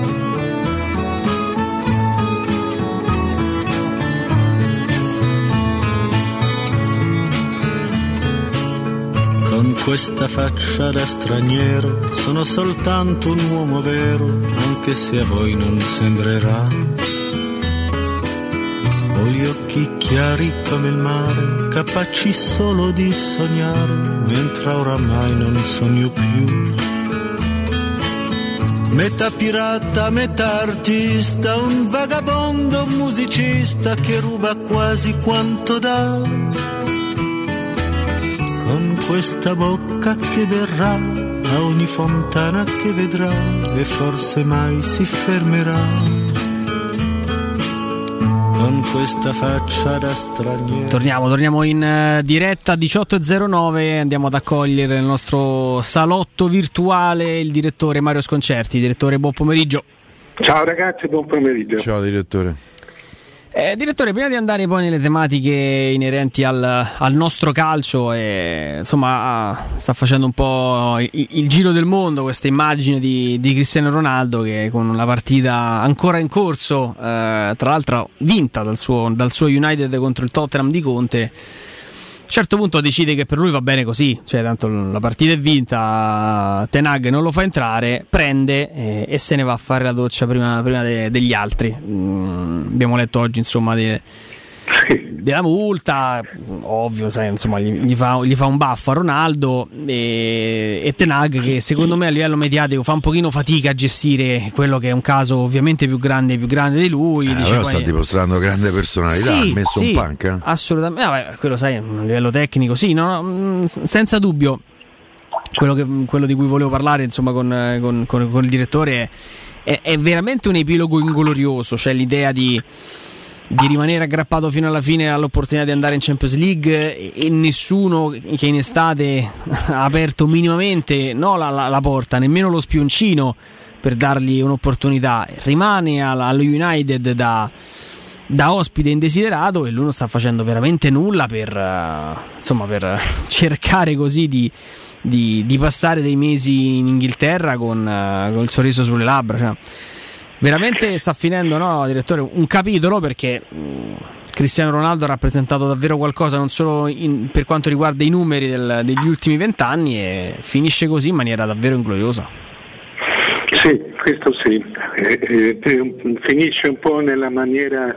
Con questa faccia da straniero sono soltanto un uomo vero, anche se a voi non sembrerà. Ho gli occhi chiari come il mare, capaci solo di sognare, mentre oramai non sogno più. Metà pirata, metà artista, un vagabondo musicista che ruba quasi quanto dà. Con questa bocca che verrà a ogni fontana che vedrà e forse mai si fermerà. Con questa faccia da straniero. Torniamo, torniamo in uh, diretta diciotto e zero nove, andiamo ad accogliere nel nostro salotto virtuale il direttore Mario Sconcerti. Direttore, buon pomeriggio. Ciao ragazzi, buon pomeriggio. Ciao direttore. Eh, direttore, prima di andare poi nelle tematiche inerenti al, al nostro calcio, eh, insomma sta facendo un po' il, il giro del mondo questa immagine di, di Cristiano Ronaldo che con una partita ancora in corso, eh, tra l'altro vinta dal suo, dal suo United contro il Tottenham di Conte, a un certo punto decide che per lui va bene così, cioè tanto la partita è vinta, Ten Hag non lo fa entrare, prende eh, e se ne va a fare la doccia prima, prima de, degli altri. Mm, abbiamo letto oggi insomma de, della multa, ovvio, sai, insomma, gli, gli, fa, gli fa un baffo a Ronaldo e, e Ten Hag, che secondo me a livello mediatico fa un pochino fatica a gestire quello che è un caso ovviamente più grande più grande di lui. Eh, dice, però poi, sta dimostrando grande personalità, sì, ha messo sì, un punk, eh? assolutamente, ah, beh, quello sai, a livello tecnico sì, no, no, senza dubbio. Quello, che, quello di cui volevo parlare, insomma, con, con, con, con il direttore è, è veramente un epilogo inglorioso, cioè l'idea di, di rimanere aggrappato fino alla fine all'opportunità di andare in Champions League e, e nessuno che in estate ha aperto minimamente no, la, la, la porta, nemmeno lo spioncino per dargli un'opportunità. Rimane allo United da, da ospite indesiderato e lui non sta facendo veramente nulla per, uh, insomma, per cercare così di Di, di passare dei mesi in Inghilterra con, uh, con il sorriso sulle labbra, cioè, veramente sta finendo, no, direttore, un capitolo, perché mh, Cristiano Ronaldo ha rappresentato davvero qualcosa non solo in, per quanto riguarda i numeri del, degli ultimi vent'anni, e finisce così in maniera davvero ingloriosa. Sì, questo sì, eh, eh, finisce un po' nella maniera,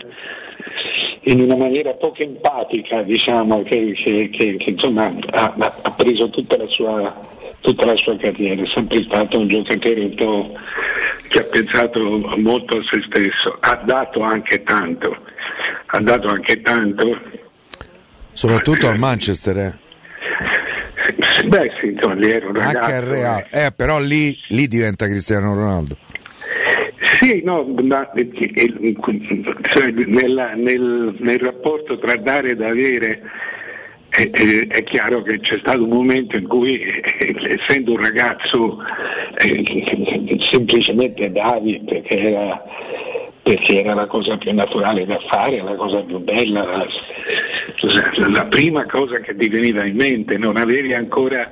in una maniera poco empatica, diciamo, che, che, che, che insomma ha, ha preso tutta la sua tutta la sua carriera, è sempre stato un giocatore un po' che ha pensato molto a se stesso, ha dato anche tanto, ha dato anche tanto, soprattutto al Manchester, eh. Beh sì, insomma, lì era un ragazzo, anche al Real, eh, però lì, lì diventa Cristiano Ronaldo. Sì, no, ma, cioè, nella, nel, nel rapporto tra dare ed avere è, è, è chiaro che c'è stato un momento in cui, essendo un ragazzo, eh, semplicemente davi perché era, perché era la cosa più naturale da fare, la cosa più bella, la, la prima cosa che ti veniva in mente, non avevi ancora.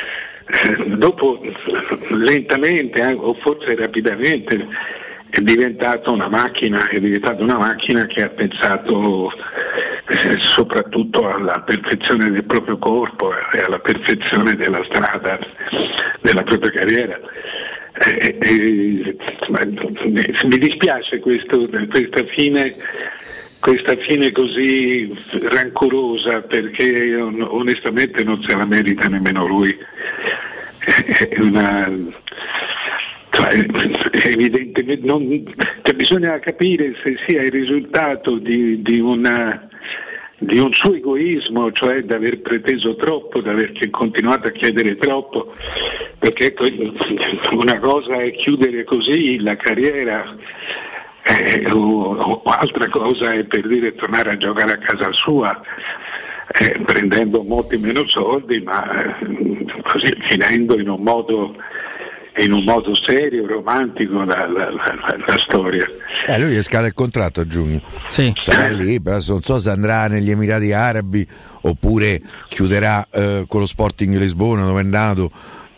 Dopo lentamente o forse rapidamente è diventata una macchina, è diventata una macchina che ha pensato eh, soprattutto alla perfezione del proprio corpo e alla perfezione della strada della propria carriera. Eh, eh, mi dispiace questo, questa fine questa fine così rancorosa, perché onestamente non se la merita nemmeno lui. È una, cioè, evidentemente non, cioè, bisogna capire se sia il risultato di, di, una, di un suo egoismo, cioè di aver preteso troppo, di aver continuato a chiedere troppo, perché una cosa è chiudere così la carriera, Eh, o, o altra cosa è, per dire, tornare a giocare a casa sua, eh, prendendo molti meno soldi, ma eh, così finendo in un modo in un modo serio, romantico la, la, la, la storia. Eh, lui gli scade il contratto a giugno, sì. Sarà lì, però non so se andrà negli Emirati Arabi oppure chiuderà eh, con lo Sporting Lisbona dove è nato.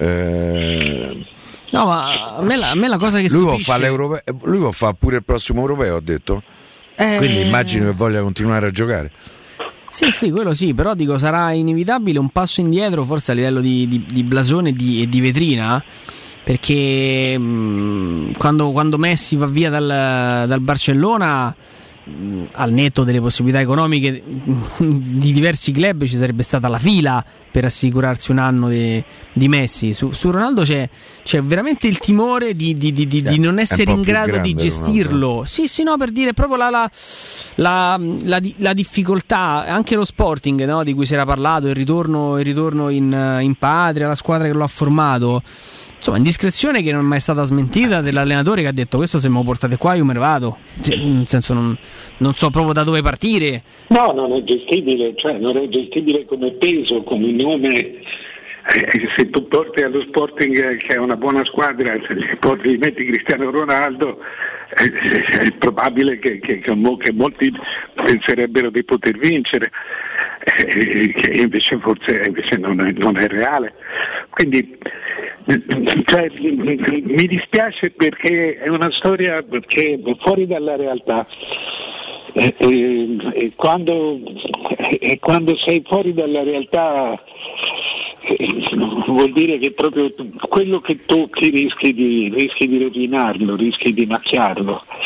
Eh, No, ma a me la, a me la cosa che lui stupisce... Può fare lui può fare pure il prossimo europeo, ho detto. Eh... Quindi immagino che voglia continuare a giocare. Sì, sì, quello sì, però dico, sarà inevitabile un passo indietro forse a livello di, di, di blasone e di, di vetrina, perché mh, quando, quando Messi va via dal, dal Barcellona, mh, al netto delle possibilità economiche mh, di diversi club, ci sarebbe stata la fila per assicurarsi un anno di, di Messi. Su, su Ronaldo c'è, c'è veramente il timore di, di, di, di, di non essere in grado di gestirlo. Ronaldo. Sì, sì, no, per dire proprio la, la, la, la, la difficoltà, anche lo Sporting, no, di cui si era parlato, il ritorno, il ritorno in, in patria, la squadra che lo ha formato. Insomma, indiscrezione che non è mai stata smentita dell'allenatore, che ha detto: questo se me lo portate qua io me ne vado, cioè, nel senso non, non so proprio da dove partire. No, non è gestibile, cioè non è gestibile come peso, come nome. Eh, se tu porti allo Sporting, che è una buona squadra, se porti, metti Cristiano Ronaldo, eh, è probabile che, che, che molti penserebbero di poter vincere, eh, che invece forse invece non è, non è reale. Quindi cioè, mi dispiace perché è una storia che è fuori dalla realtà. E, e, e, quando, e quando sei fuori dalla realtà eh, vuol dire che proprio quello che tocchi rischi di, rischi di rovinarlo, rischi di macchiarlo,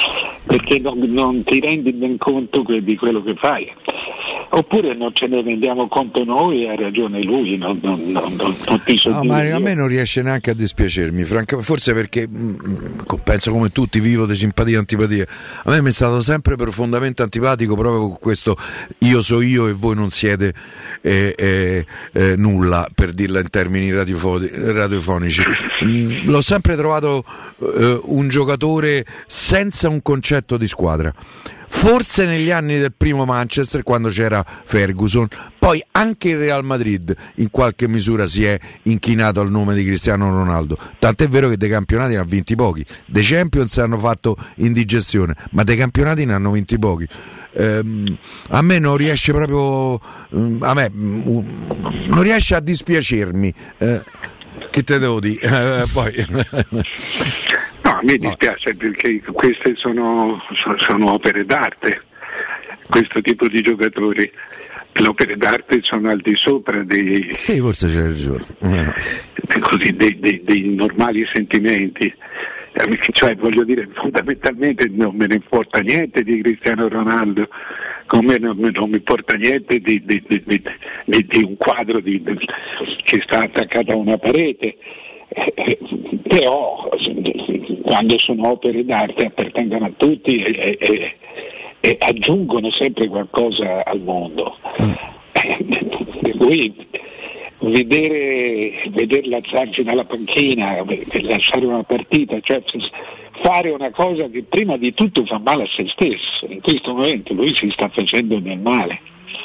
perché non, non ti rendi ben conto di quello che fai, oppure non ce ne rendiamo conto noi e ha ragione lui, non, non, non, non, non ti so no, dire ma io. a me non riesce neanche a dispiacermi, francamente, forse perché mh, penso come tutti vivo di simpatia e antipatia. A me mi è stato sempre profondamente antipatico proprio con questo io so io e voi non siete eh, eh, eh, nulla, per dirla in termini radiofoni, radiofonici. Mh, l'ho sempre trovato eh, un giocatore senza un concetto di squadra. Forse negli anni del primo Manchester, quando c'era Ferguson, poi anche il Real Madrid in qualche misura si è inchinato al nome di Cristiano Ronaldo, tant'è vero che dei campionati ne ha vinti pochi, dei Champions hanno fatto indigestione, ma dei campionati ne hanno vinti pochi. Ehm, a me non riesce proprio a me non riesce a dispiacermi, eh, che te devo dire, eh, poi no, a me dispiace perché queste sono, sono opere d'arte, questo tipo di giocatori. Le opere d'arte sono al di sopra dei, sì, forse c'è ragione, così, dei, dei, dei normali sentimenti. Cioè, voglio dire, fondamentalmente non me ne importa niente di Cristiano Ronaldo, come non, non mi importa niente di, di, di, di, di, di un quadro di, di, che sta attaccato a una parete. Eh, però quando sono opere d'arte appartengono a tutti e, e, e aggiungono sempre qualcosa al mondo. Per cui vedere, vederla alzarsi dalla panchina, lasciare una partita, cioè fare una cosa che prima di tutto fa male a se stesso, in questo momento lui si sta facendo del male.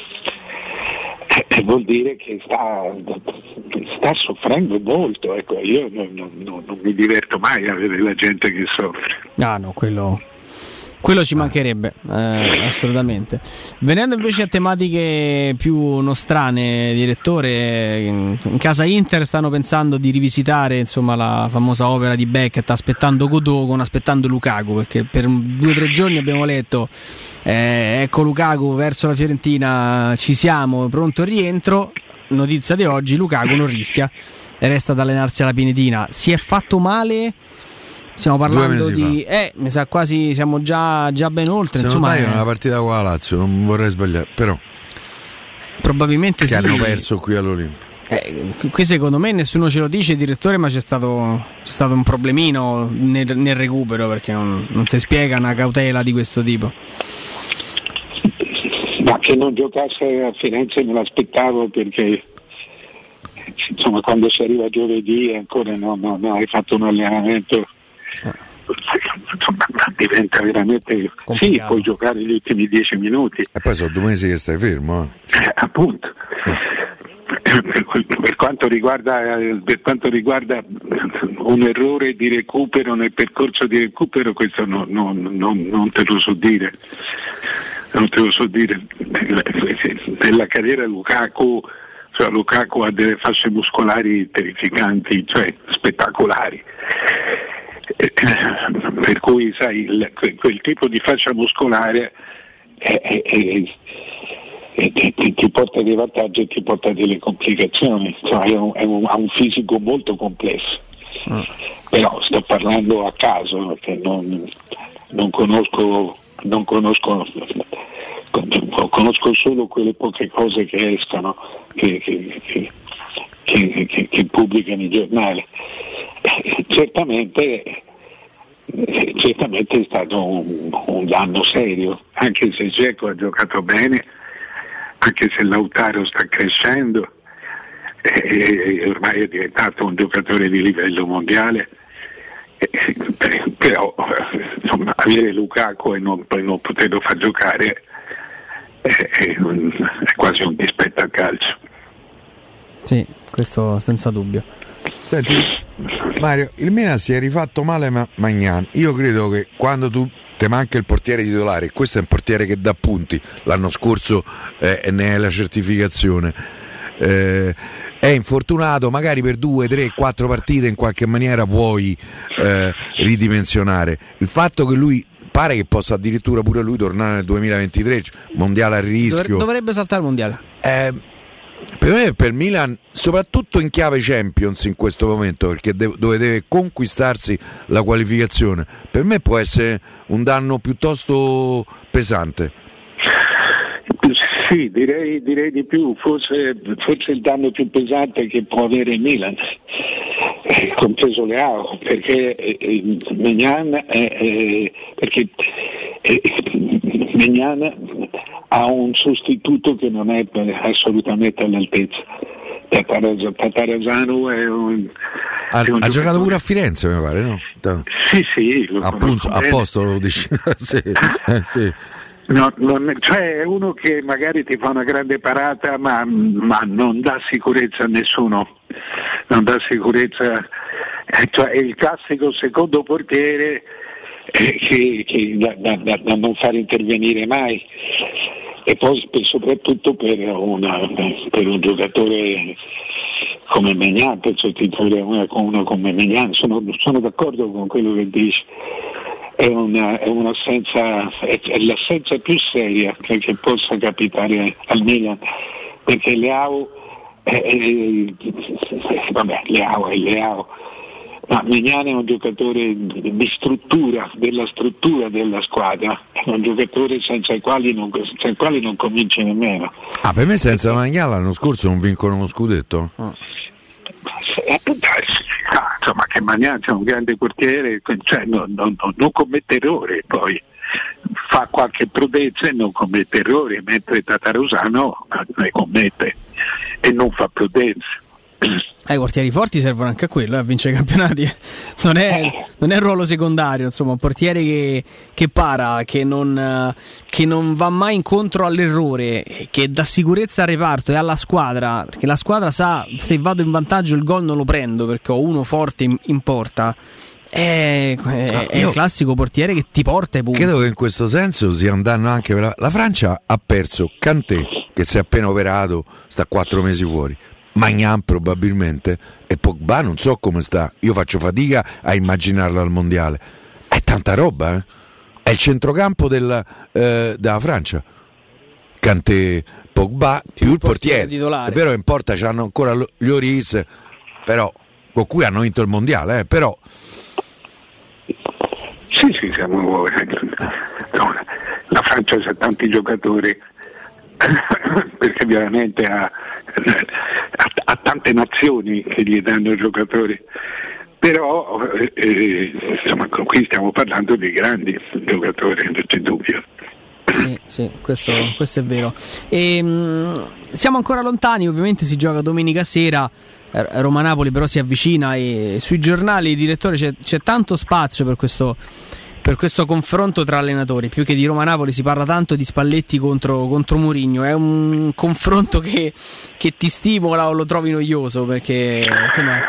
Eh, vuol dire che sta, sta soffrendo molto, ecco, io non, non, non mi diverto mai a vedere la gente che soffre. Ah no, quello, quello ci mancherebbe, eh, assolutamente. Venendo invece a tematiche più nostrane, direttore, in, in casa Inter stanno pensando di rivisitare, insomma, la famosa opera di Beckett, aspettando Godot con aspettando Lukaku, perché per due o tre giorni abbiamo letto Eh, ecco Lukaku verso la Fiorentina, ci siamo, pronto al rientro. Notizia di oggi: Lukaku non rischia e resta ad allenarsi alla Pinetina. Si è fatto male, stiamo parlando di eh, mi sa quasi siamo già, già ben oltre. Se insomma, non sbaglio, è una partita con la Lazio, non vorrei sbagliare, però probabilmente che sì. hanno perso qui all'Olimpia. Eh, qui secondo me nessuno ce lo dice, direttore, ma c'è stato, c'è stato un problemino nel, nel recupero, perché non, non si spiega una cautela di questo tipo. Ma che non giocasse a Firenze me l'aspettavo, perché insomma quando si arriva giovedì ancora no, no, no, hai fatto un allenamento, insomma, diventa veramente complicato. Sì, puoi giocare gli ultimi dieci minuti e poi sono due mesi che stai fermo, eh. Eh, appunto per quanto riguarda per quanto riguarda un errore di recupero nel percorso di recupero, questo no, no, no, non te lo so dire non te lo so dire nella carriera Lukaku, cioè Lukaku ha delle fasce muscolari terrificanti, cioè spettacolari, per cui sai il, quel tipo di fascia muscolare è, è, è, è, è, ti porta dei vantaggi e ti porta delle complicazioni, cioè è un, è un, ha un fisico molto complesso. Mm. Però sto parlando a caso, perché non, non conosco non conosco conosco solo quelle poche cose che escono, che, che, che, che, che, che pubblicano i giornali. Eh, certamente eh, certamente è stato un, un danno serio, anche se Dzeko ha giocato bene, anche se Lautaro sta crescendo e eh, ormai è diventato un giocatore di livello mondiale. Eh, però insomma, avere Lukaku e non, non poterlo far giocare è, è, un, è quasi un dispetto al calcio. Sì, questo senza dubbio. Senti Mario, il Milan si è rifatto male ma Maignan. Io credo che quando tu te manca il portiere titolare, questo è un portiere che dà punti, l'anno scorso eh, ne è la certificazione, eh, è infortunato, magari per due, tre, quattro partite in qualche maniera puoi eh, ridimensionare. Il fatto che lui pare che possa addirittura pure lui tornare nel duemilaventitré, mondiale a rischio, dovrebbe saltare il mondiale. Eh, Per me, per Milan, soprattutto in chiave Champions in questo momento, perché de- dove deve conquistarsi la qualificazione, per me può essere un danno piuttosto pesante. Sì, direi, direi di più, forse, forse il danno più pesante che può avere il Milan, eh, compreso Leao, perché eh, Maignan eh, eh, perché eh, Maignan ha un sostituto che non è assolutamente all'altezza. Tatarusanu è un, ha, è un ha giocato pure a Firenze, mi pare, no? Sì, sì, lo Appunto, a posto lo dici. Sì, eh, sì. No, non, cioè è uno che magari ti fa una grande parata ma, ma non dà sicurezza a nessuno, non dà sicurezza, eh, cioè è il classico secondo portiere eh, che, che da, da, da non far intervenire mai, e poi per, soprattutto per, una, per un giocatore come Maignan, per sostituire uno, uno come Maignan, sono, sono d'accordo con quello che dici. È, una, è un'assenza, è, è l'assenza più seria che, che possa capitare al Milan, perché Leao è, è, vabbè, Leao è Leao, ma Maignan è un giocatore di struttura, della struttura della squadra, è un giocatore senza i quali non, senza i quali non cominci nemmeno. Ah, per me senza Maignan l'anno scorso non vincono uno scudetto? Oh. Insomma, che Maignan è un grande portiere, cioè non, non, non commette errori, poi fa qualche prodezza e non commette errori, mentre Tatarusanu ne commette e non fa prodezza. Eh, I portieri forti servono anche a quello, eh, a vincere i campionati. Non è, non è il ruolo secondario, insomma, un portiere che, che para, che non, che non va mai incontro all'errore, che dà sicurezza al reparto e alla squadra, perché la squadra sa, se vado in vantaggio il gol non lo prendo perché ho uno forte in, in porta. È, è, è il classico portiere che ti porta ai punti. Credo che in questo senso sia un danno anche per la, la Francia. Ha perso Kanté, che si è appena operato, sta quattro mesi fuori, Maignan probabilmente, e Pogba non so come sta, io faccio fatica a immaginarlo al mondiale. È tanta roba, eh? È il centrocampo del, eh, della Francia. Kanté, Pogba più, più il portiere, portiere è vero che in porta c'hanno ancora gli Lloris, però con cui hanno vinto il mondiale, eh? Però sì sì siamo la Francia ha tanti giocatori perché veramente ha, ha, ha tante nazioni che gli danno giocatori, però eh, insomma qui stiamo parlando di grandi giocatori, non c'è dubbio. Sì, sì, questo, questo è vero. E, mh, siamo ancora lontani, ovviamente si gioca domenica sera, Roma-Napoli però si avvicina e sui giornali, direttore, c'è, c'è tanto spazio per questo, per questo confronto tra allenatori. Più che di Roma-Napoli si parla tanto di Spalletti contro, contro Mourinho. È un confronto che, che ti stimola o lo trovi noioso? Perché insomma...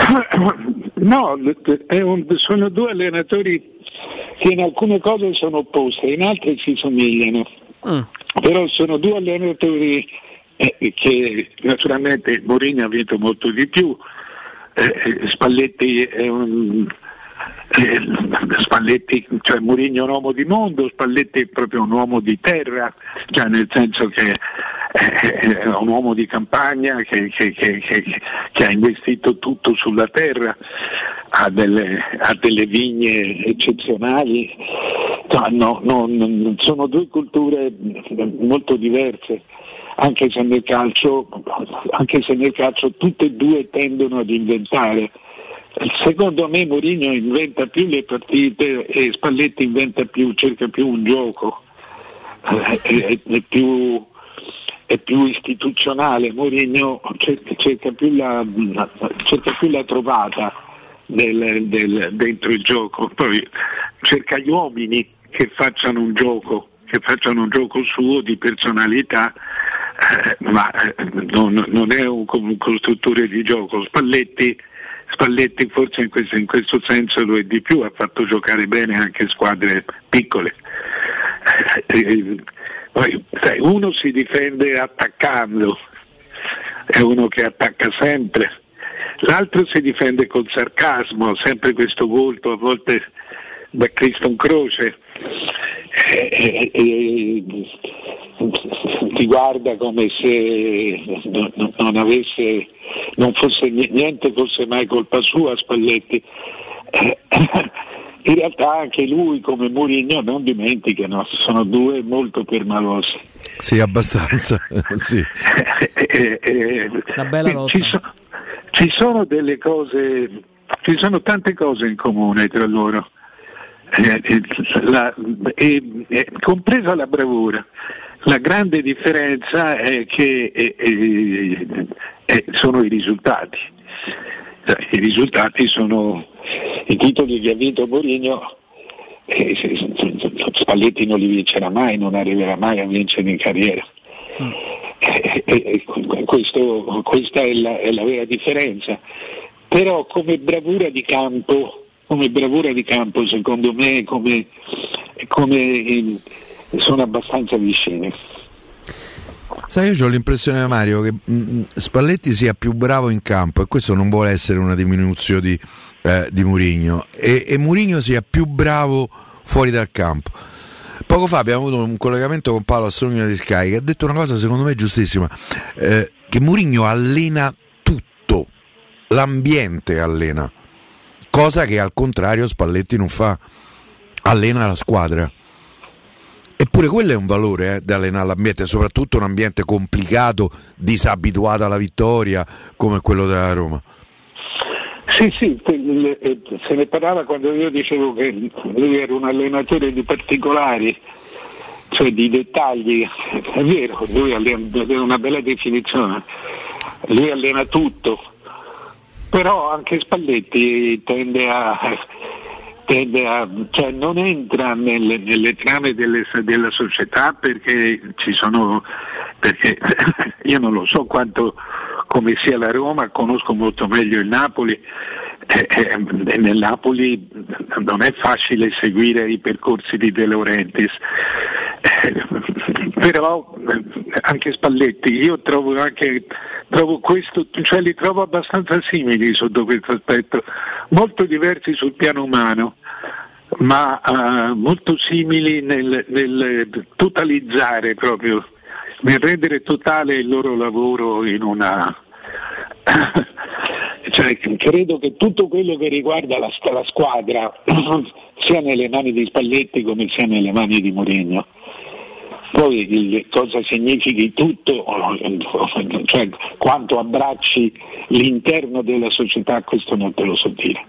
no, è un, sono due allenatori che in alcune cose sono opposti, in altre si somigliano, mm. però sono due allenatori eh, che naturalmente Mourinho ha vinto molto di più, eh, Spalletti è un eh, Spalletti, cioè Mourinho è un uomo di mondo, Spalletti è proprio un uomo di terra, cioè nel senso che è un uomo di campagna che, che, che, che, che ha investito tutto sulla terra, ha delle, ha delle vigne eccezionali, no, no, no, sono due culture molto diverse, anche se nel calcio, anche se nel calcio tutte e due tendono ad inventare. Secondo me Mourinho inventa più le partite e Spalletti inventa più, cerca più un gioco, è, è, è più è più istituzionale. Mourinho cerca, cerca, più la, la, cerca più la trovata del, del, dentro il gioco, poi cerca gli uomini che facciano un gioco, che facciano un gioco suo di personalità, eh, ma eh, non, non è un, un costruttore di gioco. Spalletti, Spalletti forse in questo, in questo senso lo è di più, ha fatto giocare bene anche squadre piccole. Eh, eh, Poi, sai, uno si difende attaccando, è uno che attacca sempre, l'altro si difende col sarcasmo, sempre questo volto a volte da Cristo in croce, e, e, e, ti guarda come se non, non avesse, non fosse niente fosse mai colpa sua Spalletti. Eh, in realtà anche lui come Mourinho, non dimenticano, sono due molto permalosi. Sì, abbastanza. Sì. Eh, eh, Una bella lotta. Ci, so, ci sono delle cose, ci sono tante cose in comune tra loro, eh, la, eh, eh, compresa la bravura. La grande differenza è che eh, eh, eh, sono i risultati. I risultati sono i titoli che ha vinto Mourinho. Eh, Spalletti non li vincerà mai, non arriverà mai a vincere in carriera. Mm. Eh, eh, questo, questa è la, è la vera differenza. Però come bravura di campo, come bravura di campo, secondo me, come, come eh, sono abbastanza vicini. Sai, io ho l'impressione, Mario, che mh, Spalletti sia più bravo in campo, e questo non vuole essere una diminuzione di, eh, di Mourinho, e, e Mourinho sia più bravo fuori dal campo. Poco fa abbiamo avuto un collegamento con Paolo Assolino di Sky, che ha detto una cosa secondo me giustissima, eh, che Mourinho allena tutto, l'ambiente allena, cosa che al contrario Spalletti non fa, allena la squadra. Eppure quello è un valore, eh, da allenare l'ambiente, soprattutto un ambiente complicato, disabituato alla vittoria come quello della Roma. Sì, sì, se ne parlava quando io dicevo che lui era un allenatore di particolari, cioè di dettagli. È vero, lui allena, è una bella definizione, lui allena tutto, però anche Spalletti tende a... Tende a, cioè non entra nelle, nelle trame delle, della società perché ci sono, perché io non lo so quanto come sia la Roma, conosco molto meglio il Napoli, eh, eh, nel Napoli non è facile seguire i percorsi di De Laurentiis, eh, però anche Spalletti io trovo anche trovo questo, cioè li trovo abbastanza simili sotto questo aspetto, molto diversi sul piano umano, ma uh, molto simili nel, nel totalizzare proprio, nel rendere totale il loro lavoro in una cioè credo che tutto quello che riguarda la, la squadra sia nelle mani di Spalletti come sia nelle mani di Mourinho. Poi il, cosa significhi tutto, cioè quanto abbracci l'interno della società, questo non te lo so dire.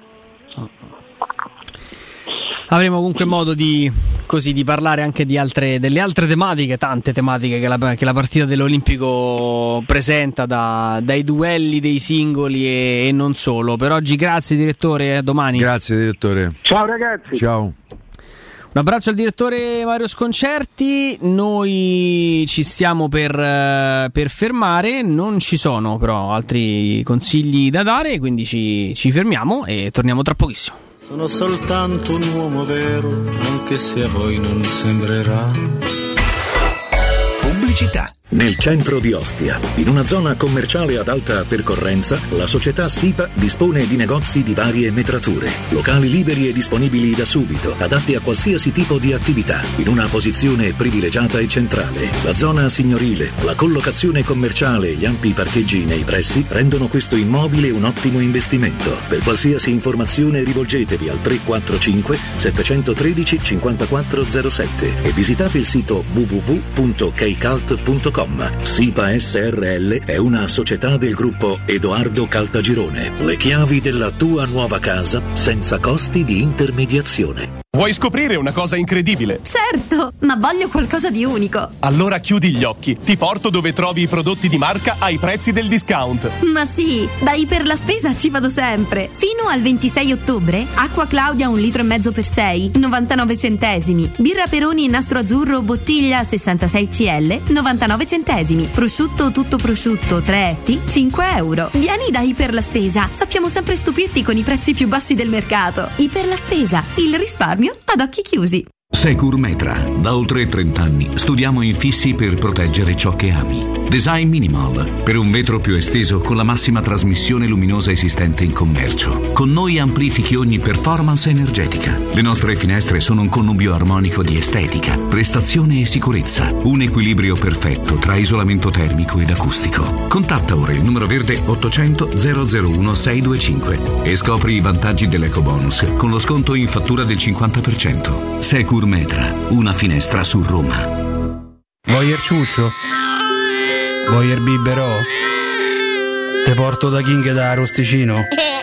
Avremo comunque modo di, così, di parlare anche di altre, delle altre tematiche, tante tematiche che la, che la partita dell'Olimpico presenta, da, dai duelli dei singoli e, e non solo. Per oggi grazie direttore, a domani. Grazie direttore. Ciao ragazzi. Ciao. Un abbraccio al direttore Mario Sconcerti. Noi ci stiamo per, per fermare, non ci sono però altri consigli da dare, quindi ci, ci fermiamo e torniamo tra pochissimo. Sono soltanto un uomo vero, anche se a voi non sembrerà. Pubblicità. Nel centro di Ostia, in una zona commerciale ad alta percorrenza, la società SIPA dispone di negozi di varie metrature, locali liberi e disponibili da subito, adatti a qualsiasi tipo di attività, in una posizione privilegiata e centrale. La zona signorile, la collocazione commerciale e gli ampi parcheggi nei pressi rendono questo immobile un ottimo investimento. Per qualsiasi informazione rivolgetevi al tre quattro cinque sette uno tre cinque zero sette e visitate il sito w w w punto keycult punto com. SIPA S R L è una società del gruppo Edoardo Caltagirone. Le chiavi della tua nuova casa senza costi di intermediazione. Vuoi scoprire una cosa incredibile? Certo, ma voglio qualcosa di unico. Allora chiudi gli occhi, ti porto dove trovi i prodotti di marca ai prezzi del discount. Ma sì, da Iper la Spesa ci vado sempre. Fino al ventisei ottobre, Acqua Claudia un litro e mezzo per sei, novantanove centesimi. Birra Peroni nastro azzurro bottiglia sessantasei centilitri, novantanove centesimi. Prosciutto tutto prosciutto tre etti, cinque euro. Vieni da Iper la Spesa, sappiamo sempre stupirti con i prezzi più bassi del mercato. Iper la Spesa, il risparmio ad occhi chiusi. Secur Metra. Da oltre trenta anni studiamo infissi per proteggere ciò che ami. Design minimal, per un vetro più esteso con la massima trasmissione luminosa esistente in commercio. Con noi amplifichi ogni performance energetica. Le nostre finestre sono un connubio armonico di estetica, prestazione e sicurezza. Un equilibrio perfetto tra isolamento termico ed acustico. Contatta ora il numero verde ottocento zero zero uno sei due cinque e scopri i vantaggi dell'ecobonus con lo sconto in fattura del cinquanta per cento. Secur Metra, una finestra su Roma. Voyer ciuscio? Voyer biberò? Te porto da King da Arrosticino?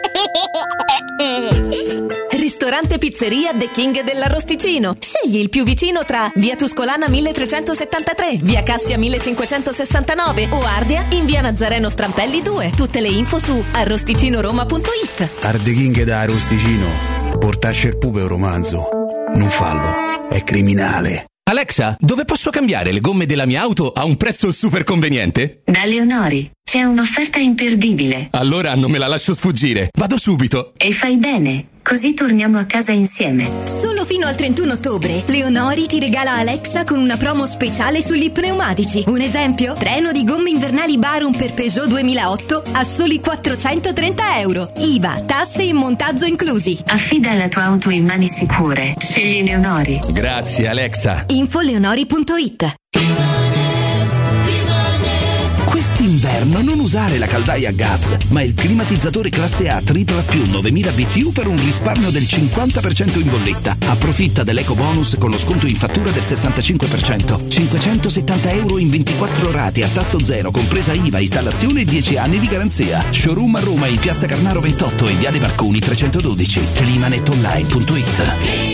Ristorante Pizzeria The King dell'Arrosticino. Scegli il più vicino tra Via Tuscolana milletrecentosettantatré, Via Cassia millecinquecentosessantanove o Ardea in Via Nazareno Strampelli due. Tutte le info su arrosticinoroma punto it. Arde King da Arrosticino. Portasce il pupe un romanzo. Non fallo, è criminale. Alexa, dove posso cambiare le gomme della mia auto a un prezzo super conveniente? Da Leonori c'è un'offerta imperdibile. Allora non me la lascio sfuggire. Vado subito. E fai bene, così torniamo a casa insieme. Solo fino al trentuno ottobre, Leonori ti regala Alexa con una promo speciale sugli pneumatici. Un esempio? Treno di gomme invernali Barum per Peugeot duemilaotto a soli quattrocentotrenta euro. I V A, tasse e montaggio inclusi. Affida la tua auto in mani sicure. Scegli Leonori. Grazie Alexa. info leonori punto it. Quest'inverno non usare la caldaia a gas, ma il climatizzatore classe A tripla più novemila B T U per un risparmio del cinquanta per cento in bolletta. Approfitta dell'eco bonus con lo sconto in fattura del sessantacinque per cento. cinquecentosettanta euro in ventiquattro rate a tasso zero, compresa I V A, installazione e dieci anni di garanzia. Showroom a Roma in Piazza Carnaro ventotto e Viale Marconi trecentododici. climanetonline punto it.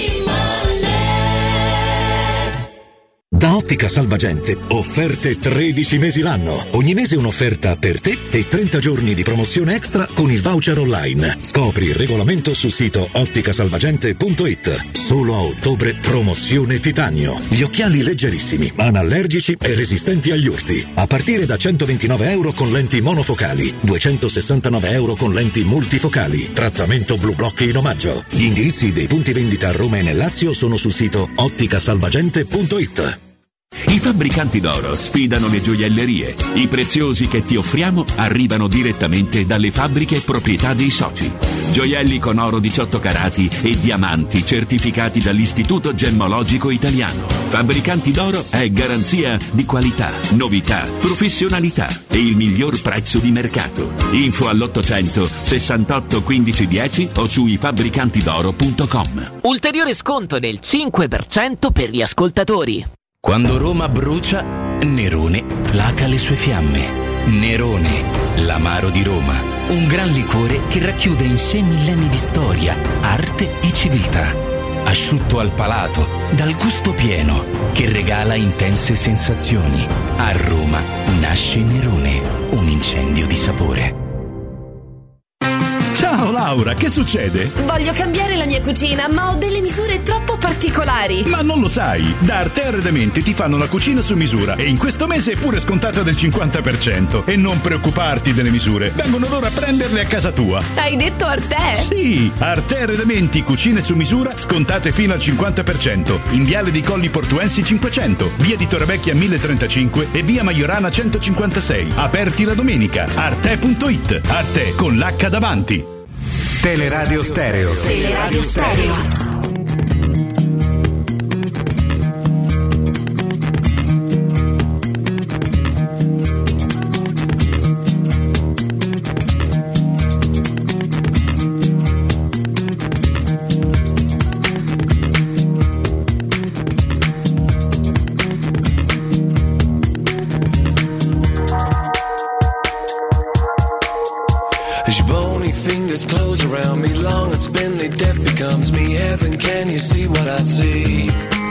Da Ottica Salvagente, offerte tredici mesi l'anno. Ogni mese un'offerta per te e trenta giorni di promozione extra con il voucher online. Scopri il regolamento sul sito otticasalvagente punto it. Solo a ottobre promozione titanio. Gli occhiali leggerissimi, anallergici e resistenti agli urti. A partire da centoventinove euro con lenti monofocali, duecentosessantanove euro con lenti multifocali. Trattamento Blue Block in omaggio. Gli indirizzi dei punti vendita a Roma e nel Lazio sono sul sito otticasalvagente punto it. I fabbricanti d'oro sfidano le gioiellerie. I preziosi che ti offriamo arrivano direttamente dalle fabbriche proprietà dei soci. Gioielli con oro diciotto carati e diamanti certificati dall'Istituto Gemmologico Italiano. Fabbricanti d'oro è garanzia di qualità, novità, professionalità e il miglior prezzo di mercato. Info all'ottocento sessantotto quindici dieci o su i fabbricanti d'oro punto com. Ulteriore sconto del cinque per cento per gli ascoltatori. Quando Roma brucia, Nerone placa le sue fiamme. Nerone, l'amaro di Roma. Un gran liquore che racchiude in sé millenni di storia, arte e civiltà. Asciutto al palato, dal gusto pieno, che regala intense sensazioni. A Roma nasce Nerone, un incendio di sapore. Ciao Laura, che succede? Voglio cambiare la mia cucina, ma ho delle misure troppo particolari. Ma non lo sai, da Arte Arredamenti ti fanno la cucina su misura e in questo mese è pure scontata del cinquanta per cento. E non preoccuparti delle misure, vengono loro a prenderle a casa tua. Hai detto Arte? Sì, Arte Arredamenti, cucine su misura, scontate fino al cinquanta per cento. In Viale dei Colli Portuensi cinquecento, Via di Torrevecchia milletrentacinque e Via Maiorana centocinquantasei. Aperti la domenica. arte punto it. Arte con l'H davanti. Teleradio Stereo. Teleradio Stereo. Close around me, long and spindly, death becomes me. Heaven, can you see what I see?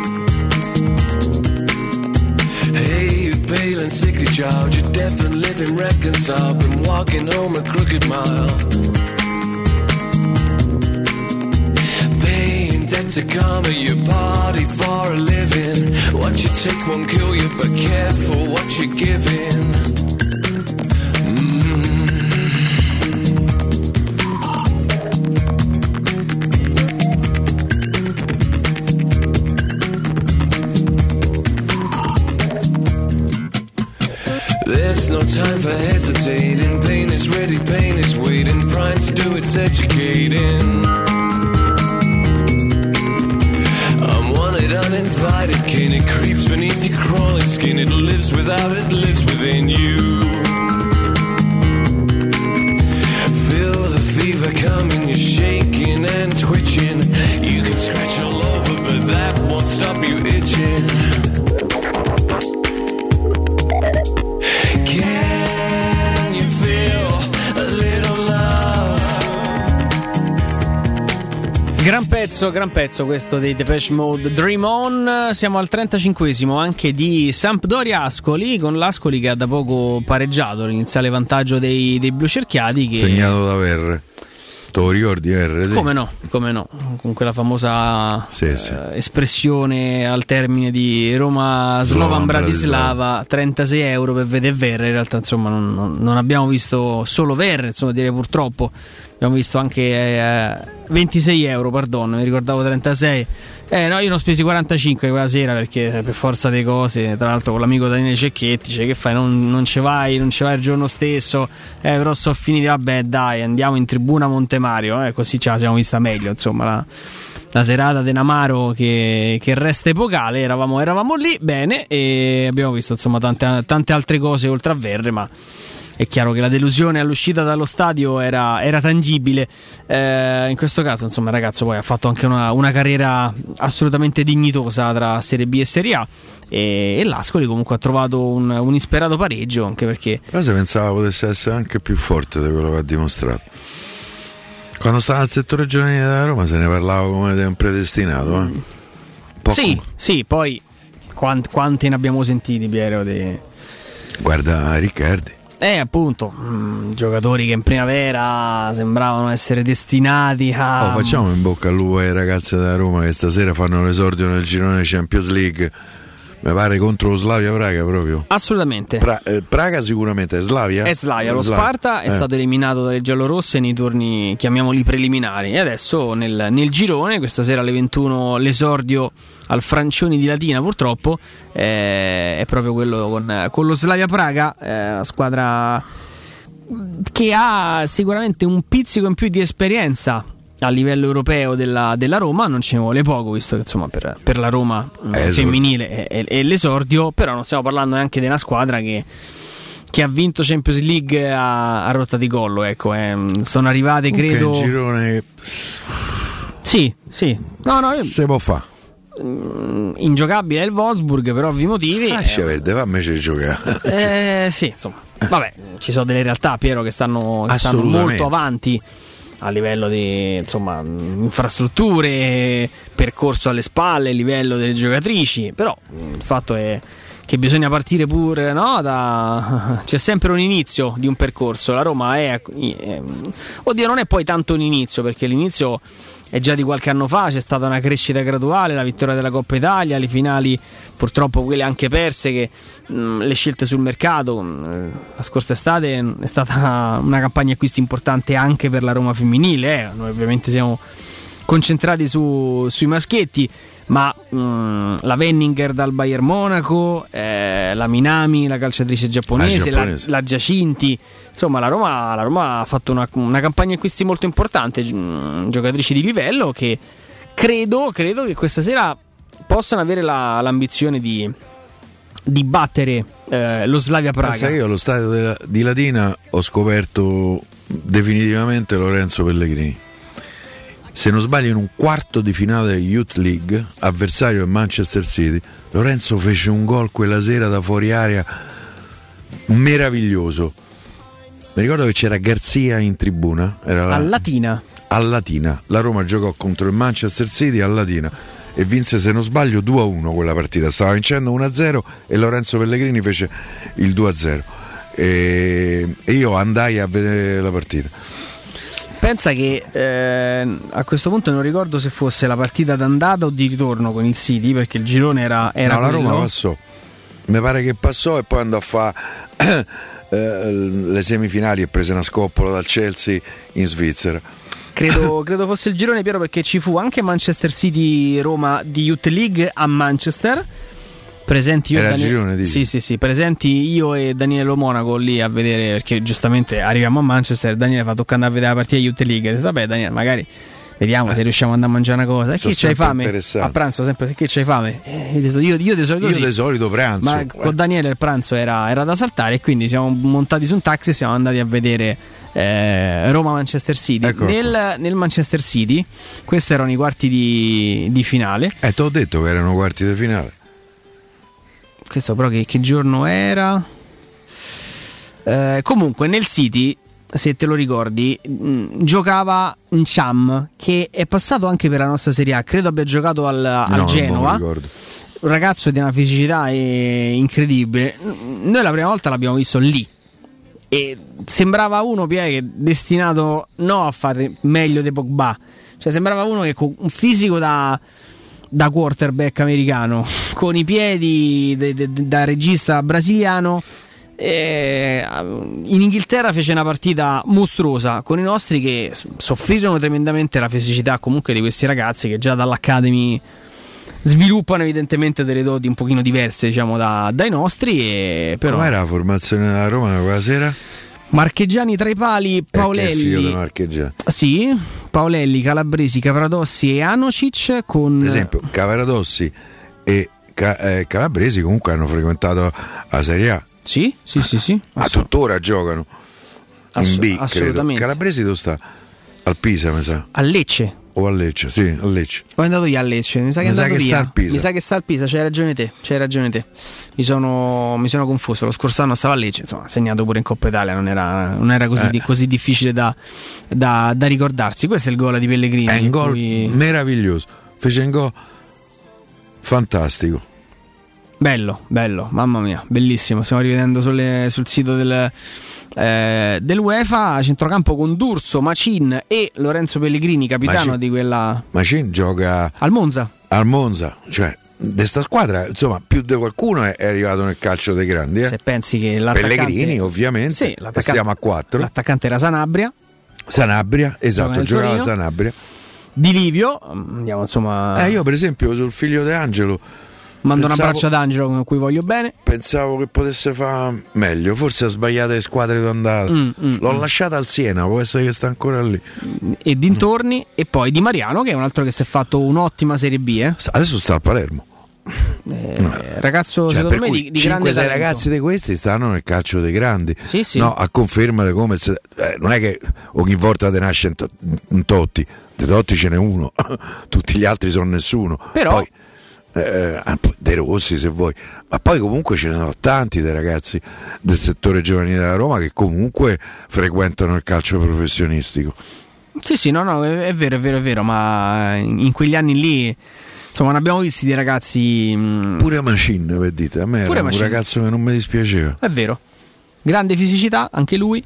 Hey, you pale and sickly child, you're deaf and living reconciled. Been walking home a crooked mile. Pain, debt to karma, you party for a living. What you take won't kill you, but careful what you're giving. It's no time for hesitating. Pain is ready, pain is waiting. Prime to do its educating. I'm wanted, uninvited. Kin, it creeps beneath your crawling skin. It lives without, it lives within you. Feel the fever coming, you're shaking and twitching. You can scratch all over, but that won't stop you itching. Can you feel a little love? Gran pezzo, gran pezzo questo dei Depeche Mode, Dream On. Siamo al trentacinquesimo anche di Sampdoria Ascoli, con l'Ascoli che ha da poco pareggiato l'iniziale vantaggio dei, dei blu cerchiati che... segnato da Verre. Te lo ricordi, R? Sì. Come no, come no, con quella famosa sì, eh, sì. espressione al termine di Roma Slovan Bratislava, trentasei euro per vedere Verre. In realtà insomma non, non, non abbiamo visto solo Verre, insomma direi purtroppo abbiamo visto anche eh, ventisei euro, perdono, mi ricordavo trentasei. Eh no, io ne ho spesi quarantacinque quella sera perché per forza delle cose, tra l'altro con l'amico Daniele Cecchetti, dice che fai, non, non ci vai, non ci vai il giorno stesso, eh però sono finiti, vabbè dai, andiamo in tribuna Montemario, eh, così ce la siamo vista meglio, insomma la, la serata di Namaro che, che resta epocale, eravamo, eravamo lì, bene, e abbiamo visto insomma tante, tante altre cose oltre a Verre, ma è chiaro che la delusione all'uscita dallo stadio era, era tangibile. Eh, in questo caso, insomma, il ragazzo poi ha fatto anche una, una carriera assolutamente dignitosa tra Serie B e Serie A. E, e l'Ascoli comunque ha trovato un, un insperato pareggio, anche perché. Però se pensava potesse essere anche più forte di quello che ha dimostrato. Quando stava al settore giovanile della Roma se ne parlava come di un predestinato. Eh? Poco. Sì, sì, poi quanti, quanti ne abbiamo sentiti, Piero? Di... Guarda Riccardi. Eh, appunto, mh, giocatori che in primavera sembravano essere destinati a... Oh, facciamo in bocca al lupo ai ragazzi della Roma che stasera fanno l'esordio nel girone Champions League. Mi pare contro lo Slavia Praga proprio. Assolutamente. Pra- eh, Praga sicuramente, è Slavia? È Slavia, lo Slavia. Sparta è eh. stato eliminato dalle giallorosse nei turni, chiamiamoli preliminari. E adesso nel, nel girone, questa sera alle ventuno, l'esordio al Francioni di Latina purtroppo eh, è proprio quello con, con lo Slavia Praga, eh, una squadra che ha sicuramente un pizzico in più di esperienza a livello europeo della, della Roma, non ce ne vuole poco, visto che insomma per, per la Roma eh, femminile è, è, è l'esordio, però non stiamo parlando neanche di una squadra che, che ha vinto Champions League a, a rotta di collo, ecco, eh. Sono arrivate credo... Che girone... Sì, sì. No, no, io... Se può fare. Ingiocabile è il Wolfsburg per ovvi motivi. Lascia perdere, fammi ci giocare. Eh, sì, insomma. Vabbè, ci sono delle realtà, Piero, che stanno, che stanno molto avanti a livello di insomma infrastrutture, percorso alle spalle, livello delle giocatrici, però il fatto è che bisogna partire pure, no? Da... c'è sempre un inizio di un percorso. La Roma è, è oddio, non è poi tanto un inizio, perché l'inizio è già di qualche anno fa, c'è stata una crescita graduale, la vittoria della Coppa Italia, le finali purtroppo quelle anche perse, che mh, le scelte sul mercato, mh, la scorsa estate è stata una campagna acquisti importante anche per la Roma femminile, eh. Noi ovviamente siamo concentrati su, sui maschietti, ma mh, la Wenninger dal Bayern Monaco, eh, la Minami, la calciatrice giapponese, ah, giapponese. La, la Giacinti, insomma la Roma, la Roma ha fatto una, una campagna acquisti molto importante, mh, giocatrici di livello che credo, credo che questa sera possano avere la, l'ambizione di, di battere eh, lo Slavia Praga. Pensa, io allo stadio della, di Latina ho scoperto definitivamente Lorenzo Pellegrini. Se non sbaglio, in un quarto di finale Youth League, avversario è Manchester City, Lorenzo fece un gol quella sera da fuori area meraviglioso. Mi ricordo che c'era Garzia in tribuna, era la, a Latina. A Latina. La Roma giocò contro il Manchester City a Latina e vinse, se non sbaglio, due a uno quella partita. Stava vincendo uno a zero e Lorenzo Pellegrini fece il due a zero. E, e io andai a vedere la partita. Pensa che eh, a questo punto non ricordo se fosse la partita d'andata o di ritorno con il City, perché il girone era, era no, la quello. Roma passò, mi pare che passò e poi andò a fare eh, le semifinali e prese una scoppola dal Chelsea in Svizzera. Credo, credo fosse il girone, Piero, perché ci fu anche Manchester City Roma di Youth League a Manchester, presenti io, Era Daniele, girone, dici? sì, sì, sì, presenti io e Daniele Monaco lì a vedere, perché giustamente arriviamo a Manchester, Daniele fa toccando a vedere la partita Youth League, ho detto, vabbè Daniele, magari vediamo eh. se riusciamo ad andare a mangiare una cosa. E che c'hai fame? A pranzo sempre, che c'hai fame? Eh, io, io, io di solito io sì. di solito pranzo. Ma eh. con Daniele il pranzo era, era da saltare, e quindi siamo montati su un taxi e siamo andati a vedere eh, Roma-Manchester City. Ecco. Nel, nel Manchester City, questi erano i quarti di, di finale. Eh, ti ho detto che erano quarti di finale. Questo però che, che giorno era? Eh, comunque nel City, se te lo ricordi, mh, giocava Ncham, che è passato anche per la nostra Serie A, credo abbia giocato al, al no, Genova, un ragazzo di una fisicità eh, incredibile. Noi la prima volta l'abbiamo visto lì e sembrava uno che è destinato no a fare meglio di Pogba, cioè sembrava uno che con un fisico da, da quarterback americano, con i piedi de, de, de, da regista brasiliano. E in Inghilterra fece una partita mostruosa con i nostri, che soffrirono tremendamente la fisicità comunque di questi ragazzi che già dall'Academy sviluppano evidentemente delle doti un pochino diverse, diciamo, da, dai nostri. E però com'era la formazione della Roma quella sera? Marchegiani tra i pali, Paolelli, Marchegiani. Sì, Paolelli, Calabresi, Cavaradossi e Anocic. Con per esempio Cavaradossi e Ca- eh, Calabresi comunque hanno frequentato la Serie A. Sì, sì, sì, sì. Ma Assolut- tuttora giocano Assolut- in B, assolutamente. credo. Calabresi dove sta? Al Pisa, mi sa. A Lecce. O a Lecce, sì, a Lecce. Ho andato io a Lecce, mi sa che mi è andato sa che via. sta al Pisa. Mi sa che sta al Pisa, c'hai ragione te, c'hai ragione te. Mi sono, mi sono confuso, lo scorso anno stava a Lecce, insomma, ha segnato pure in Coppa Italia, non era, non era così, eh. di, così difficile da, da, da ricordarsi. Questo è il gol di Pellegrini. È un gol cui... meraviglioso, fece un gol fantastico. Bello, bello, mamma mia, bellissimo. Stiamo rivedendo sulle, sul sito del, eh, dell'UEFA. Centrocampo con D'Urso, Macin e Lorenzo Pellegrini, capitano Macin, di quella. Macin gioca al Monza. Al Monza, cioè di questa squadra, insomma, più di qualcuno è arrivato nel calcio dei grandi. Eh? Se pensi che l'attaccante. Pellegrini, ovviamente. Sì, stiamo a quattro. L'attaccante era Sanabria. Sanabria, esatto, giocava Sanabria. Di Livio, andiamo insomma. Eh, io per esempio sul figlio De Angelo. Mando pensavo, un abbraccio ad Angelo con cui voglio bene. Pensavo che potesse fare meglio, forse ha sbagliato le squadre d'andata. Mm, mm, L'ho mm. lasciata al Siena, può essere che sta ancora lì. E dintorni, mm. e poi Di Mariano, che è un altro che si è fatto un'ottima Serie B. Eh? Adesso sta al Palermo. Eh, no. Ragazzo, cioè, secondo me di, di grande cinque sei ragazzi di questi stanno nel calcio dei grandi. Sì, sì. No, a conferma di come se, eh, non è che ogni volta te nasce un, to- un Totti, di Totti ce n'è uno, tutti gli altri sono nessuno. Però poi Eh, dei Rossi se vuoi, ma poi comunque ce ne sono tanti dei ragazzi del settore giovanile della Roma che comunque frequentano il calcio professionistico. Sì, sì, no, no, è, è vero, è vero, è vero, ma in quegli anni lì, insomma, ne abbiamo visti dei ragazzi. Mh... Pure Macin, per dite, a me era un Macin. Ragazzo che non mi dispiaceva. È vero, grande fisicità, anche lui.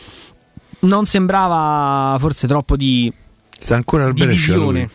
Non sembrava forse troppo di. Sta ancora al Brescia.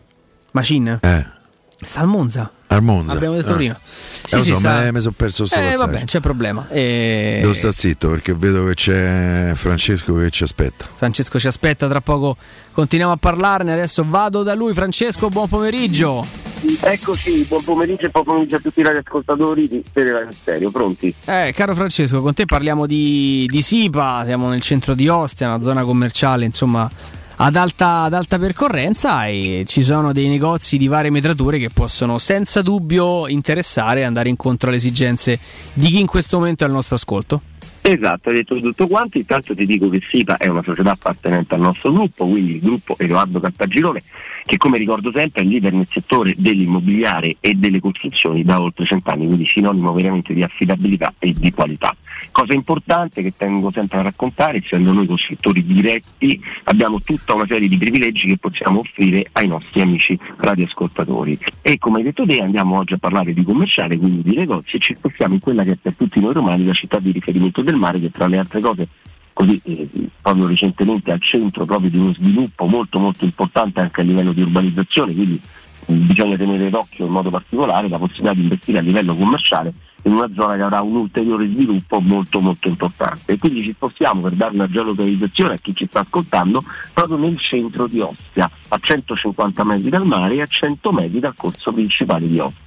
Macin? Eh. Sta al Monza. Al Monza. Abbiamo detto ah. prima. Sì, eh, sì, so, sta... mi sono perso sto eh, vabbè, c'è problema. E... Devo stare zitto perché vedo che c'è Francesco che ci aspetta. Francesco ci aspetta, tra poco continuiamo a parlarne. Adesso vado da lui. Francesco, buon pomeriggio. Eccoci, buon pomeriggio e buon pomeriggio a tutti i radioascoltatori di Teleradio Stereo, pronti? Eh, caro Francesco, con te parliamo di, di Sipa, siamo nel centro di Ostia, una zona commerciale, insomma, ad alta, ad alta percorrenza, e ci sono dei negozi di varie metrature che possono senza dubbio interessare e andare incontro alle esigenze di chi in questo momento è al nostro ascolto. Esatto, hai detto tutto quanto. Intanto ti dico che Sipa è una società appartenente al nostro gruppo, quindi il gruppo Edoardo Caltagirone, che come ricordo sempre è leader nel settore dell'immobiliare e delle costruzioni da oltre cent'anni, quindi sinonimo veramente di affidabilità e di qualità. Cosa importante che tengo sempre a raccontare: essendo noi costruttori diretti abbiamo tutta una serie di privilegi che possiamo offrire ai nostri amici radioascoltatori, e come hai detto te andiamo oggi a parlare di commerciale, quindi di negozi, e ci spostiamo in quella che è per tutti noi romani la città di riferimento del mare, che tra le altre cose così eh, proprio recentemente al centro proprio di uno sviluppo molto molto importante anche a livello di urbanizzazione, quindi eh, bisogna tenere d'occhio in modo particolare la possibilità di investire a livello commerciale in una zona che avrà un ulteriore sviluppo molto molto importante, e quindi ci spostiamo per dare una geolocalizzazione a chi ci sta ascoltando proprio nel centro di Ostia, a centocinquanta metri dal mare e a cento metri dal corso principale di Ostia.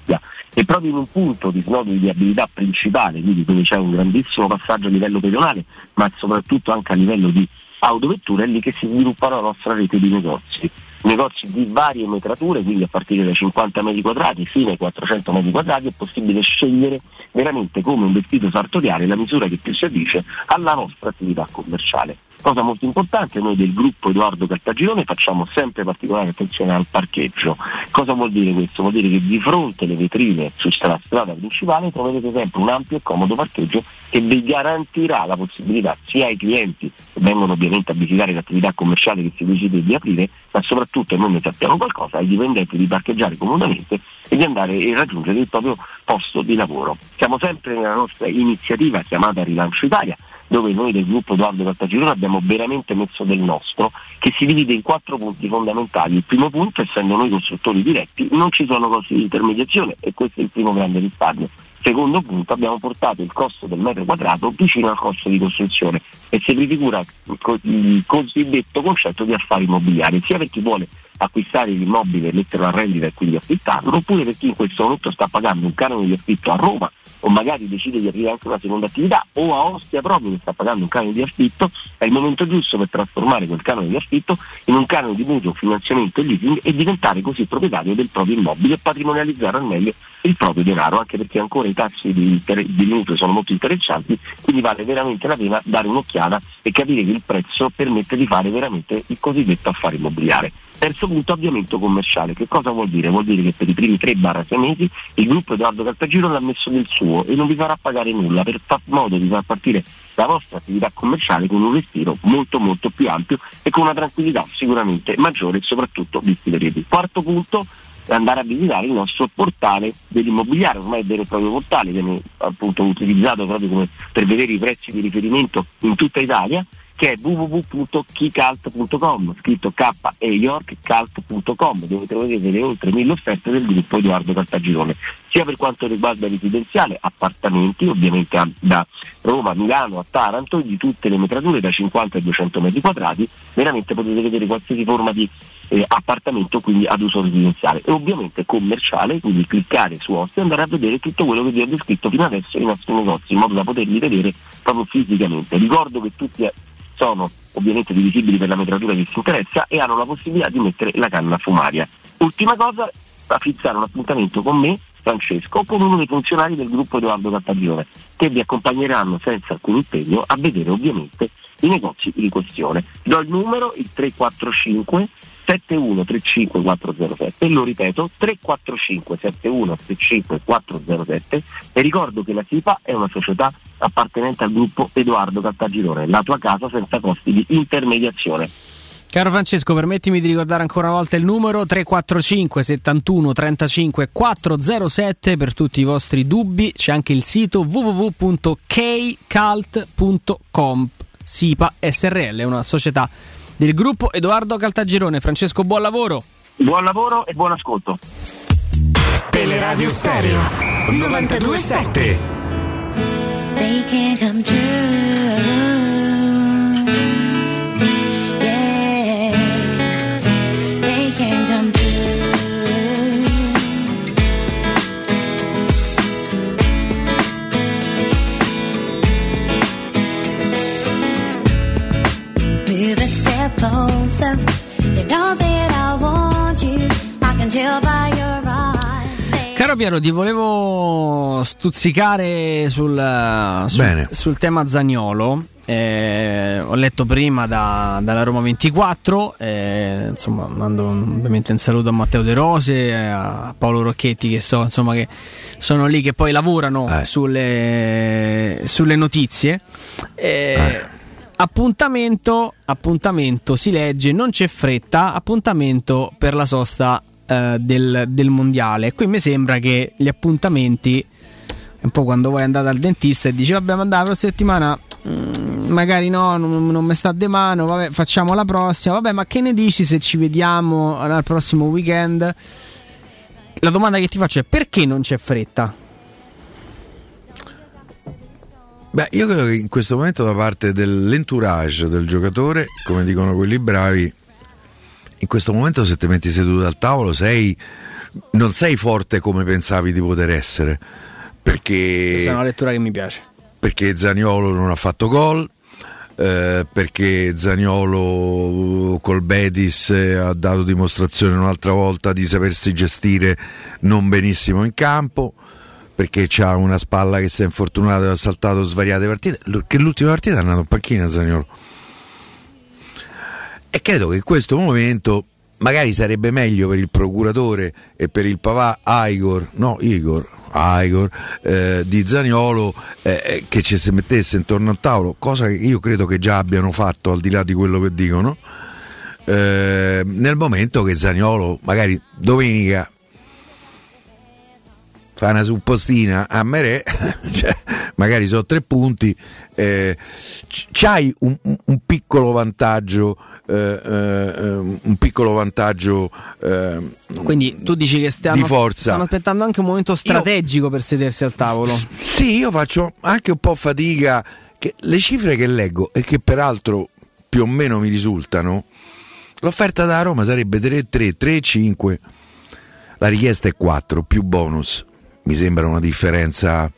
e proprio in un punto di snodo di viabilità principale, quindi dove c'è un grandissimo passaggio a livello pedonale, ma soprattutto anche a livello di autovetture, è lì che si sviluppa la nostra rete di negozi. Negozi di varie metrature, quindi a partire dai cinquanta metri quadrati fino ai quattrocento metri quadrati è possibile scegliere veramente come un vestito sartoriale la misura che più si addice alla nostra attività commerciale. Cosa molto importante, noi del gruppo Edoardo Caltagirone facciamo sempre particolare attenzione al parcheggio. Cosa vuol dire questo? Vuol dire che di fronte alle vetrine sulla strada principale troverete sempre un ampio e comodo parcheggio che vi garantirà la possibilità sia ai clienti che vengono ovviamente a visitare l'attività commerciale che si decide di aprire, ma soprattutto, e noi ne sappiamo qualcosa, ai dipendenti di parcheggiare comodamente e di andare e raggiungere il proprio posto di lavoro. Siamo sempre nella nostra iniziativa chiamata Rilancio Italia, dove noi del gruppo Edoardo Caltagirone abbiamo veramente messo del nostro, che si divide in quattro punti fondamentali. Il primo punto, essendo noi costruttori diretti, non ci sono costi di intermediazione e questo è il primo grande risparmio. Secondo punto, abbiamo portato il costo del metro quadrato vicino al costo di costruzione e si rifigura il cosiddetto concetto di affari immobiliari, sia per chi vuole acquistare l'immobile, metterlo a rendita e quindi affittarlo, oppure per chi in questo momento sta pagando un canone di affitto a Roma o magari decide di aprire anche una seconda attività, o a Ostia proprio che sta pagando un canone di affitto. È il momento giusto per trasformare quel canone di affitto in un canone di mutuo, finanziamento e leasing e diventare così proprietario del proprio immobile e patrimonializzare al meglio il proprio denaro, anche perché ancora i tassi di, inter- di mutuo sono molto interessanti, quindi vale veramente la pena dare un'occhiata e capire che il prezzo permette di fare veramente il cosiddetto affare immobiliare. Terzo punto, avviamento commerciale. Che cosa vuol dire? Vuol dire che per i primi tre sei mesi il gruppo Edoardo Caltagirone ha messo del suo e non vi farà pagare nulla per far modo di far partire la vostra attività commerciale con un respiro molto molto più ampio e con una tranquillità sicuramente maggiore e soprattutto visti le reti. Quarto punto, andare a visitare il nostro portale dell'immobiliare, ormai è vero e proprio portale, viene appunto utilizzato proprio come per vedere i prezzi di riferimento in tutta Italia, che è w w w punto keycult punto com, scritto K E York cult punto com, dove troverete le oltre mille offerte del gruppo Edoardo Caltagirone, sia per quanto riguarda residenziale, appartamenti, ovviamente a, da Roma, Milano a Taranto, di tutte le metrature da cinquanta e duecento metri quadrati, veramente potete vedere qualsiasi forma di eh, appartamento, quindi ad uso residenziale, e ovviamente commerciale, quindi cliccare su Ostia e andare a vedere tutto quello che vi ho descritto fino adesso nei nostri negozi, in modo da poterli vedere proprio fisicamente. Ricordo che tutti sono ovviamente divisibili per la metratura che si interessa e hanno la possibilità di mettere la canna fumaria. Ultima cosa, a fissare un appuntamento con me, Francesco, con uno dei funzionari del gruppo Edoardo Caltagirone, che vi accompagneranno senza alcun impegno a vedere ovviamente i negozi in questione. Do il numero, il tre quattro cinque sette uno tre cinque quattro zero sette, e lo ripeto, tre quattro cinque sette uno tre cinque quattro zero sette, e ricordo che la SIPA è una società appartenente al gruppo Edoardo Caltagirone, la tua casa senza costi di intermediazione. Caro Francesco, permettimi di ricordare ancora una volta il numero tre quattro cinque settantuno trentacinque quattrocento sette per tutti i vostri dubbi. C'è anche il sito w w w punto keycult punto com. SIPA S R L è una società del gruppo Edoardo Caltagirone. Francesco, buon lavoro. Buon lavoro e buon ascolto. Teleradio Stereo novantadue sette. They can't come true. Yeah, they can't come true. Move a step closer. You know that I want you. I can tell by your eyes. Caro Piero, ti volevo stuzzicare sul, sul, sul tema Zaniolo. Eh, ho letto prima da, dalla Roma ventiquattro, eh, insomma mando ovviamente un saluto a Matteo De Rose, a Paolo Rocchetti, che so insomma che sono lì, che poi lavorano eh. sulle, sulle notizie. Eh, eh. Appuntamento, appuntamento, si legge, non c'è fretta, appuntamento per la sosta Del, del mondiale. Qui mi sembra che gli appuntamenti è un po' quando vuoi andare dal dentista e dici vabbè, ma dai, la prossima settimana mh, magari no, non, non mi sta de mano, vabbè, facciamo la prossima, vabbè, ma che ne dici se ci vediamo al prossimo weekend? La domanda che ti faccio è: perché non c'è fretta? Beh, io credo che in questo momento da parte dell'entourage del giocatore, come dicono quelli bravi, in questo momento se ti metti seduto al tavolo sei non sei forte come pensavi di poter essere, perché questa è una lettura che mi piace, perché Zaniolo non ha fatto gol, eh, perché Zaniolo col Betis ha dato dimostrazione un'altra volta di sapersi gestire non benissimo in campo, perché c'ha una spalla che si è infortunata e ha saltato svariate partite, che l'ultima partita è andato in panchina Zaniolo, e credo che in questo momento magari sarebbe meglio per il procuratore e per il papà Igor, no Igor, Igor eh, di Zaniolo eh, che ci si mettesse intorno al tavolo, cosa che io credo che già abbiano fatto al di là di quello che dicono, eh, nel momento che Zaniolo magari domenica fa una suppostina a Merè, cioè, magari sono tre punti, eh, c'hai un, un piccolo vantaggio, eh, eh, un piccolo vantaggio eh, quindi tu dici che stanno, di forza. Stanno aspettando anche un momento strategico io, per sedersi al tavolo. Sì, io faccio anche un po' fatica, che le cifre che leggo e che peraltro più o meno mi risultano, l'offerta da Roma sarebbe tre tre, tre cinque, la richiesta è quattro più bonus. Mi sembra una differenza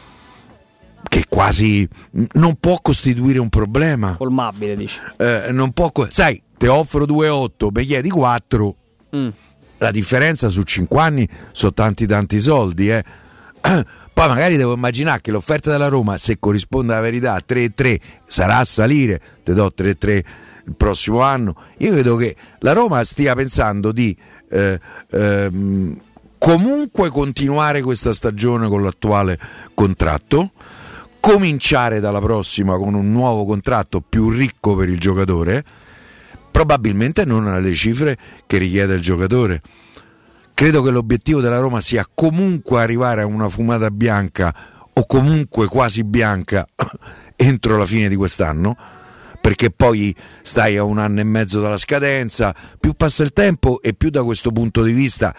che quasi non può costituire un problema. Colmabile, dici. Eh, non può, sai, te offro due virgola otto, mi chiedi quattro. Mm. La differenza su cinque anni sono tanti tanti soldi, eh. Poi magari devo immaginare che l'offerta della Roma, se corrisponde alla verità, tre tre sarà a salire, te do tre tre il prossimo anno. Io credo che la Roma stia pensando di eh, ehm, comunque continuare questa stagione con l'attuale contratto, cominciare dalla prossima con un nuovo contratto più ricco per il giocatore, probabilmente non alle cifre che richiede il giocatore. Credo che l'obiettivo della Roma sia comunque arrivare a una fumata bianca o comunque quasi bianca entro la fine di quest'anno, perché poi stai a un anno e mezzo dalla scadenza, più passa il tempo e più da questo punto di vista,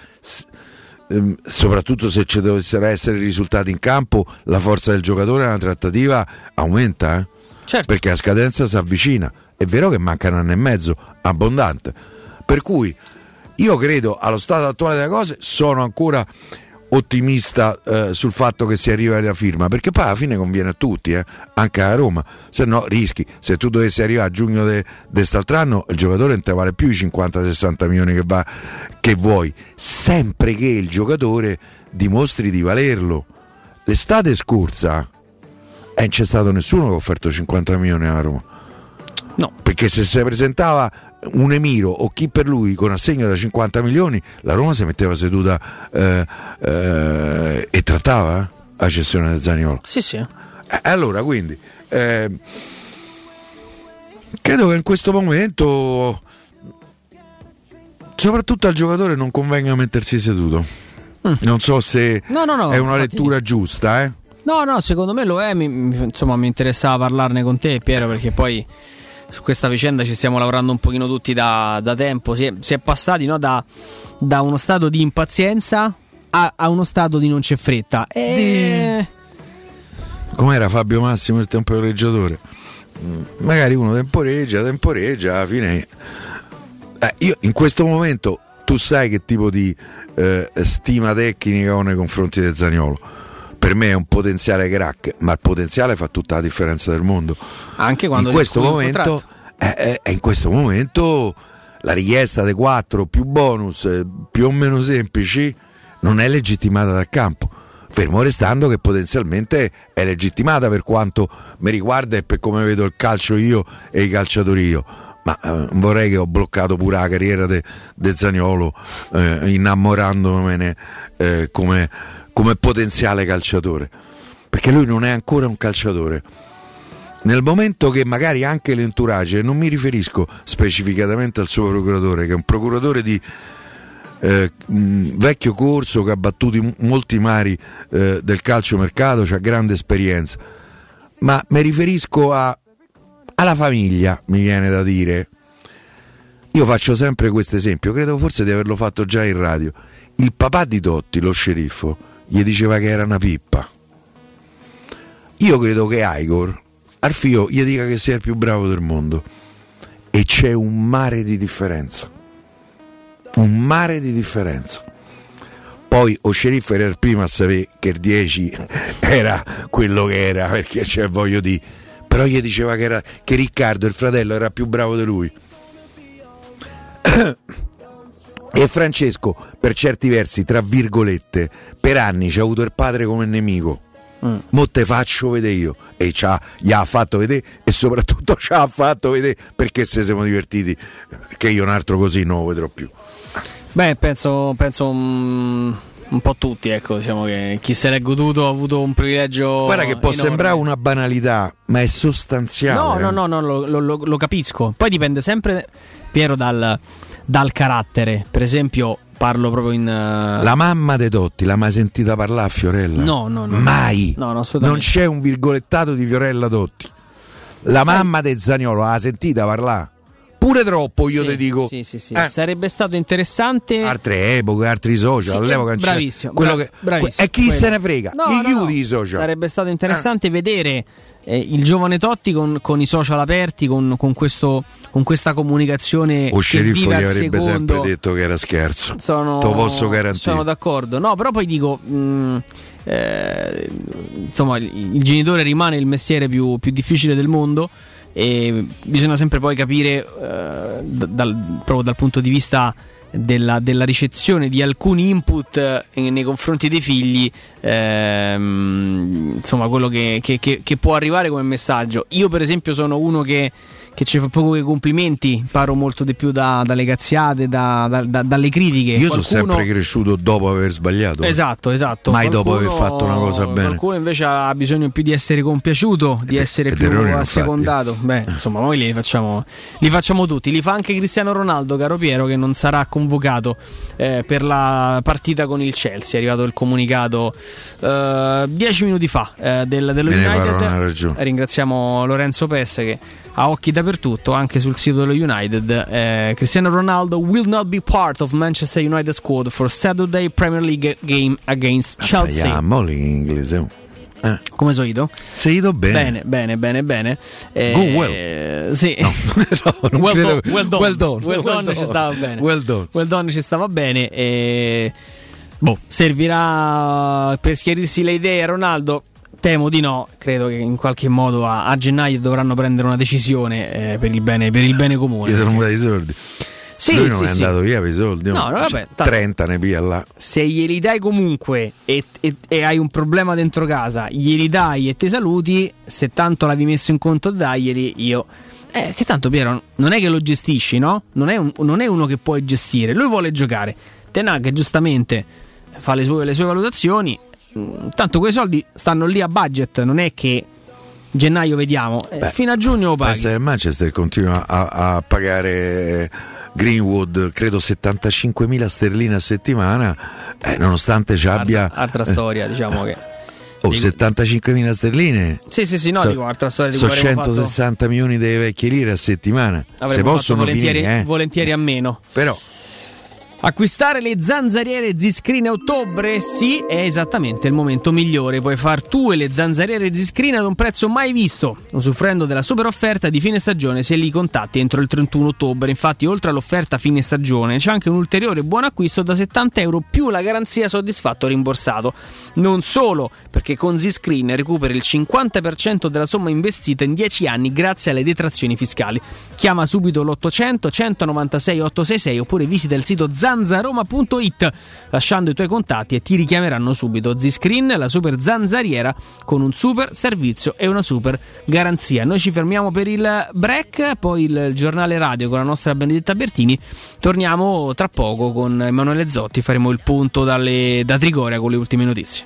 soprattutto se ci dovessero essere risultati in campo, la forza del giocatore nella trattativa aumenta, eh? Certo. Perché la scadenza si avvicina. È vero che manca un anno e mezzo abbondante, per cui io credo, allo stato attuale delle cose, sono ancora ottimista eh, sul fatto che si arriva alla firma, perché poi alla fine conviene a tutti, eh? Anche a Roma, se no rischi, se tu dovessi arrivare a giugno di quest'altro anno, il giocatore non te vale più i cinquanta sessanta milioni che, va, che vuoi, sempre che il giocatore dimostri di valerlo. L'estate scorsa eh, non c'è stato nessuno che ha offerto cinquanta milioni a Roma, no, perché se si presentava un Emiro o chi per lui con assegno da cinquanta milioni, la Roma si metteva seduta eh, eh, e trattava eh, la cessione del Zaniolo. Sì, sì. Eh, allora, quindi eh, credo che in questo momento soprattutto al giocatore non convenga mettersi seduto. Mm. Non so se no, no, no, è una infatti... lettura giusta, eh? No, no, secondo me lo è. Mi, insomma, mi interessava parlarne con te, Piero, perché poi su questa vicenda ci stiamo lavorando un pochino tutti da, da tempo. Si è, si è passati, no, da, da uno stato di impazienza a, a uno stato di non c'è fretta. E... Com'era Fabio Massimo il temporeggiatore? Magari uno temporeggia, temporeggia, alla fine eh, io in questo momento tu sai che tipo di eh, stima tecnica ho nei confronti del Zaniolo. Per me è un potenziale crack, ma il potenziale fa tutta la differenza del mondo. Anche quando in questo momento eh, eh, in questo momento la richiesta dei quattro più bonus eh, più o meno semplici non è legittimata dal campo, fermo restando che potenzialmente è legittimata per quanto mi riguarda e per come vedo il calcio io e i calciatori io. Ma eh, vorrei che ho bloccato pure la carriera de, de Zaniolo eh, innamorandomene eh, come come potenziale calciatore, perché lui non è ancora un calciatore. Nel momento che magari anche l'entourage, non mi riferisco specificatamente al suo procuratore, che è un procuratore di eh, mh, vecchio corso, che ha battuto molti mari eh, del calciomercato, c'ha grande esperienza, ma mi riferisco a, alla famiglia, mi viene da dire. Io faccio sempre questo esempio, credo forse di averlo fatto già in radio. Il papà di Totti, lo sceriffo, gli diceva che era una pippa. Io credo che Igor al figlio gli dica che sia il più bravo del mondo, e c'è un mare di differenza, un mare di differenza. Poi o sceriffo era il primo a sapere che il dieci era quello che era, perché cioè, voglio dire, però gli diceva che, era, che Riccardo, il fratello, era più bravo di lui. E Francesco, per certi versi, tra virgolette, per anni ci ha avuto il padre come nemico. Mm. Mo te faccio vedere io, e c'ha, gli ha fatto vedere, e soprattutto ci ha fatto vedere perché se siamo divertiti, perché io un altro così non lo vedrò più. Beh, penso, penso um, un po' tutti, ecco, diciamo che chi se l'è goduto ha avuto un privilegio. Guarda che può enorme. sembrare una banalità, ma è sostanziale. No, eh. no, no, no lo, lo, lo capisco. Poi dipende sempre, Piero, dal, dal carattere. Per esempio, parlo proprio in uh... la mamma dei Totti, l'ha mai sentita parlare a Fiorella? No, no, no. Mai. No, no, non c'è un virgolettato di Fiorella Totti. La Sai... mamma del Zaniolo l'ha sentita parlare? Pure troppo, io sì, ti dico. Sì, sì, sì. Eh. Sarebbe stato interessante. Altre epoche, altri social. Sì, all'epoca bravissimo. Quello Bra- che... bravissimo. E chi quello. Se ne frega? No, Gli no, chiudi no. i social. Sarebbe stato interessante eh. vedere eh, il giovane Totti con, con i social aperti, con, con, questo, con questa comunicazione. O sceriffo gli avrebbe secondo. sempre detto che era scherzo. Sono, Te lo posso garantire. Sono d'accordo. No, però poi dico. Mh, eh, insomma, il, il genitore rimane il mestiere più, più difficile del mondo. E bisogna sempre poi capire eh, dal, proprio dal punto di vista della, della ricezione di alcuni input eh, nei confronti dei figli, ehm, insomma quello che, che, che, che può arrivare come messaggio. Io per esempio sono uno che che ci fa poco che complimenti, imparo molto di più da, dalle cazziate, da, da, da, dalle critiche. Io Qualcuno... sono sempre cresciuto dopo aver sbagliato. Esatto, esatto. Mai qualcuno, dopo aver fatto una cosa bene. Qualcuno invece ha bisogno più di essere compiaciuto, di essere più assecondato. Beh, insomma, noi li facciamo, li facciamo tutti. Li fa anche Cristiano Ronaldo, caro Piero, che non sarà convocato eh, per la partita con il Chelsea. È arrivato il comunicato eh, dieci minuti fa eh, del, dello Me United. Ringraziamo Lorenzo Pesse che ha occhi dappertutto, anche sul sito dello United. eh, Cristiano Ronaldo will not be part of Manchester United squad for Saturday Premier League game against Chelsea. Saiamo l'inglese. Eh. Come solito? Sei bene. Bene, bene, bene, bene. Eh, Go well. Sì. No, no, well, credo... done, well done. Well done. Well done, well done. Ci stava bene. Well done. Well done ci stava bene. E... Boh, servirà per schiarirsi le idee a Ronaldo? Temo di no, credo che in qualche modo a, a gennaio dovranno prendere una decisione eh, per, il bene, per il bene comune. Gli sono dati i soldi. Sì, lui non sì, è sì. andato via per i soldi. No, no, vabbè, trenta ne pia là. Se glieli dai comunque e, e, e hai un problema dentro casa, glieli dai e te saluti, se tanto l'avevi messo in conto daglieli, io... Eh, che tanto Piero, non è che lo gestisci, no? Non è, un, non è uno che puoi gestire, lui vuole giocare. Ten Hag giustamente fa le sue, le sue valutazioni. Tanto quei soldi stanno lì a budget, non è che gennaio vediamo. Beh, fino a giugno lo paghi. Pensa che il Manchester continua a, a pagare Greenwood credo settantacinquemila sterline a settimana, eh, nonostante ci abbia altra, altra storia eh, diciamo che oh, settantacinquemila sterline. Sì, sì, sì, no, so, dico altra storia di sono centosessanta fatto... milioni delle vecchie lire a settimana. Se possono volentieri, finire, eh. volentieri a meno. Però acquistare le zanzariere Ziscreen a ottobre? Sì, è esattamente il momento migliore. Puoi far tue le zanzariere Ziscreen ad un prezzo mai visto, usufruendo della super offerta di fine stagione se li contatti entro il trentuno ottobre. Infatti, oltre all'offerta fine stagione, c'è anche un ulteriore buon acquisto da settanta euro più la garanzia soddisfatto o rimborsato. Non solo, perché con Ziscreen recuperi il cinquanta per cento della somma investita in dieci anni grazie alle detrazioni fiscali. Chiama subito l'ottocento centonovantasei ottocentosessantasei oppure visita il sito zanzaroma punto it lasciando i tuoi contatti e ti richiameranno subito. Ziscreen, la super zanzariera con un super servizio e una super garanzia. Noi ci fermiamo per il break, poi il giornale radio con la nostra Benedetta Bertini. Torniamo tra poco con Emanuele Zotti, faremo il punto dalle, da Trigoria con le ultime notizie.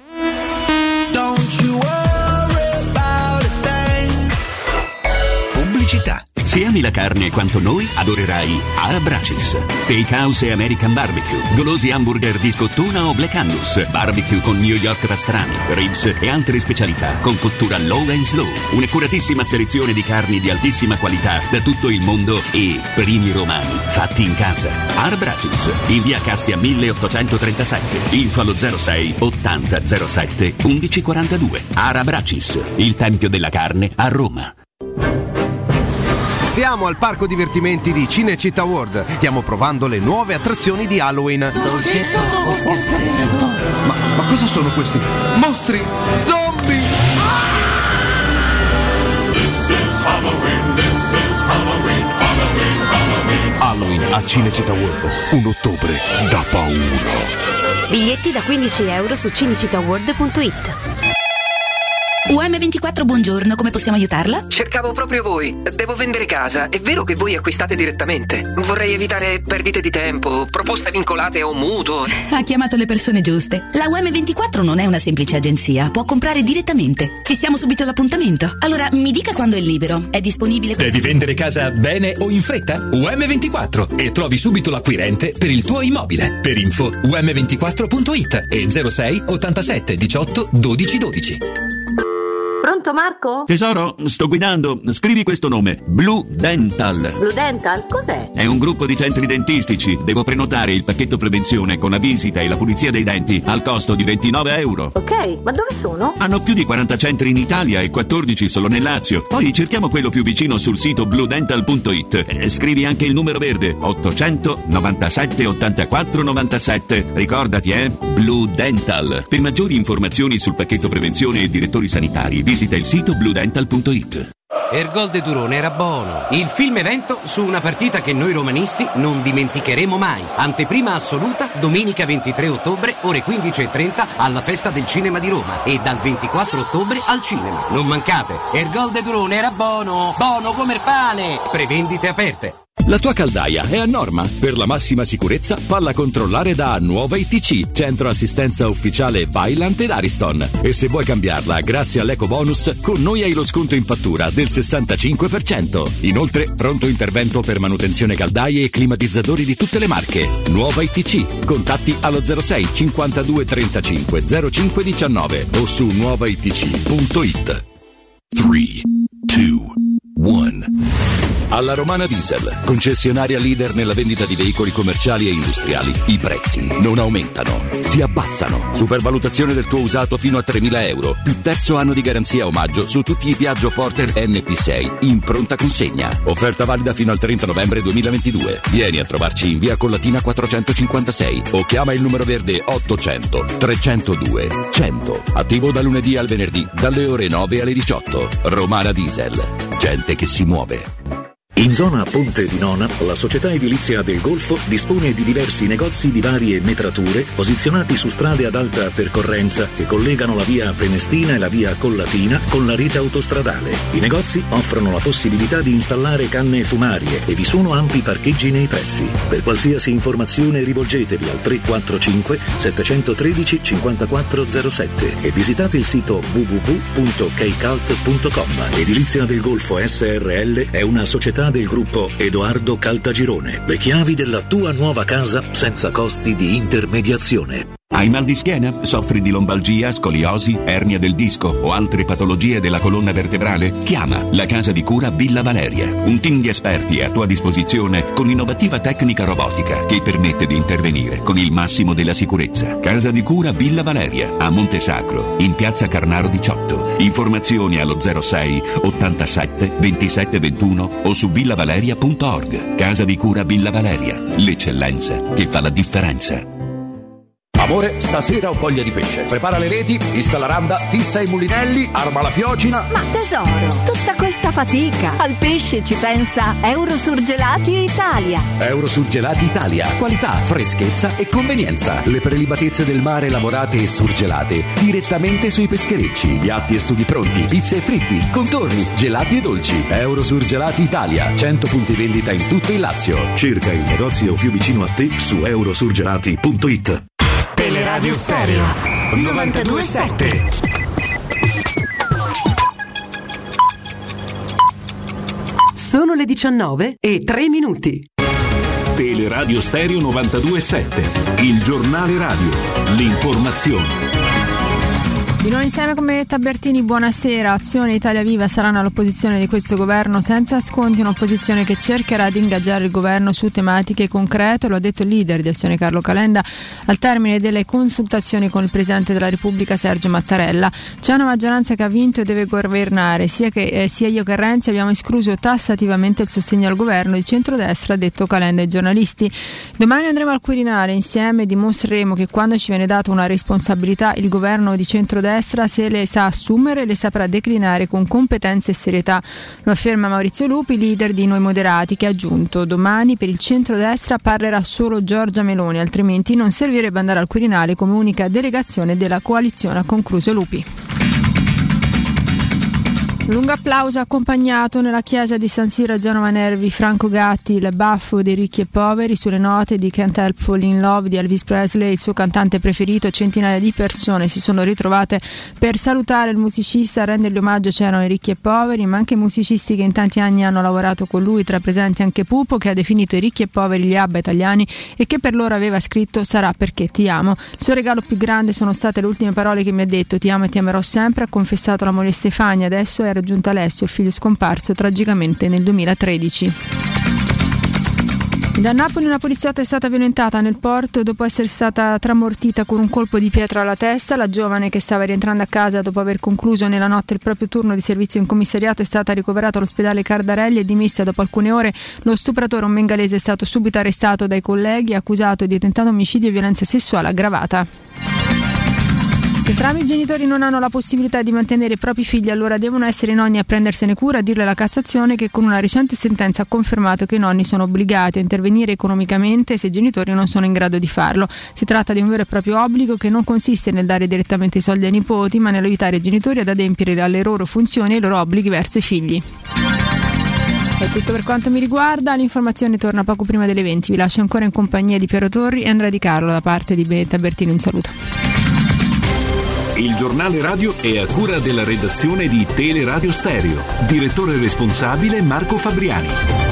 Pubblicità. Se ami la carne quanto noi, adorerai Arabracis, Steakhouse e American Barbecue, golosi hamburger di scottuna o Black Angus, barbecue con New York pastrami, ribs e altre specialità con cottura low and slow. Un'accuratissima selezione di carni di altissima qualità da tutto il mondo e primi romani fatti in casa. Arabracis, in via Cassia milleottocentotrentasette, info allo zero sei ottanta zero sette undici quarantadue. Arabracis, il tempio della carne a Roma. Siamo al parco divertimenti di Cinecittà World. Stiamo provando le nuove attrazioni di Halloween. Dolcetto o scherzetto? Ma, ma cosa sono questi? Mostri? Zombie? This is Halloween, this is Halloween, Halloween, Halloween. Halloween a Cinecittà World. Un ottobre da paura. Biglietti da quindici euro su cinecittàworld punto it. U M ventiquattro, buongiorno, come possiamo aiutarla? Cercavo proprio voi. Devo vendere casa. È vero che voi acquistate direttamente? Vorrei evitare perdite di tempo, proposte vincolate o mutuo. Ha chiamato le persone giuste. La U M ventiquattro non è una semplice agenzia, può comprare direttamente. Fissiamo subito l'appuntamento. Allora, mi dica quando è libero. È disponibile? Devi vendere casa bene o in fretta? U M ventiquattro e trovi subito l'acquirente per il tuo immobile. Per info u m ventiquattro punto it e zero sei ottantasette diciotto dodici dodici. Pronto Marco? Tesoro, sto guidando. Scrivi questo nome: Blue Dental. Blue Dental? Cos'è? È un gruppo di centri dentistici. Devo prenotare il pacchetto prevenzione con la visita e la pulizia dei denti al costo di ventinove euro. Ok, ma dove sono? Hanno più di quaranta centri in Italia e quattordici solo nel Lazio. Poi cerchiamo quello più vicino sul sito blue dental punto it. E scrivi anche il numero verde: ottocento novantasette ottantaquattro novantasette. Ricordati, eh? Blue Dental. Per maggiori informazioni sul pacchetto prevenzione e direttori sanitari, visita il sito blue dental punto it. Ergol de Durone era buono. Il film evento su una partita che noi romanisti non dimenticheremo mai. Anteprima assoluta domenica ventitré ottobre ore quindici e trenta alla Festa del Cinema di Roma e dal ventiquattro ottobre al cinema. Non mancate. Ergol de Durone era buono. Buono come il pane. Prevendite aperte. La tua caldaia è a norma? Per la massima sicurezza falla controllare da Nuova I T C, centro assistenza ufficiale Vaillant ed Ariston. E se vuoi cambiarla grazie all'eco bonus, con noi hai lo sconto in fattura del sessantacinque per cento. Inoltre, pronto intervento per manutenzione caldaie e climatizzatori di tutte le marche. Nuova I T C. Contatti allo zero sei cinquantadue trentacinque zero cinque diciannove o su nuova i t c punto it. tre, due, uno. Alla Romana Diesel, concessionaria leader nella vendita di veicoli commerciali e industriali, i prezzi non aumentano, si abbassano. Supervalutazione del tuo usato fino a tremila euro, più terzo anno di garanzia omaggio su tutti i Piaggio Porter N P sei in pronta consegna. Offerta valida fino al trenta novembre duemilaventidue. Vieni a trovarci in via Collatina quattrocentocinquantasei o chiama il numero verde ottocento trecentodue cento. Attivo da lunedì al venerdì dalle ore nove alle diciotto. Romana Diesel, gente che si muove. In zona Ponte di Nona, la società edilizia del Golfo dispone di diversi negozi di varie metrature posizionati su strade ad alta percorrenza che collegano la via Prenestina e la via Collatina con la rete autostradale. I negozi offrono la possibilità di installare canne fumarie e vi sono ampi parcheggi nei pressi. Per qualsiasi informazione rivolgetevi al tre quattro cinque sette uno tre cinque quattro zero sette e visitate il sito w w w punto keicalt punto com. Edilizia del Golfo S R L è una società del gruppo Edoardo Caltagirone. Le chiavi della tua nuova casa senza costi di intermediazione. Hai mal di schiena? Soffri di lombalgia, scoliosi, ernia del disco o altre patologie della colonna vertebrale? Chiama la casa di cura Villa Valeria. Un team di esperti è a tua disposizione con innovativa tecnica robotica che permette di intervenire con il massimo della sicurezza. Casa di cura Villa Valeria a Montesacro, in piazza Carnaro diciotto. Informazioni allo zero sei ottantasette ventisette ventuno o su villavaleria punto org. Casa di cura Villa Valeria, l'eccellenza che fa la differenza. Amore, stasera ho voglia di pesce. Prepara le reti, fissa la randa, fissa i mulinelli, arma la fiocina. Ma tesoro, tutta questa fatica. Al pesce ci pensa Eurosurgelati Italia. Eurosurgelati Italia. Qualità, freschezza e convenienza. Le prelibatezze del mare lavorate e surgelate direttamente sui pescherecci. Piatti e sughi pronti, pizze e fritti, contorni, gelati e dolci. Eurosurgelati Italia. cento punti vendita in tutto il Lazio. Cerca il negozio più vicino a te su eurosurgelati punto it. Teleradio Stereo novantadue sette. Sono le diciannove e tre minuti. Teleradio Stereo novantadue sette, il giornale radio, l'informazione. Di nuovo insieme come Tabertini, buonasera. Azione e Italia Viva saranno all'opposizione di questo governo senza sconti, un'opposizione che cercherà di ingaggiare il governo su tematiche concrete, lo ha detto il leader di Azione Carlo Calenda al termine delle consultazioni con il Presidente della Repubblica Sergio Mattarella. C'è una maggioranza che ha vinto e deve governare, sia, che, eh, sia io che Renzi abbiamo escluso tassativamente il sostegno al governo di centrodestra, ha detto Calenda ai giornalisti. Domani andremo al Quirinale insieme e dimostreremo che quando ci viene data una responsabilità il governo di centrodestra se le sa assumere le saprà declinare con competenza e serietà, lo afferma Maurizio Lupi, leader di Noi Moderati, che ha aggiunto: domani per il centrodestra parlerà solo Giorgia Meloni, altrimenti non servirebbe andare al Quirinale come unica delegazione della coalizione, ha concluso Lupi. Lungo applauso accompagnato nella chiesa di San Siro a Genova Nervi, Franco Gatti, il baffo dei ricchi e poveri, sulle note di Can't Help Falling in Love di Elvis Presley, il suo cantante preferito. Centinaia di persone si sono ritrovate per salutare il musicista, a rendergli omaggio c'erano i ricchi e poveri, ma anche i musicisti che in tanti anni hanno lavorato con lui, tra presenti anche Pupo, che ha definito i ricchi e poveri gli ABBA italiani e che per loro aveva scritto "Sarà perché ti amo". Il suo regalo più grande sono state le ultime parole che mi ha detto: "Ti amo e ti amerò sempre", ha confessato la moglie Stefania. Adesso è raggiunto Alessio, il figlio scomparso tragicamente nel duemilatredici. Da Napoli una poliziotta è stata violentata nel porto dopo essere stata tramortita con un colpo di pietra alla testa. La giovane, che stava rientrando a casa dopo aver concluso nella notte il proprio turno di servizio in commissariato, è stata ricoverata all'ospedale Cardarelli e dimessa dopo alcune ore. Lo stupratore, un bengalese, è stato subito arrestato dai colleghi, accusato di tentato omicidio e violenza sessuale aggravata. Se entrambi i genitori non hanno la possibilità di mantenere i propri figli, allora devono essere i nonni a prendersene cura, a dirle la Cassazione, che con una recente sentenza ha confermato che i nonni sono obbligati a intervenire economicamente se i genitori non sono in grado di farlo. Si tratta di un vero e proprio obbligo che non consiste nel dare direttamente i soldi ai nipoti, ma nell'aiutare i genitori ad adempiere alle loro funzioni e ai loro obblighi verso i figli. È tutto per quanto mi riguarda, l'informazione torna poco prima delle venti. Vi lascio ancora in compagnia di Piero Torri e Andrea Di Carlo da parte di Betta Bertino. In saluto. Il giornale radio è a cura della redazione di Teleradio Stereo. Direttore responsabile Marco Fabriani.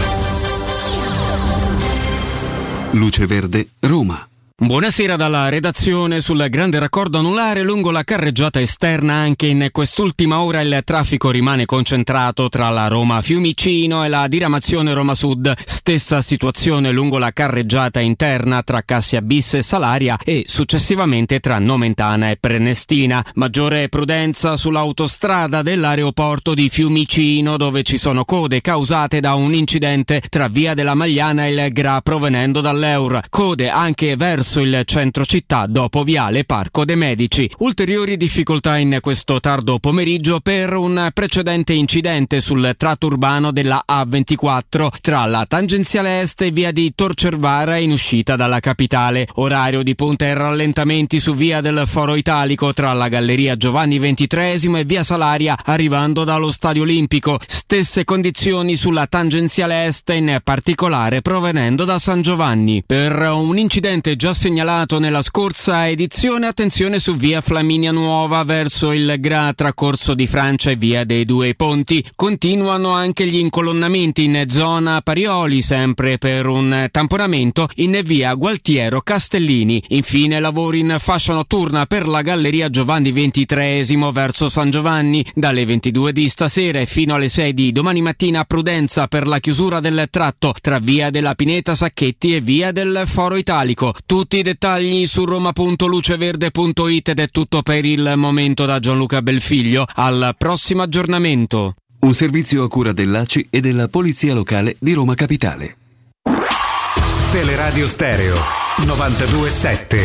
Luce Verde, Roma. Buonasera dalla redazione. Sul grande raccordo anulare lungo la carreggiata esterna anche in quest'ultima ora il traffico rimane concentrato tra la Roma Fiumicino e la diramazione Roma Sud. Stessa situazione lungo la carreggiata interna tra Cassia Bis e Salaria e successivamente tra Nomentana e Prenestina. Maggiore prudenza sull'autostrada dell'aeroporto di Fiumicino, dove ci sono code causate da un incidente tra Via della Magliana e il Gra provenendo dall'Eur. Code anche verso il centro città dopo Viale Parco dei Medici. Ulteriori difficoltà in questo tardo pomeriggio per un precedente incidente sul tratto urbano della A ventiquattro tra la tangenziale est e via di Tor Cervara in uscita dalla capitale. Orario di punta e rallentamenti su via del Foro Italico tra la galleria Giovanni ventitreesimo e via Salaria arrivando dallo Stadio Olimpico. Stesse condizioni sulla tangenziale est, in particolare provenendo da San Giovanni. Per un incidente già segnalato nella scorsa edizione, attenzione su via Flaminia Nuova verso il Gra tra Corso di Francia e via dei Due Ponti. Continuano anche gli incolonnamenti in zona Parioli, sempre per un tamponamento in via Gualtiero Castellini. Infine lavori in fascia notturna per la galleria Giovanni ventitreesimo verso San Giovanni dalle ventidue di stasera e fino alle sei di domani mattina. Prudenza per la chiusura del tratto tra via della Pineta Sacchetti e via del Foro Italico. Tutti i dettagli su roma punto luceverde punto it ed è tutto per il momento da Gianluca Belfiglio. Al prossimo aggiornamento. Un servizio a cura dell'A C I e della Polizia Locale di Roma Capitale. Teleradio Stereo novantadue sette.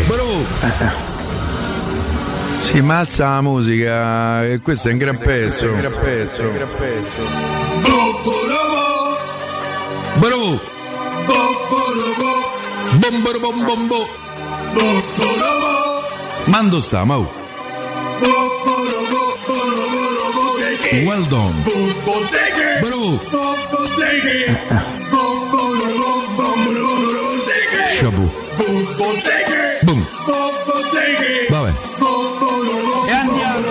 Si mazza la musica e questo è un gran pezzo. Un gran pezzo. Un gran pezzo. Bravo. Bomboro bom bombo. Mando sta, mau. Well done. Bravo. Shabu. Boom. Vabbè. E andiamo.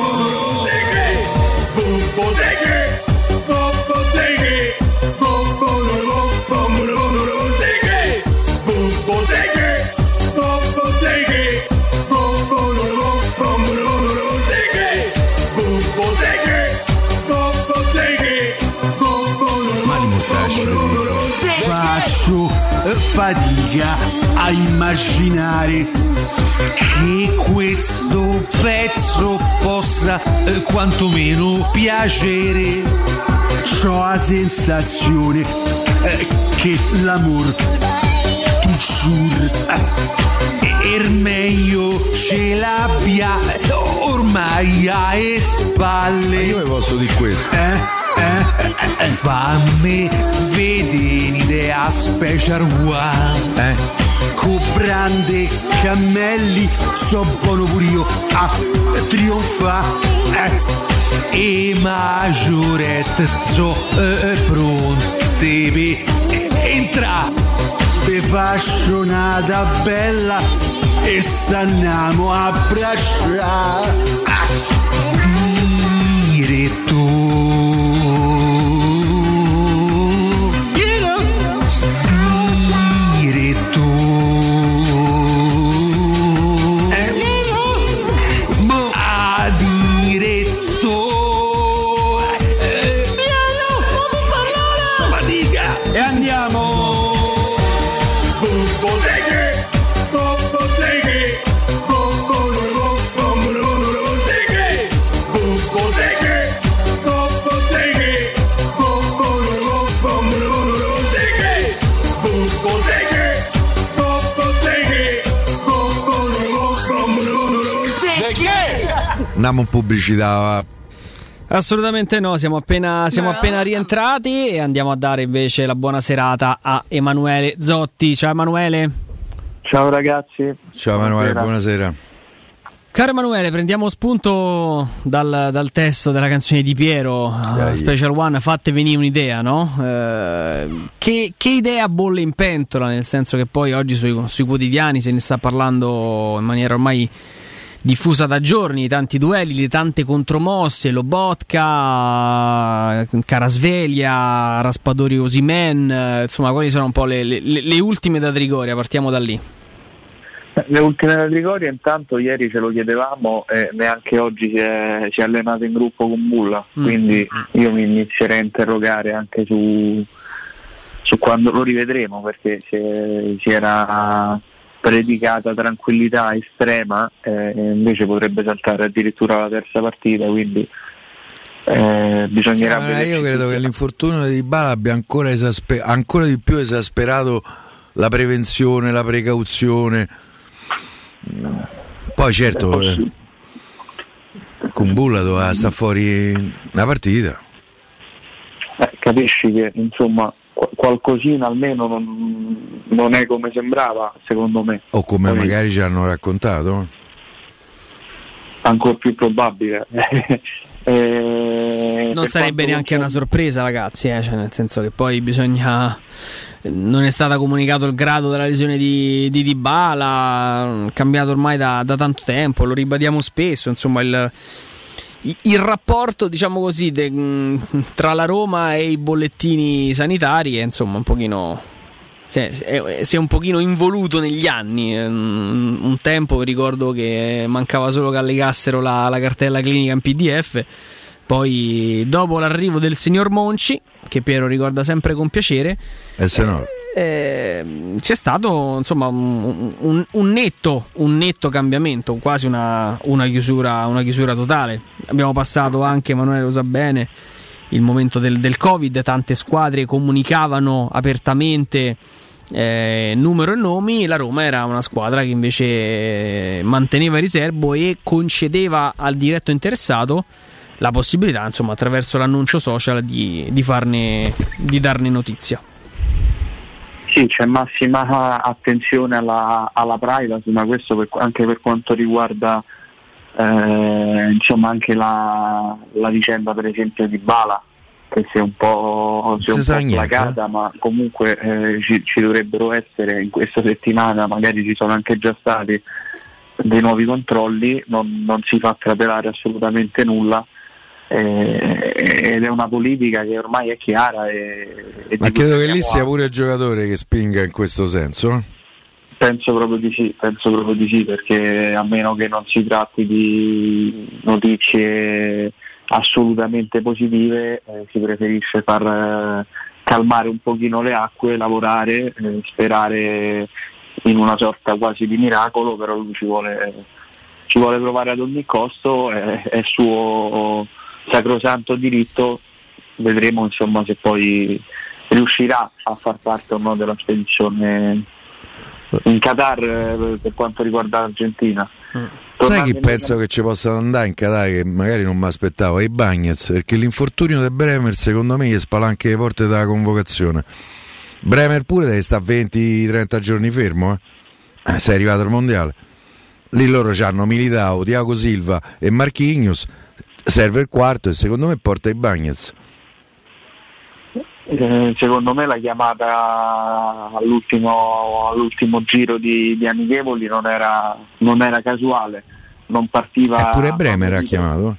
faccio fatica a immaginare che questo pezzo possa eh, quantomeno piacere. C'ho la sensazione eh, che l'amor toujours eh, er meglio ce l'abbia ormai alle spalle. Ma io vi posso dire questo. Eh? Eh, eh, fammi vedere l'idea special one eh. Con brande cammelli so buono pure io a trionfa eh. E maggiorette so eh, pronte per entra per fascionata bella e s'andiamo a abbracciare diretto. Andiamo in pubblicità. Assolutamente no, siamo appena, siamo appena rientrati e andiamo a dare invece la buona serata a Emanuele Zotti. Ciao Emanuele. Ciao ragazzi. Ciao Emanuele, buonasera. buonasera. Caro Emanuele, prendiamo spunto dal, dal testo della canzone di Piero, uh, Special One, fatte venire un'idea, no? Uh, che, che idea bolle in pentola, nel senso che poi oggi sui, sui quotidiani se ne sta parlando in maniera ormai diffusa da giorni, tanti duelli, le tante contromosse, Lobotka, Carasveglia, Raspadori Osimhen, insomma quali sono un po' le, le, le ultime da Trigoria, partiamo da lì. Le ultime da Trigoria, intanto ieri ce lo chiedevamo e neanche oggi si è, si è allenato in gruppo con Bulla, mm. quindi io mi inizierei a interrogare anche su, su quando lo rivedremo, perché si, si era predicata tranquillità estrema e eh, invece potrebbe saltare addirittura la terza partita, quindi eh, bisognerà sì, vedere. Io credo che l'infortunio di Dybala abbia ancora, esasper- ancora di più esasperato la prevenzione, la precauzione. Poi certo eh, con Bulla doveva sta fuori una partita, eh, capisci che insomma qualcosina almeno non, non è come sembrava, secondo me, o come Poi, magari ci hanno raccontato, ancora più probabile. eh, non sarebbe neanche una sorpresa, ragazzi, eh? Cioè, nel senso che poi bisogna, non è stato comunicato il grado della lesione di, di Dybala, cambiato ormai da, da tanto tempo, lo ribadiamo spesso, insomma il il rapporto, diciamo così, de, tra la Roma e i bollettini sanitari è insomma un pochino si è, si è un pochino involuto negli anni. Un tempo ricordo che mancava solo che allegassero la, la cartella clinica in P D F, poi dopo l'arrivo del signor Monci, che Piero ricorda sempre con piacere, e se no Eh, c'è stato insomma un, un, un netto un netto cambiamento, quasi una, una chiusura una chiusura totale. Abbiamo passato anche, Emanuele lo sa bene, il momento del, del Covid, tante squadre comunicavano apertamente eh, numero e nomi, la Roma era una squadra che invece manteneva il riservo e concedeva al diretto interessato la possibilità, insomma, attraverso l'annuncio social di, di farne di darne notizia. Sì, c'è massima attenzione alla, alla privacy, ma questo per, anche per quanto riguarda eh, insomma anche la, la vicenda per esempio di Dybala, che si è un po', si è un po' placata, ma comunque eh, ci, ci dovrebbero essere in questa settimana, magari ci sono anche già stati dei nuovi controlli, non, non si fa trapelare assolutamente nulla. Eh, ed è una politica che ormai è chiara e, e ma credo che lì sia pure il giocatore che spinga in questo senso. Penso proprio di sì, penso proprio di sì, perché a meno che non si tratti di notizie assolutamente positive eh, si preferisce far eh, calmare un pochino le acque, lavorare, eh, sperare in una sorta quasi di miracolo, però lui ci vuole, ci vuole provare ad ogni costo, è, è suo sacrosanto diritto, vedremo insomma se poi riuscirà a far parte o no della spedizione in Qatar eh, per quanto riguarda l'Argentina. Mm. Sai chi penso che ci possa andare in Qatar, che magari non mi aspettavo? I Bagnets, perché l'infortunio del Bremer secondo me gli spalanca le porte della convocazione. Bremer pure deve stare venti trenta giorni fermo, eh? Eh, sei arrivato al mondiale. Lì loro hanno Militao, Thiago Silva e Marquinhos, serve il quarto e secondo me porta i Bagnets. Eh, secondo me la chiamata all'ultimo, all'ultimo giro di, di amichevoli non era, non era casuale, non partiva. Eppure Bremer ha chiamato.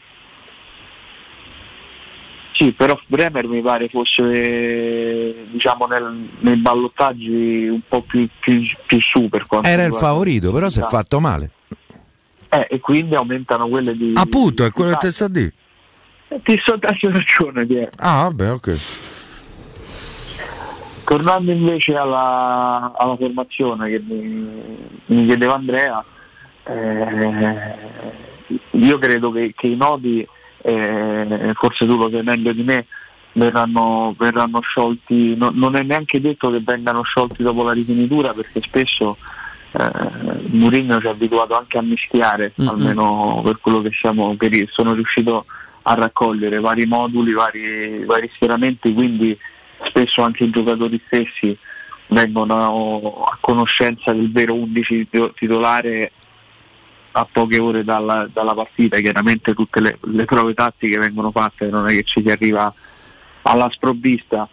Sì, però Bremer mi pare fosse, diciamo, nel, nei ballottaggi un po' più, più, più su per quanto era il favorito, però si è fatto male. Eh, e quindi aumentano quelle di. Appunto, è quello che te sta a dire. Eh, ti sto dando ragione, Pier. Ah, vabbè, ok. Tornando invece alla, alla formazione che mi, mi chiedeva Andrea, eh, io credo che, che i nodi, eh, forse tu lo sai meglio di me, verranno, verranno sciolti, no, non è neanche detto che vengano sciolti dopo la rifinitura, perché spesso eh, Mourinho ci ha abituato anche a mischiare, mm-hmm. almeno per quello che siamo, che sono riuscito a raccogliere vari moduli, vari, vari schieramenti, quindi spesso anche i giocatori stessi vengono a conoscenza del vero undici titolare a poche ore dalla, dalla partita. Chiaramente tutte le, le prove tattiche vengono fatte, non è che ci si arriva alla sprovvista,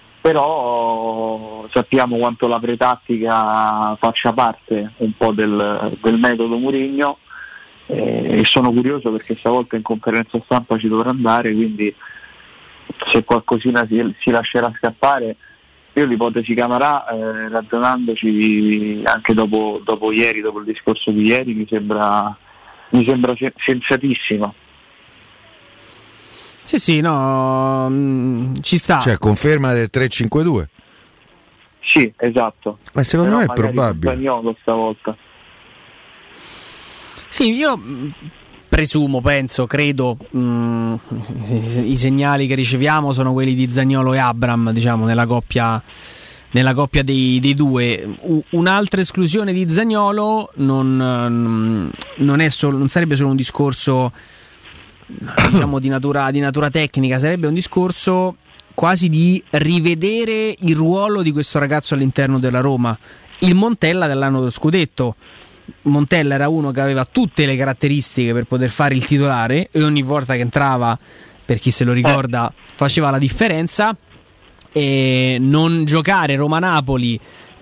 però sappiamo quanto la pretattica faccia parte un po' del, del metodo Mourinho, eh, e sono curioso perché stavolta in conferenza stampa ci dovrà andare, quindi se qualcosina si, si lascerà scappare. Io l'ipotesi Camarà, eh, ragionandoci anche dopo, dopo ieri, dopo il discorso di ieri, mi sembra, mi sembra sensatissima. Sì, sì, no, mh, ci sta. Cioè, conferma del tre cinque due? Sì, esatto. Ma secondo però me è probabile. Spagnolo stavolta. Sì, io presumo, penso, credo, mh, i segnali che riceviamo sono quelli di Zaniolo e Abram, diciamo, nella coppia, nella coppia dei, dei due. Un'altra esclusione di Zaniolo non, non, è solo, non sarebbe solo un discorso, diciamo, di natura, di natura tecnica, sarebbe un discorso quasi di rivedere il ruolo di questo ragazzo all'interno della Roma. Il Montella dell'anno dello scudetto. Montella era uno che aveva tutte le caratteristiche per poter fare il titolare e ogni volta che entrava, per chi se lo ricorda, faceva la differenza. E non giocare Roma-Napoli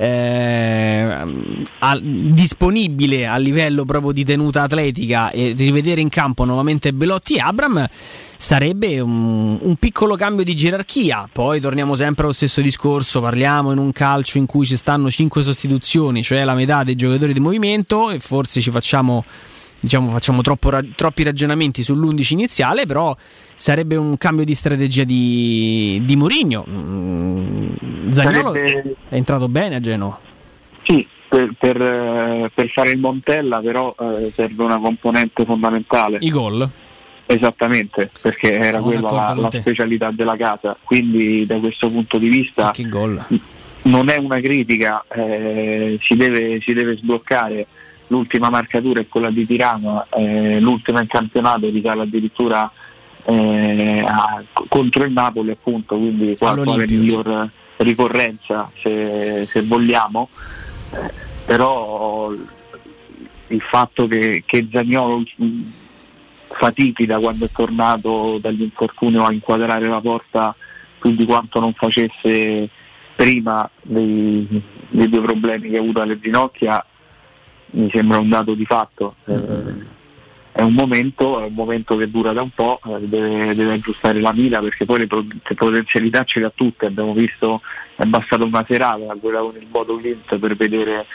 eh, a, disponibile a livello proprio di tenuta atletica e rivedere in campo nuovamente Belotti e Abram sarebbe un, un piccolo cambio di gerarchia. Poi torniamo sempre allo stesso discorso, parliamo in un calcio in cui ci stanno cinque sostituzioni, cioè la metà dei giocatori di movimento, e forse ci facciamo, diciamo, facciamo troppo, troppi ragionamenti sull'undici iniziale, però sarebbe un cambio di strategia di, di Mourinho. Zaniolo sarebbe... è entrato bene a Genova. Sì, per, per, per fare il Montella però eh, serve una componente fondamentale. I gol. Esattamente, perché era Sono quella la, la specialità della casa, quindi da questo punto di vista gol. non è una critica, eh, si, deve, si deve sbloccare. L'ultima marcatura è quella di Tirana, eh, l'ultima in campionato risale addirittura eh, a, contro il Napoli, appunto, quindi qual, quale miglior ricorrenza se, se vogliamo, eh, però il fatto che, che Zaniolo fatichi da quando è tornato dagli infortuni a inquadrare la porta più di quanto non facesse prima dei, dei due problemi che ha avuto alle ginocchia mi sembra un dato di fatto. Mm-hmm. Eh, è un momento, è un momento che dura da un po', eh, deve, deve aggiustare la mira, perché poi le, pro- le potenzialità ce le ha tutte. Abbiamo visto, è bastata una serata quella con il Bodo Glimt per vedere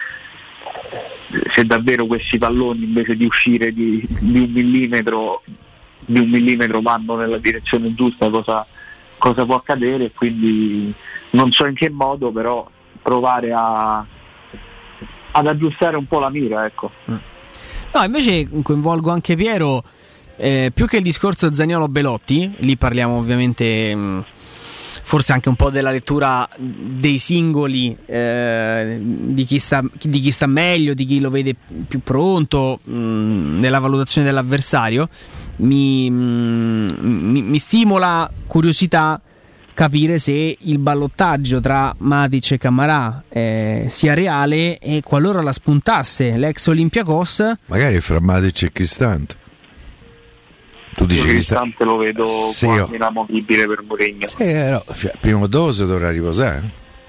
se davvero questi palloni, invece di uscire di, di un millimetro di un millimetro vanno nella direzione giusta, cosa, cosa può accadere, e quindi non so in che modo, però provare a ad aggiustare un po' la mira, ecco. No, invece coinvolgo anche Piero, eh, più che il discorso Zaniolo-Belotti, lì parliamo ovviamente mh, forse anche un po' della lettura dei singoli, eh, di chi sta di chi sta meglio, di chi lo vede più pronto mh, nella valutazione dell'avversario. Mi, mh, mi, mi stimola curiosità capire se il ballottaggio tra Matic e Camarà eh, sia reale, e qualora la spuntasse l'ex Olympiacos, magari fra Matic e Cristante. Tu dici che Cristante lo vedo sì, quasi inamovibile per Mourinho. Sì, no, cioè, prima o dopo si dovrà riposare.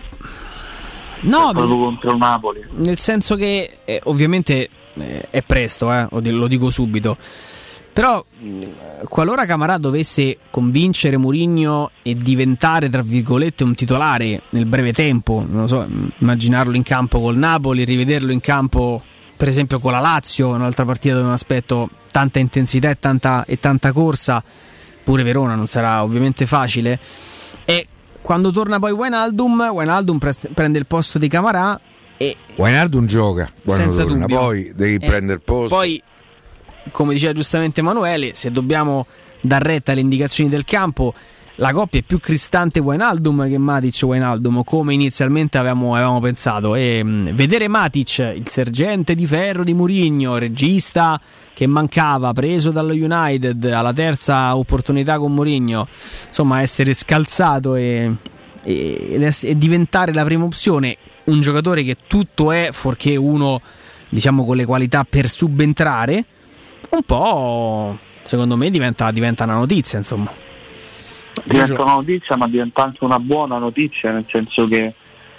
No, proprio contro il Napoli. Nel senso che eh, ovviamente eh, è presto, eh, lo dico subito. Però qualora Camarà dovesse convincere Mourinho e diventare tra virgolette un titolare nel breve tempo, non lo so, immaginarlo in campo col Napoli, rivederlo in campo per esempio con la Lazio, un'altra partita dove non aspetto tanta intensità e tanta, e tanta corsa, pure Verona non sarà ovviamente facile, e quando torna poi Wijnaldum, Wijnaldum pre- prende il posto di Camarà e Wijnaldum gioca quando senza torna, dubbio. Poi devi eh, prendere il posto. Poi, come diceva giustamente Emanuele, se dobbiamo dar retta alle indicazioni del campo, la coppia è più Cristante Wijnaldum che Matic Wijnaldum, come inizialmente avevamo, avevamo pensato, e mh, vedere Matic, il sergente di ferro di Mourinho, regista che mancava, preso dallo United alla terza opportunità con Mourinho, insomma essere scalzato e, e, e diventare la prima opzione, un giocatore che tutto è fuorché uno, diciamo, con le qualità per subentrare, un po' secondo me diventa, diventa una notizia, insomma. Diventa una notizia, ma diventa anche una buona notizia, nel senso che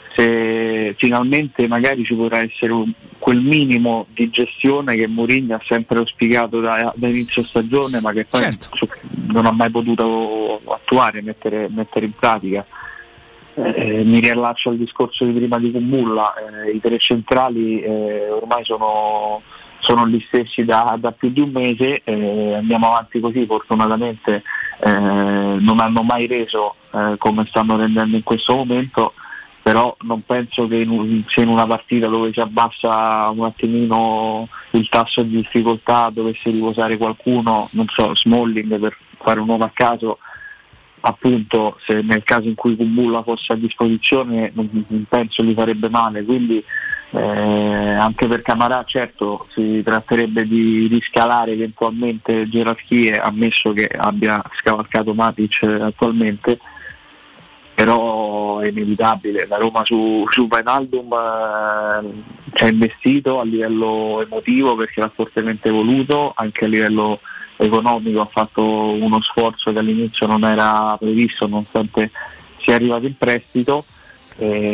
se finalmente magari ci potrà essere un, quel minimo di gestione che Mourinho ha sempre auspicato da, da inizio stagione, ma che poi certo. non ha mai potuto attuare, mettere, mettere in pratica. Eh, mi riallaccio al discorso di prima di Kumbulla, eh, i tre centrali eh, ormai sono sono gli stessi da, da più di un mese, eh, andiamo avanti così, fortunatamente eh, non hanno mai reso eh, come stanno rendendo in questo momento, però non penso che in, se in una partita dove si abbassa un attimino il tasso di difficoltà dovesse riposare qualcuno, non so, Smalling per fare un nome a caso, appunto, se nel caso in cui Kumbulla fosse a disposizione non, non penso gli farebbe male, quindi Eh, anche per Camarà certo si tratterebbe di riscalare eventualmente gerarchie, ammesso che abbia scavalcato Matic attualmente, però è inevitabile. La Roma su, su Wijnaldum eh, ci ha investito a livello emotivo perché l'ha fortemente voluto, anche a livello economico ha fatto uno sforzo che all'inizio non era previsto nonostante sia arrivato in prestito. eh,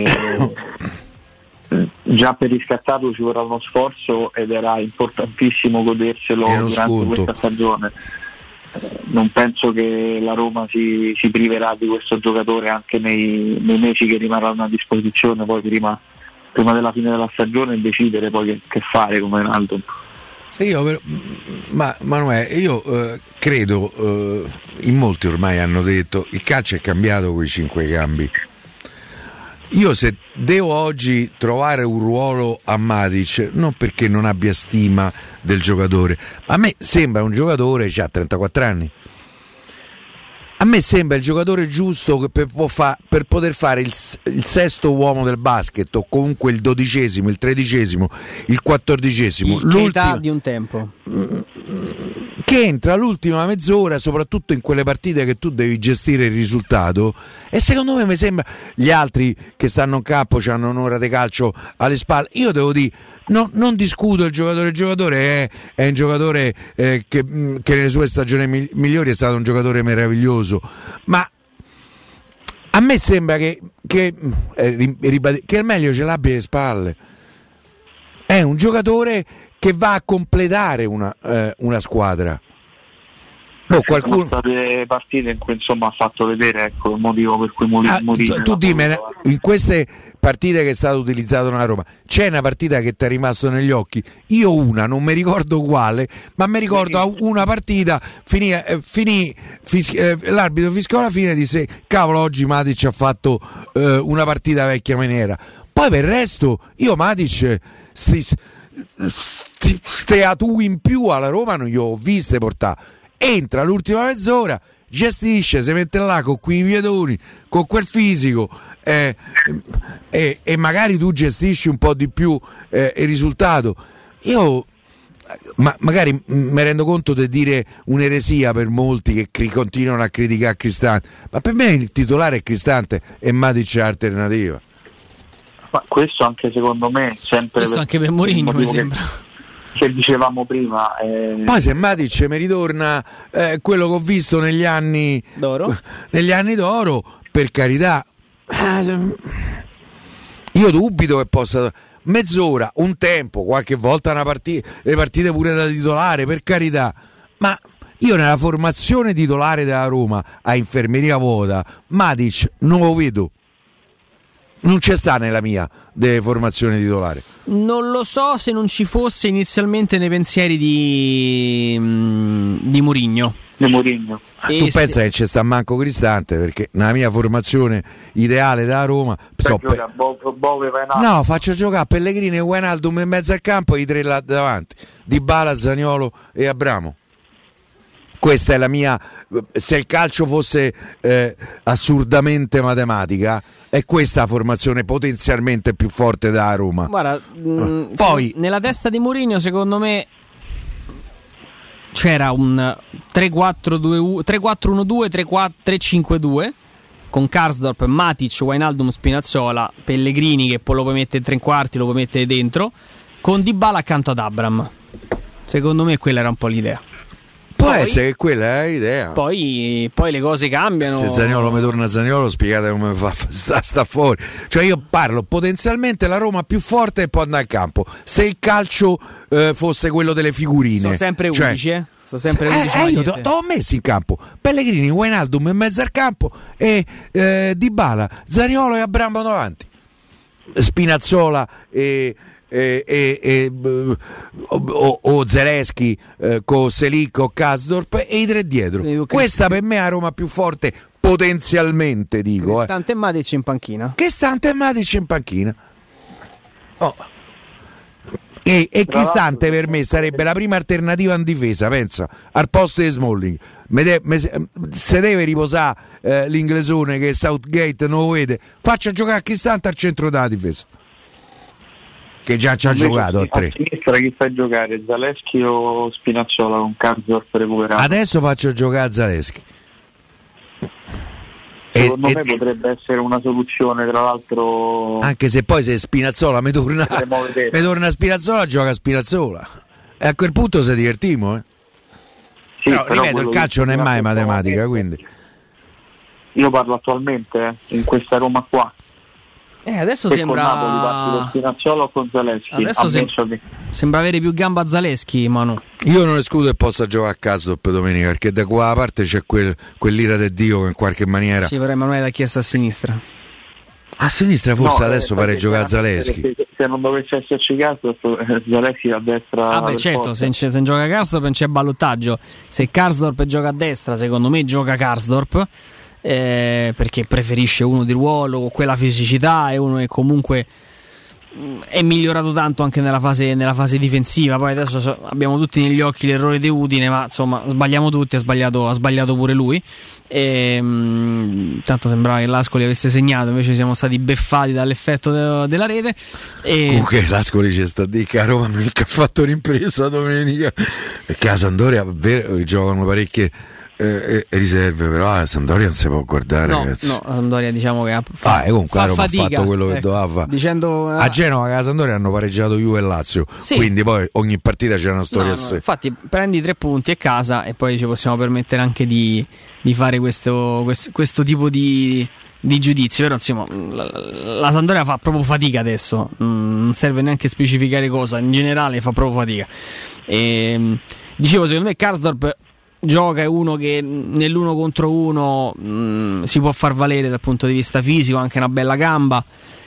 Già per riscattarlo ci vorrà uno sforzo ed era importantissimo goderselo durante sconto. Questa stagione. Non penso che la Roma si, si priverà di questo giocatore anche nei, nei mesi che rimarranno a disposizione, poi prima, prima della fine della stagione decidere poi che, che fare come Ronaldo. Se io però, ma Manuele, io eh, credo eh, in molti ormai hanno detto il calcio è cambiato con i cinque cambi. Io se devo oggi trovare un ruolo a Matic, non perché non abbia stima del giocatore, ma a me sembra un giocatore che ha trentaquattro anni. A me sembra il giocatore giusto che per, può fa, per poter fare il, il sesto uomo del basket, o comunque il dodicesimo, il tredicesimo, il quattordicesimo, l'ultima di un tempo, che entra l'ultima mezz'ora, soprattutto in quelle partite che tu devi gestire il risultato. E secondo me mi sembra, gli altri che stanno in campo hanno un'ora di calcio alle spalle. Io devo dire, no, non discuto il giocatore, il giocatore è, è un giocatore eh, che, che nelle sue stagioni migliori è stato un giocatore meraviglioso, ma a me sembra che, che, eh, ribad- che il meglio ce l'abbia alle spalle. È un giocatore che va a completare una, eh, una squadra. No, qualcuno... Sono state partite in cui insomma ha fatto vedere, ecco, il motivo per cui Mourinho. Ah, tu, tu dimmi, in queste partite che è stato utilizzato nella Roma, c'è una partita che ti è rimasto negli occhi? Io una, non mi ricordo quale, ma mi ricordo una partita finì, eh, finì fis- eh, l'arbitro fischiò alla fine e disse cavolo, oggi Matic ha fatto eh, una partita vecchia maniera. Poi per il resto io Matic sti, sti, ste atui in più alla Roma non gli ho viste portare. Entra l'ultima mezz'ora, gestisce, si mette là con quei piedoni, con quel fisico eh, eh, e magari tu gestisci un po' di più eh, il risultato. Io ma magari mi rendo conto di dire un'eresia per molti che cri- continuano a criticare Cristante, ma per me il titolare è Cristante e Matic è alternativa. Ma questo anche secondo me sempre questo per, anche per Mourinho mi sembra che, che dicevamo prima eh... Poi se Matic mi ritorna eh, quello che ho visto negli anni d'oro negli anni d'oro, per carità, eh, io dubito che possa mezz'ora, un tempo, qualche volta una partita, le partite pure da titolare, per carità, ma io nella formazione titolare della Roma a infermeria vuota Matic non lo vedo, non c'è sta nella mia de formazione titolare. Non lo so se non ci fosse inizialmente nei pensieri di di Mourinho. Di Mourinho. Tu pensa se... che c'è sta manco Cristante, perché nella mia formazione ideale da Roma so pe... Bo- Bove, no, faccio giocare Pellegrini e Wijnaldum in mezzo al campo e i tre là davanti, Dybala, Zaniolo e Abramo. Questa è la mia, se il calcio fosse eh, assurdamente matematica, è questa la formazione potenzialmente più forte da Roma. Guarda, mh, poi nella testa di Mourinho secondo me c'era un tre quattro uno due, tre cinque due con Karsdorp, Matic, Wijnaldum, Spinazzola, Pellegrini che poi lo puoi mettere in tre quarti, lo puoi mettere dentro, con Dybala accanto ad Abram. Secondo me quella era un po' l'idea. Può poi, essere che quella è l'idea. Poi, poi le cose cambiano. Se Zaniolo mi torna a Zaniolo, spiegate come fa sta, sta fuori. Cioè io parlo potenzialmente la Roma più forte e può andare al campo. Se il calcio eh, fosse quello delle figurine. Sono sempre cioè, undici, eh? Sono sempre eh, undici. Eh, io ti ho messo in campo Pellegrini, Wijnaldum in mezzo al campo e eh, Dybala, Zaniolo e Abramo davanti. Spinazzola e E, e, e, o, o Zelensky eh, con Selic o Karsdorp e i tre dietro. Questa per me è la Roma più forte potenzialmente, dico. Cristante eh. e Matic in panchina. Cristante e Matic in panchina. Oh. E, e Cristante per me sarebbe la prima alternativa in difesa, pensa, al posto di Smalling. Me de, me, se deve riposare eh, l'inglesone che Southgate non lo vede, faccia giocare a Cristante al centro della difesa, che già ci ha giocato a tre. A sinistra chi fai giocare? Zaleschi o Spinazzola con Karsdorp recuperato? Adesso faccio giocare Zaleschi. Secondo e, me e, potrebbe essere una soluzione, tra l'altro. Anche se poi se Spinazzola mi torna, mi torna Spinazzola, gioca Spinazzola. E a quel punto se divertimo, eh. Sì, no, ripeto, il calcio non è mai matematica, quindi. Io parlo attualmente eh, in questa Roma qua. Eh, adesso e sembra con Spinazzola o con Zaleschi. Adesso sem- che... sembra avere più gamba Zaleschi, Manu. Io non escludo che possa giocare a Karsdorp domenica, perché da qua a parte c'è quel, quell'ira del Dio che in qualche maniera. Sì, però Emanuele l'ha chiesto a sinistra. A sinistra forse no, adesso eh, farei giocare Zaleschi. Se, se non dovesse esserci Karsdorp, Zaleschi a destra. Ah beh, certo, se, se non gioca Karsdorp non c'è ballottaggio. Se Karsdorp gioca a destra, secondo me gioca Karsdorp. Eh, perché preferisce uno di ruolo con quella fisicità e uno che comunque mh, è migliorato tanto anche nella fase, nella fase difensiva. Poi adesso so, abbiamo tutti negli occhi l'errore di Udine, ma insomma sbagliamo tutti, ha sbagliato, ha sbagliato pure lui e, mh, tanto sembrava che l'Ascoli avesse segnato, invece siamo stati beffati dall'effetto de- della rete e... Comunque l'Ascoli ci sta a dire che a Roma non ha fatto l'impresa domenica, perché a Sampdoria vero, giocano parecchie Eh, eh, riserve, però a Sampdoria non si può guardare, no, ragazzi. no, Sampdoria diciamo che fa, ah, e comunque fa Roma fatica, ha fatto quello che ecco, doveva fare. Dicendo, a Genova che a Sampdoria hanno pareggiato Juve e Lazio, sì. Quindi poi ogni partita c'è una storia no, a sé. No, infatti prendi tre punti a casa e poi ci possiamo permettere anche di, di fare questo, questo, questo tipo di, di giudizi, però insomma la, la Sampdoria fa proprio fatica adesso, non serve neanche specificare cosa, in generale fa proprio fatica e, dicevo, secondo me Karsdorp gioca, è uno che nell'uno contro uno mh, si può far valere dal punto di vista fisico, anche una bella gamba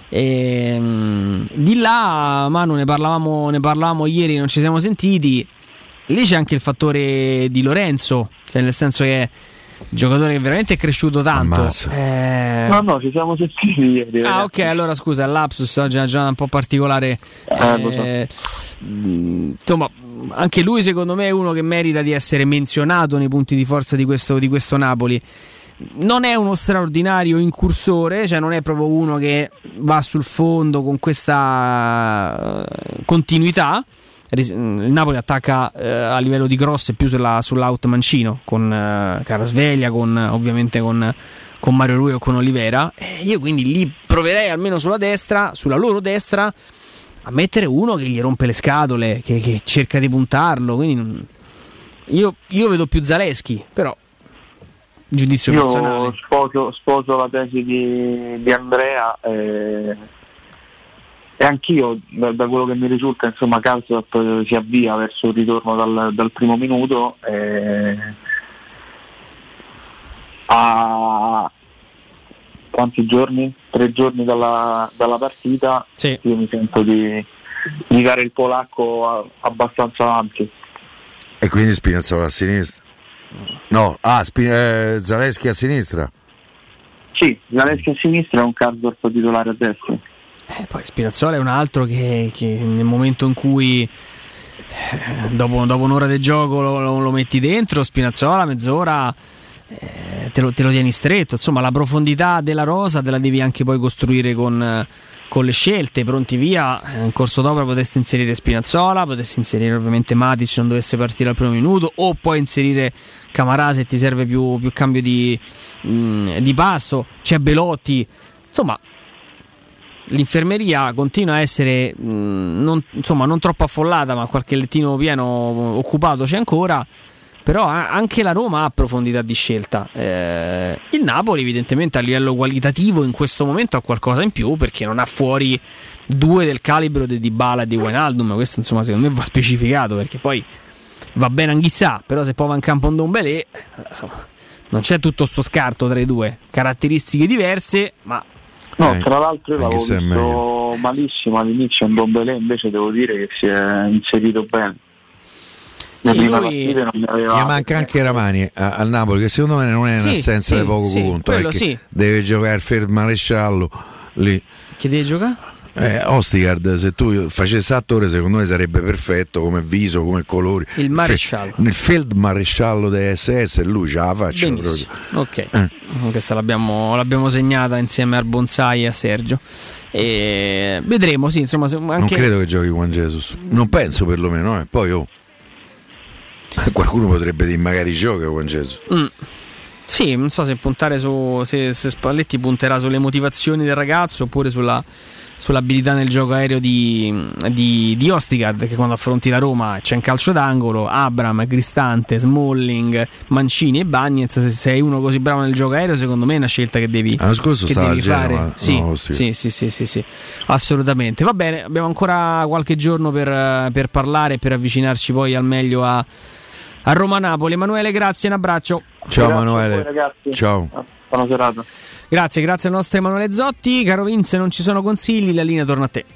E, mh, di là, Manu, ne parlavamo, ne parlavamo ieri, non ci siamo sentiti. Lì c'è anche il fattore di Lorenzo, cioè nel senso che è un giocatore che veramente è cresciuto tanto. Eh... No, no, ci siamo sentiti ieri. Ah, ok, allora scusa, il lapsus, oggi è una giornata un po' particolare. Eh, insomma, anche lui secondo me è uno che merita di essere menzionato nei punti di forza di questo, di questo Napoli. Non è uno straordinario incursore, cioè non è proprio uno che va sul fondo con questa continuità. Il Napoli attacca eh, a livello di cross più sulla, sull'out mancino, con eh, Carasveglia, con ovviamente con, con Mario Rui o con Olivera. E io quindi lì proverei almeno sulla destra, sulla loro destra, a mettere uno che gli rompe le scatole, che, che cerca di puntarlo. Quindi io, io vedo più Zaleschi, però giudizio io personale. Sposo, sposo la tesi di, di Andrea. Eh... E anch'io, da, da quello che mi risulta, insomma, Calcio si avvia verso il ritorno dal, dal primo minuto. Eh, a quanti giorni? Tre giorni dalla, dalla partita. Sì. Io mi sento di, di dare il polacco a, abbastanza avanti. E quindi Spinazzola a sinistra? No, ah, Spin- eh, Zaleschi a sinistra? Sì, Zaleschi a sinistra e un Karsdorp titolare a destra. Eh, poi Spinazzola è un altro che, che nel momento in cui eh, dopo, dopo un'ora di gioco lo, lo, lo metti dentro, Spinazzola mezz'ora eh, te, lo, te lo tieni stretto. Insomma, la profondità della rosa te la devi anche poi costruire con, con le scelte. Pronti via, in corso d'opera potresti inserire Spinazzola, potresti inserire ovviamente Matic se non dovesse partire al primo minuto, o puoi inserire Camarà se ti serve più, più cambio di, mh, di passo. C'è Belotti, insomma l'infermeria continua a essere mh, non, insomma, non troppo affollata, ma qualche lettino pieno occupato c'è ancora. Però anche la Roma ha profondità di scelta. Eh, il Napoli evidentemente a livello qualitativo in questo momento ha qualcosa in più, perché non ha fuori due del calibro di Dybala e di Wijnaldum. Questo insomma secondo me va specificato, perché poi va bene Anghissà, però se poi va in campo un Ndombélé, insomma, non c'è tutto sto scarto tra i due, caratteristiche diverse, ma no, tra l'altro io l'avevo visto malissimo all'inizio in Ndombélé, invece devo dire che si è inserito bene. Sì, lui... non mi aveva... Gli manca anche Ramani a, al Napoli, che secondo me non è un'assenza sì, di poco sì, conto, sì, sì. Deve giocare il maresciallo lì. Che deve giocare? Eh, Ostigard, se tu facessi attore secondo me sarebbe perfetto come viso, come colori. Il maresciallo. Nel Feldmaresciallo delle S S lui ce la faccia. Benissimo. Ok, eh. Questa l'abbiamo, l'abbiamo segnata insieme al Bonsai e a Sergio. E vedremo, sì, insomma, anche... Non credo che giochi Juan Jesus. Non penso perlomeno, eh. Poi oh. Qualcuno potrebbe dire magari gioca Juan Jesus. Mm. Sì, non so se puntare su se, se Spalletti punterà sulle motivazioni del ragazzo oppure sulla sull'abilità nel gioco aereo di, di, di Ostigard, che quando affronti la Roma c'è un calcio d'angolo, Abram, Cristante, Smalling, Mancini e Bagnez. Se sei uno così bravo nel gioco aereo, secondo me è una scelta che devi, L'anno scorso che stava devi Genova, fare. Sì, no, sì. Sì, sì, sì, sì, sì, assolutamente. Va bene, abbiamo ancora qualche giorno per, per parlare e per avvicinarci poi al meglio a, a Roma-Napoli. Emanuele, grazie, un abbraccio. Ciao grazie Emanuele, voi, ragazzi. Ciao. Buona serata. Grazie, grazie al nostro Emanuele Zotti. Caro Vince, non ci sono consigli, la linea torna a te.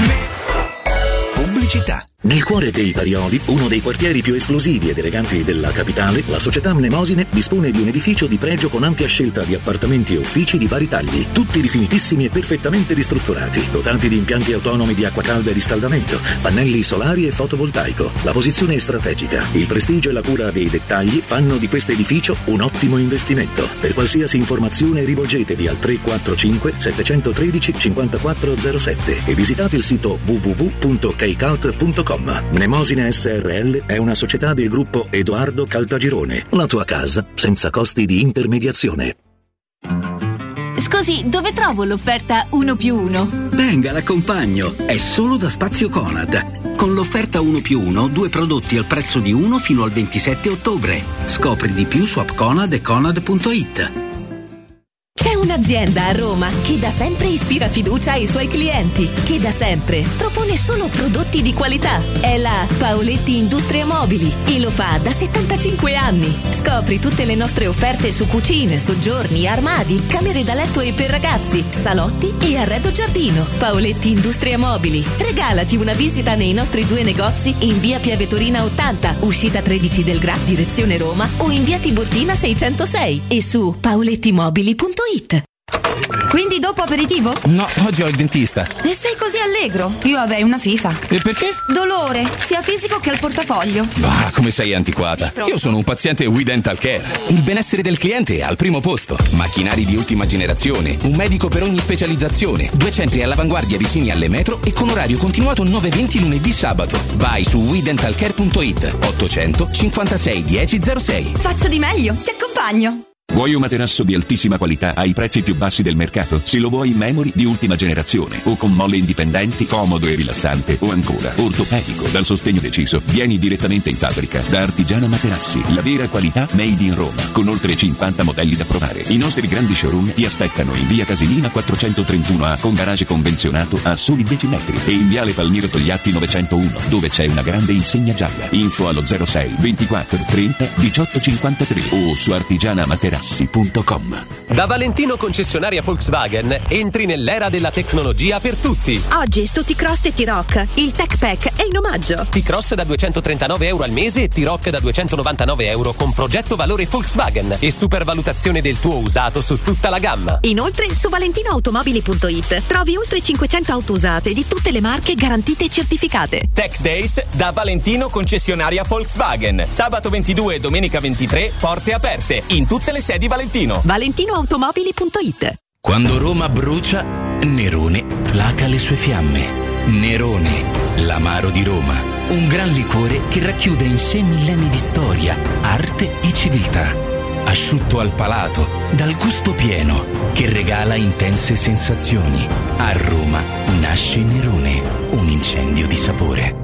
Pubblicità. Nel cuore dei Parioli, uno dei quartieri più esclusivi ed eleganti della capitale, la società Mnemosine dispone di un edificio di pregio con ampia scelta di appartamenti e uffici di vari tagli, tutti rifinitissimi e perfettamente ristrutturati, dotati di impianti autonomi di acqua calda e riscaldamento, pannelli solari e fotovoltaico. La posizione è strategica, il prestigio e la cura dei dettagli fanno di questo edificio un ottimo investimento. Per qualsiasi informazione rivolgetevi al tre quattro cinque sette uno tre cinque quattro zero sette e visitate il sito w w w punto keycult punto com. Mnemosine S R L è una società del gruppo Edoardo Caltagirone. La tua casa senza costi di intermediazione. Scusi, dove trovo l'offerta uno più uno? Venga, l'accompagno. È solo da Spazio Conad. Con l'offerta uno più uno, due prodotti al prezzo di uno fino al ventisette ottobre. Scopri di più su app Conad e Conad punto it. C'è È un'azienda a Roma che da sempre ispira fiducia ai suoi clienti, che da sempre propone solo prodotti di qualità. È la Paoletti Industria Mobili e lo fa da settantacinque anni. Scopri tutte le nostre offerte su cucine, soggiorni, armadi, camere da letto e per ragazzi, salotti e arredo giardino. Paoletti Industria Mobili. Regalati una visita nei nostri due negozi in via Pieve Torina ottanta, uscita tredici del Gra, direzione Roma, o in via Tiburtina seicentosei e su paolettimobili punto it. Quindi dopo aperitivo? No, oggi ho il dentista. E sei così allegro? Io avrei una FIFA. E perché? Dolore, sia fisico che al portafoglio. Bah, come sei antiquata. Io sono un paziente We Dental Care. Il benessere del cliente è al primo posto. Macchinari di ultima generazione, un medico per ogni specializzazione, due centri all'avanguardia vicini alle metro e con orario continuato nove venti lunedì sabato. Vai su we dental care punto it. ottocento cinquantasei dieci zero sei. Faccio di meglio, ti accompagno. Vuoi un materasso di altissima qualità ai prezzi più bassi del mercato? Se lo vuoi in memory di ultima generazione o con molle indipendenti, comodo e rilassante, o ancora ortopedico dal sostegno deciso, vieni direttamente in fabbrica da Artigiana Materassi, la vera qualità made in Roma, con oltre cinquanta modelli da provare. I nostri grandi showroom ti aspettano in via Casilina quattrocentotrentuno A con garage convenzionato a soli dieci metri e in viale Palmiro Togliatti novecentouno, dove c'è una grande insegna gialla. Info allo zero sei ventiquattro trenta diciotto cinquantatré o su artigiana materassi punto com. Da Valentino concessionaria Volkswagen entri nell'era della tecnologia per tutti. Oggi su T-Cross e T-Rock il Tech Pack è in omaggio. T-Cross da duecentotrentanove euro al mese e T-Rock da duecentonovantanove euro con progetto valore Volkswagen e supervalutazione del tuo usato su tutta la gamma. Inoltre su valentino automobili punto it trovi oltre cinquecento auto usate di tutte le marche garantite e certificate. Tech Days da Valentino concessionaria Volkswagen. Sabato ventidue e domenica ventitré, porte aperte in tutte le sedi Valentino. valentino automobili punto it. Quando Roma brucia, Nerone placa le sue fiamme. Nerone, l'amaro di Roma. Un gran liquore che racchiude in sé millenni di storia, arte e civiltà. Asciutto al palato, dal gusto pieno, che regala intense sensazioni. A Roma nasce Nerone, un incendio di sapore.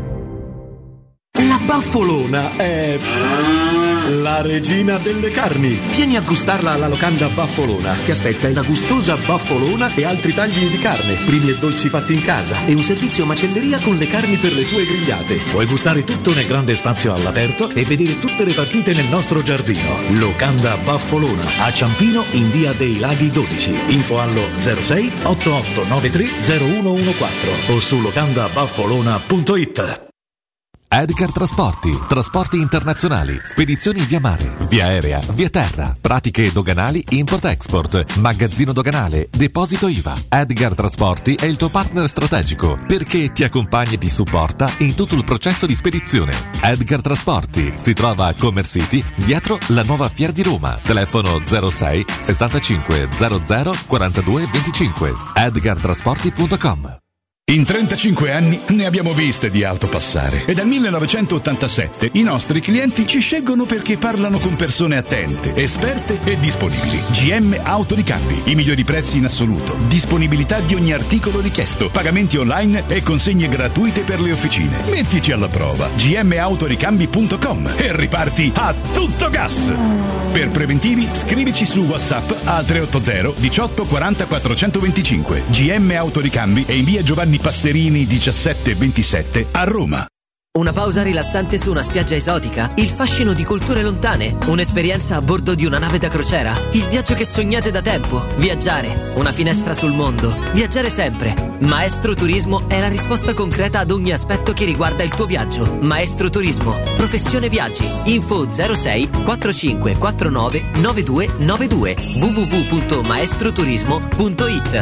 La Baffolona è la regina delle carni. Vieni a gustarla alla locanda Baffolona. Ti aspetta una gustosa baffolona e altri tagli di carne, primi e dolci fatti in casa e un servizio macelleria con le carni per le tue grigliate. Puoi gustare tutto nel grande spazio all'aperto e vedere tutte le partite nel nostro giardino. Locanda Baffolona a Ciampino in via dei Laghi dodici. Info allo zero sei ottantotto novantatré zero uno quattordici o su locanda baffolona punto it. Edgar Trasporti, trasporti internazionali, spedizioni via mare, via aerea, via terra, pratiche doganali import-export, magazzino doganale, deposito I V A. Edgar Trasporti è il tuo partner strategico perché ti accompagna e ti supporta in tutto il processo di spedizione. Edgar Trasporti si trova a Commerce City, dietro la nuova Fiera di Roma. Telefono zero sei sessantacinque zero zero quarantadue venticinque. edgar trasporti punto com. In trentacinque anni ne abbiamo viste di auto passare e dal millenovecentottantasette i nostri clienti ci scelgono perché parlano con persone attente, esperte e disponibili. G M Autoricambi, i migliori prezzi in assoluto, disponibilità di ogni articolo richiesto, pagamenti online e consegne gratuite per le officine. Mettici alla prova g m autoricambi punto com e riparti a tutto gas. Per preventivi scrivici su WhatsApp al tre otto zero diciotto quaranta quattrocentoventicinque. G M Autoricambi e in via Giovanni Passerini diciassette ventisette a Roma. Una pausa rilassante su una spiaggia esotica? Il fascino di culture lontane? Un'esperienza a bordo di una nave da crociera? Il viaggio che sognate da tempo? Viaggiare, una finestra sul mondo. Viaggiare sempre. Maestro Turismo è la risposta concreta ad ogni aspetto che riguarda il tuo viaggio. Maestro Turismo, professione viaggi. Info zero sei quarantacinque quarantanove novantadue novantadue w w w punto maestroturismo punto it.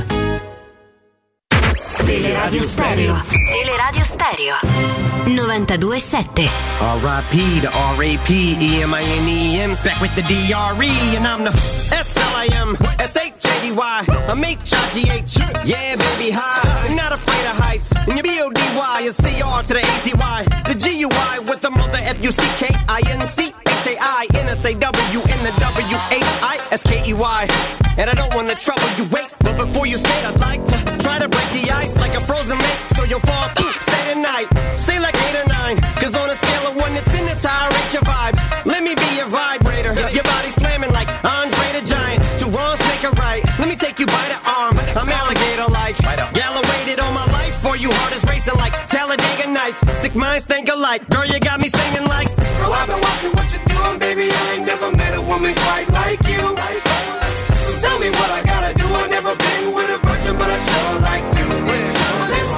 Teleradio Stereo. Teleradio Stereo novantadue sette. R I P to R A P E M I N E M's back with the D R E and I'm the S L I M S H A D Y I'm H I G H yeah baby high I'm not afraid of heights and your B O D Y is C R to the A Z Y the G U I with the mother F U C K I N C H A I N S A W in the W H I S K E Y and I don't want to trouble you wait but before you skate I'd like to try to break the ice like a frozen lake so you'll fall through say tonight say like eight or nine cause on a scale of one to ten it's how I rate your vibe let me be your vibrator your body slamming like Andre the Giant two wrongs make a right let me take take you by the arm. I'm alligator like Gallo waited all my life for you, heart is racing like Talladega Nights. Sick minds think alike. Girl, you got me singing like, girl, I've been watching what you're doing, baby. I ain't never met a woman quite like you. So tell me what I gotta do. I've never been with a virgin, but I sure like to. This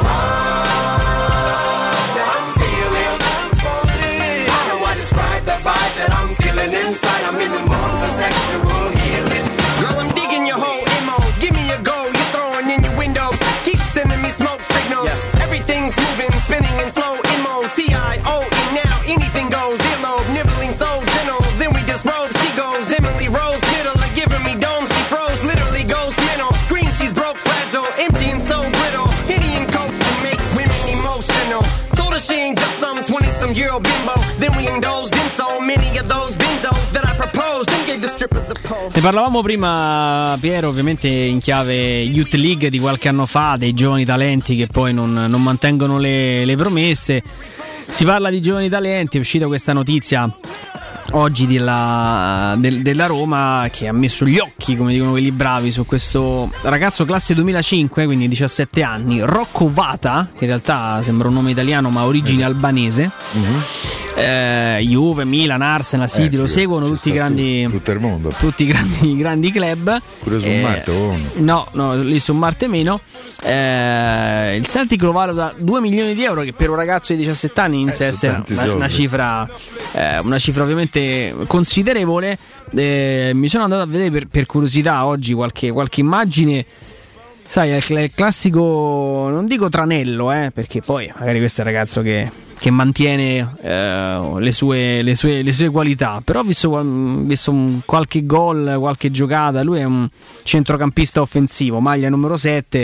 love that I'm feeling, how do I describe the vibe that I'm feeling inside? I'm in the mood for sexual healing. Girl, I'm digging your whole M O. Give me a go, you're throwing in your windows. Keep sending me smoke signals. Yeah. Everything's moving, spinning in slow M O T I O E now. Anything goes, earlobe, nibbling so gentle. Then we disrobe, she goes, Emily Rose, middle of giving me dome. She froze, literally goes mental. Scream, she's broke, fragile, empty and so brittle. Hitty and coke to make women emotional. Told her she ain't just some twenty-some year old bimbo. Then we indulged in so many of those benzos that I proposed and gave the strippers the pole. Ne parlavamo prima, Piero, ovviamente in chiave Youth League di qualche anno fa, dei giovani talenti che poi non, non mantengono le, le promesse. Si parla di giovani talenti, è uscita questa notizia oggi della, del, della Roma che ha messo gli occhi, come dicono quelli bravi, su questo ragazzo classe duemilacinque, quindi diciassette anni, Rocco Vata, che in realtà sembra un nome italiano ma origine esatto. albanese. Mm-hmm. Eh, Juve, Milan, Arsenal, City, eh, lo seguono tutti i grandi, tu, tutto il mondo, tutti i grandi, grandi club. Pure su eh, Marte, oh. no, no, lì su Marte meno. Eh, il Celtic lo valuta due milioni di euro, che per un ragazzo di diciassette anni inizia a essere una, una cifra, eh, una cifra ovviamente considerevole. Eh, mi sono andato a vedere per, per curiosità oggi qualche, qualche immagine. Sai, è il classico, non dico tranello, eh, perché poi magari questo è il ragazzo che, che mantiene eh, le, sue, le, sue, le sue qualità. Però ho visto, visto un, qualche gol, qualche giocata. Lui è un centrocampista offensivo, maglia numero sette.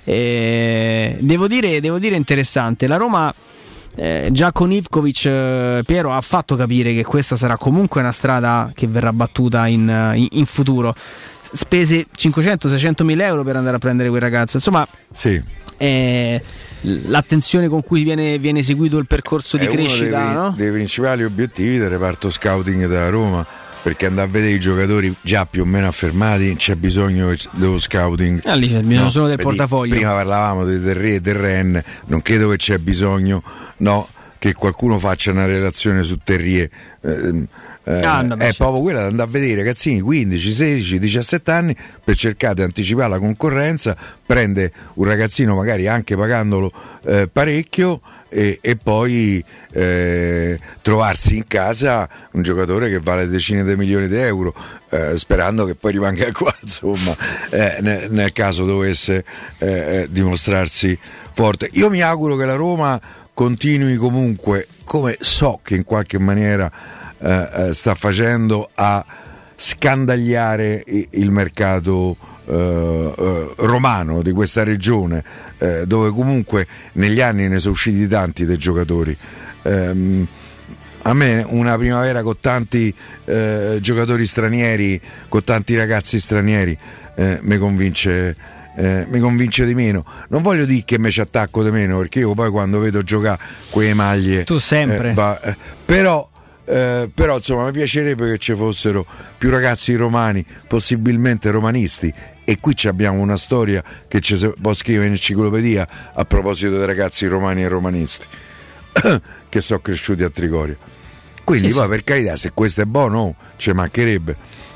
Eh, devo dire, devo dire interessante. La Roma eh, già con Ivkovic, eh, Piero, ha fatto capire che questa sarà comunque una strada che verrà battuta in, in, in futuro. Spese cinquecento seicento mila euro per andare a prendere quel ragazzo, insomma sì. eh, l'attenzione con cui viene, viene seguito il percorso è di crescita, uno dei, no? dei principali obiettivi del reparto scouting della Roma, perché andare a vedere i giocatori già più o meno affermati c'è bisogno dello scouting. Ah, lì c'è bisogno no, solo del portafoglio. Prima parlavamo dei Del Re e del Ren, non credo che c'è bisogno no, che qualcuno faccia una relazione su Terrier. Eh, Eh, ah, no, è proprio quella da andare a vedere ragazzini quindici, sedici, diciassette anni per cercare di anticipare la concorrenza, prende un ragazzino magari anche pagandolo eh, parecchio e, e poi eh, trovarsi in casa un giocatore che vale decine di milioni di euro, eh, sperando che poi rimanga qua, insomma, eh, nel, nel caso dovesse eh, dimostrarsi forte. Io mi auguro che la Roma continui comunque, come so che in qualche maniera Uh, sta facendo, a scandagliare il mercato uh, uh, romano di questa regione, uh, dove comunque negli anni ne sono usciti tanti dei giocatori. Um, a me una primavera con tanti uh, giocatori stranieri, con tanti ragazzi stranieri, uh, mi convince Eh, mi convince di meno. Non voglio dire che mi ci attacco di meno, perché io poi quando vedo giocare quelle maglie tu sempre eh, va, eh, però Eh, però insomma mi piacerebbe che ci fossero più ragazzi romani, possibilmente romanisti, e qui abbiamo una storia che ci può scrivere in enciclopedia a proposito dei ragazzi romani e romanisti che sono cresciuti a Trigoria. Quindi sì, poi sì. Per carità, se questo è buono ci mancherebbe,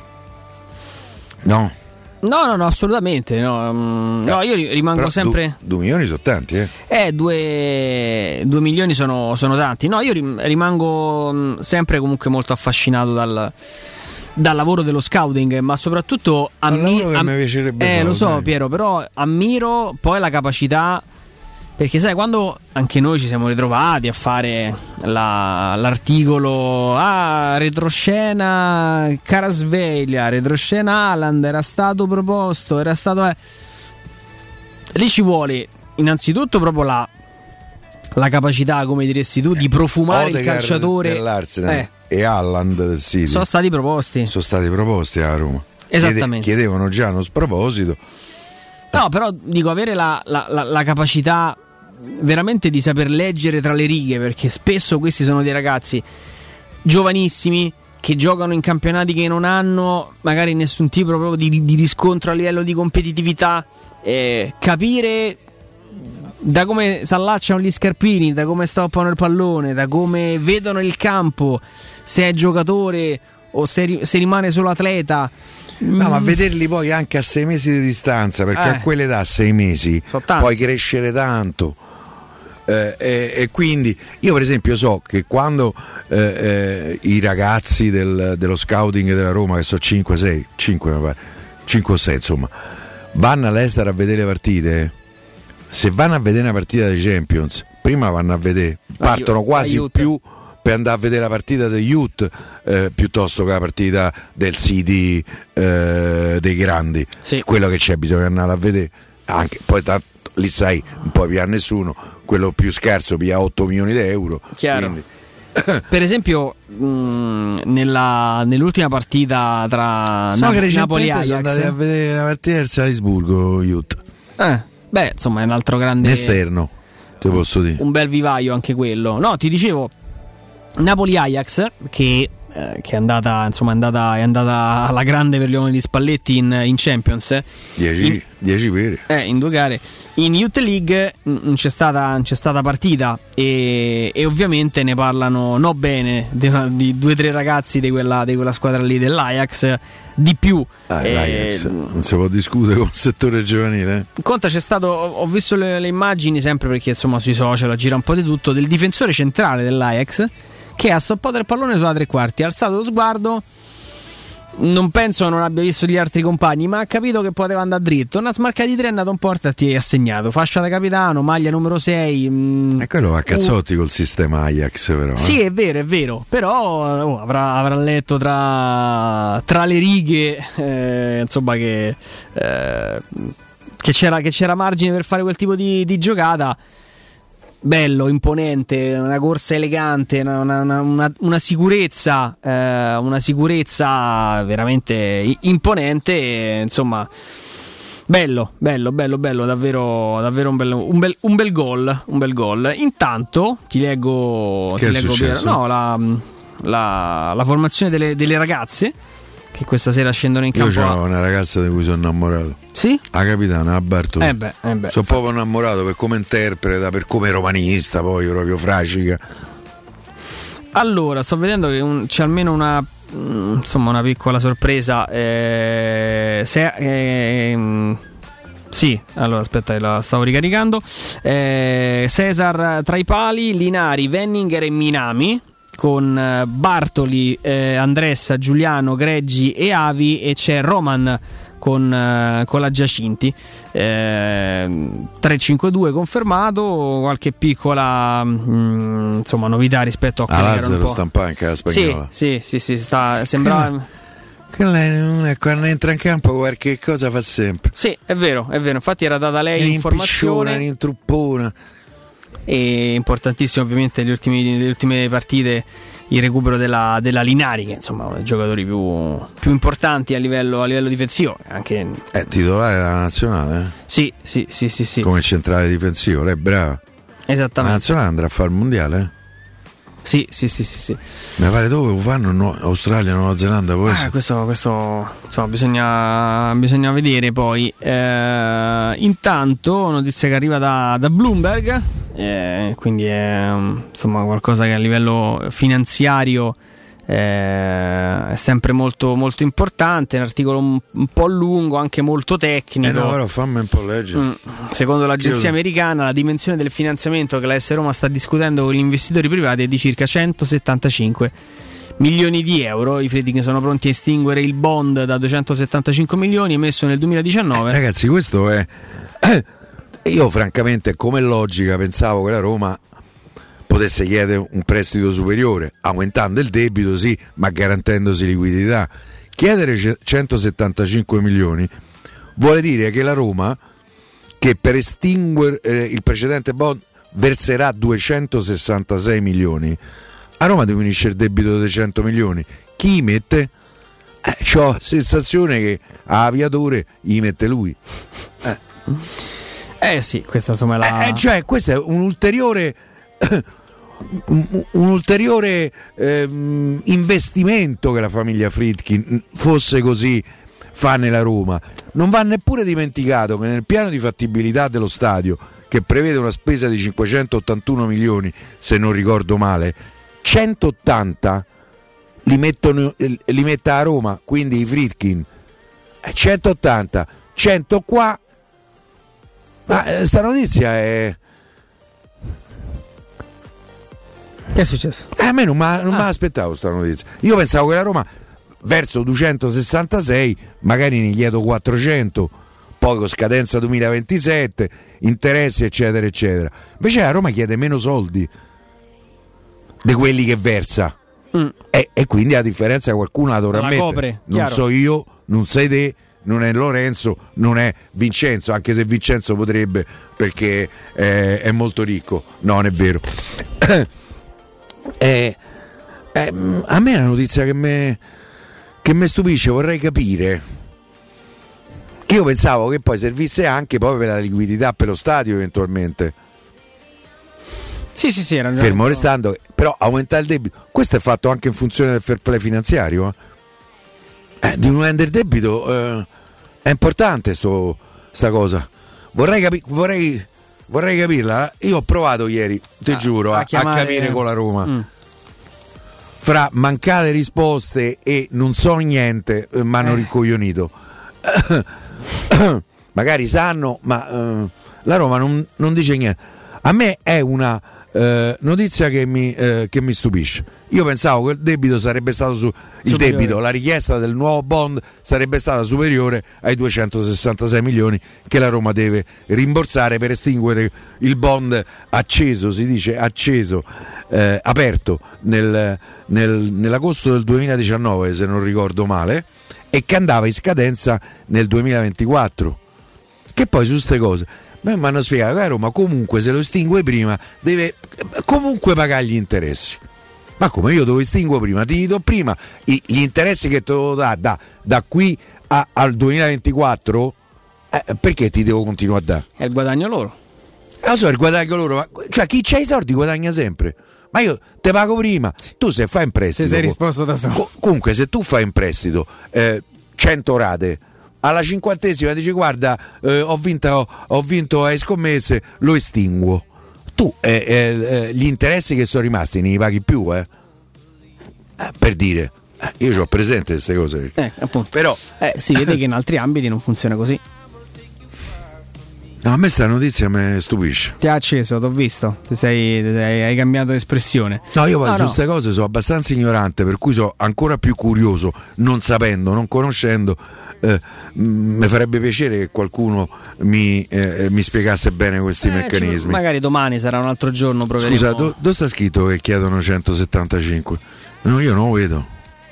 no? No, no, no, assolutamente. No, no io rimango però sempre. Due milioni sono tanti, eh? Eh, due, due milioni sono, sono tanti. No, io rimango sempre comunque molto affascinato dal, dal lavoro dello scouting, ma soprattutto ammiro. Am- mi piacerebbe eh, fare, lo so, sai. Piero, però ammiro poi la capacità. Perché sai, quando anche noi ci siamo ritrovati a fare la, l'articolo ah, retroscena Carasveglia, retroscena Haaland era stato proposto, era stato eh. lì ci vuole innanzitutto proprio la, la capacità, come diresti tu, di profumare Odegaard il calciatore dell'Arsenal eh. e Haaland del City sono stati proposti sono stati proposti a Roma. Esattamente. Chiede, chiedevano già uno sproposito. No, però dico, avere la, la, la, la capacità veramente di saper leggere tra le righe, perché spesso questi sono dei ragazzi giovanissimi che giocano in campionati che non hanno magari nessun tipo proprio di, di riscontro a livello di competitività, eh, capire da come si allacciano gli scarpini, da come stoppano il pallone, da come vedono il campo, se è giocatore o se, se rimane solo atleta. No, mm. ma vederli poi anche a sei mesi di distanza, perché eh. a quell'età, a sei mesi, puoi crescere tanto. Eh, e, e quindi io per esempio so che quando eh, eh, i ragazzi del, dello scouting della Roma, che sono cinque sei, cinque mi pare, cinque o sei insomma, vanno all'estero a vedere le partite, se vanno a vedere una partita dei Champions, prima vanno a vedere, partono quasi più per andare a vedere la partita degli Youth eh, piuttosto che la partita del City eh, dei grandi, sì. Quello che c'è bisogna andare a vedere, anche poi tanto lì sai, non puoi pigliare nessuno, quello più scarso piglia otto milioni di euro. Chiaro. Quindi. Per esempio mh, nella, nell'ultima partita tra so Na- che Napoli e Ajax sono andati a vedere la partita del Salisburgo Youth. Eh, beh, insomma è un altro grande esterno, ti posso dire. Un bel vivaio anche quello. No, ti dicevo Napoli-Ajax che Eh, che è andata, insomma, è andata, è andata alla grande per gli uomini di Spalletti in, in Champions, dieci pere eh, in due gare. In Youth League non c'è stata, non c'è stata partita e, e ovviamente ne parlano no bene di, di due o tre ragazzi di quella, di quella squadra lì dell'Ajax di più. Ah, eh, l'Ajax non si può discutere con il settore giovanile. eh. Conta, c'è stato, ho visto le, le immagini sempre perché insomma sui social gira un po' di tutto, del difensore centrale dell'Ajax che ha stoppato il pallone sulla tre quarti, ha alzato lo sguardo, non penso non abbia visto gli altri compagni, ma ha capito che poteva andare dritto, una smarca di tre è andato un po' e ti ha segnato, fascia da capitano, maglia numero sei. Mh, e quello va a cazzotti uh, col sistema Ajax però. Sì, eh. è vero, è vero, però oh, avrà, avrà letto tra, tra le righe eh, insomma che, eh, che, c'era, che c'era margine per fare quel tipo di, di giocata. Bello, imponente, una corsa elegante, una, una, una, una sicurezza, eh, una sicurezza veramente imponente, e, insomma, bello, bello, bello, bello, davvero, davvero un bel, un bel, un bel gol, un bel gol. Intanto ti leggo, che ti è leggo per, no, la, la, la formazione delle, delle ragazze che questa sera scendono in campo. Io c'ho una ragazza di cui sono innamorato. Sì? La capitana, la Bartoli. Eh beh, eh beh. Sono proprio innamorato per come interpreta, per come romanista, poi proprio fracica. Allora, sto vedendo che un, c'è almeno una insomma una piccola sorpresa. Eh, se, eh, sì, allora aspetta, la stavo ricaricando. Eh, Cesar tra i pali, Linari, Venninger e Minami, con Bartoli, eh, Andressa, Giuliano, Greggi e Avi, e c'è Roman con, uh, con la Giacinti. eh, tre cinque due confermato, qualche piccola mh, insomma novità rispetto a quello che era un po'. Stampanca la spagnola. Sì, sì, sì, sì, sta, sembrava che lei quando entra in campo qualche cosa fa sempre. Sì, è vero, è vero, infatti era data lei informazione, in truppona. E importantissimo ovviamente negli ultimi, nelle ultime partite il recupero della, della Linari, che insomma è uno dei giocatori più, più importanti a livello, a livello difensivo, anche è titolare della nazionale, eh? Sì, sì, sì, sì, sì. Come centrale difensivo, lei è brava. Esattamente. La nazionale andrà a fare il mondiale, eh? Sì, sì, sì, sì, sì. Mi pare dove fanno? No, Australia, Nuova Zelanda, poi ah, questo, questo insomma bisogna, bisogna vedere poi. Eh, intanto notizia che arriva da, da Bloomberg, eh, quindi è insomma qualcosa che a livello finanziario eh, è sempre molto, molto importante. Un articolo un, un po' lungo, anche molto tecnico. Eh no, però fammi un po' leggere. Mm, secondo l'agenzia Io... americana, la dimensione del finanziamento che la S Roma sta discutendo con gli investitori privati è di circa centosettantacinque milioni di euro. I Friedkin sono pronti a estinguere il bond da duecentosettantacinque milioni emesso nel duemiladiciannove. Eh, ragazzi, questo è io francamente, come logica, pensavo che la Roma potesse chiedere un prestito superiore, aumentando il debito, sì, ma garantendosi liquidità. Chiedere centosettantacinque milioni vuole dire che la Roma, che per estinguere eh, il precedente bond verserà duecentosessantasei milioni, a Roma diminuisce il debito di cento milioni. Chi mette? Eh, c'ho la sensazione che a aviatore gli mette lui. Eh, eh sì, questa insomma è la... Eh, cioè, questo è un ulteriore... un, un ulteriore ehm, investimento che la famiglia Friedkin fosse così fa nella Roma. Non va neppure dimenticato che nel piano di fattibilità dello stadio, che prevede una spesa di cinquecentottantuno milioni, se non ricordo male, centottanta li, mettono, li mette a Roma, quindi i Friedkin, centottanta, cento qua. Ma sta notizia è... Che è successo? Eh, a me non mi ah. aspettavo sta notizia. Io pensavo che la Roma verso duecentosessantasei magari ne chiedo quattrocento, poi con scadenza duemilaventisette, interessi eccetera eccetera. Invece la Roma chiede meno soldi di quelli che versa. Mm. E, e quindi la differenza qualcuno la dovrà la mettere. Copre, non chiaro. So io, non sei te, non è Lorenzo, non è Vincenzo, anche se Vincenzo potrebbe perché eh, è molto ricco. No, non è vero. Eh, eh, a me è una notizia che mi che mi stupisce, vorrei capire. Io pensavo che poi servisse anche poi per la liquidità per lo stadio eventualmente. Sì, sì, sì, era fermo restando, però aumenta il debito. Questo è fatto anche in funzione del fair play finanziario. Eh? Eh, diminuendo il debito eh, è importante sto, sta cosa. Vorrei, capi- vorrei Vorrei capirla. Io ho provato ieri, ti ah, giuro, a, a, chiamare... a capire con la Roma. Mm. Fra mancate risposte e non so niente, eh, mi hanno eh. ricoglionito. Magari sanno, ma eh, la Roma non, non dice niente. A me è una eh, notizia che mi, eh, che mi stupisce. Io pensavo che il debito sarebbe stato su il superiore. debito, la richiesta del nuovo bond sarebbe stata superiore ai duecentosessantasei milioni che la Roma deve rimborsare per estinguere il bond acceso, si dice acceso, eh, aperto nel, nel, nell'agosto del duemiladiciannove, se non ricordo male, e che andava in scadenza nel duemilaventiquattro. Che poi su ste cose mi hanno spiegato che la Roma comunque se lo estingue prima deve comunque pagare gli interessi. Ma come, io devo estinguo prima, ti do prima gli interessi che te lo dà da, da qui a, al duemilaventiquattro, eh, perché ti devo continuare a dare? È il guadagno loro. Eh, lo so, il guadagno loro, ma, cioè chi c'ha i soldi guadagna sempre. Ma io te pago prima, tu se fai in prestito. Se sei risposto da solo. Comunque se tu fai in prestito eh, cento rate, alla cinquantesima dici guarda eh, ho vinto, ho, ho vinto ai scommesse, lo estinguo. Tu eh, eh, gli interessi che sono rimasti ne li paghi più, eh? Eh, per dire, eh, io ho presente queste cose. Eh, appunto. Però eh, si vede che in altri ambiti non funziona così. No, a me sta notizia mi stupisce. Ti ha acceso, t'ho visto. Ti sei, ti sei, hai cambiato espressione. No, io poi no, su queste no. cose sono abbastanza ignorante, per cui sono ancora più curioso, non sapendo, non conoscendo. Eh, mi farebbe piacere che qualcuno mi, eh, mi spiegasse bene questi eh, meccanismi. Magari domani sarà un altro giorno. Proveremo. Scusa, do, dove sta scritto che chiedono centosettantacinque? No, io non lo vedo.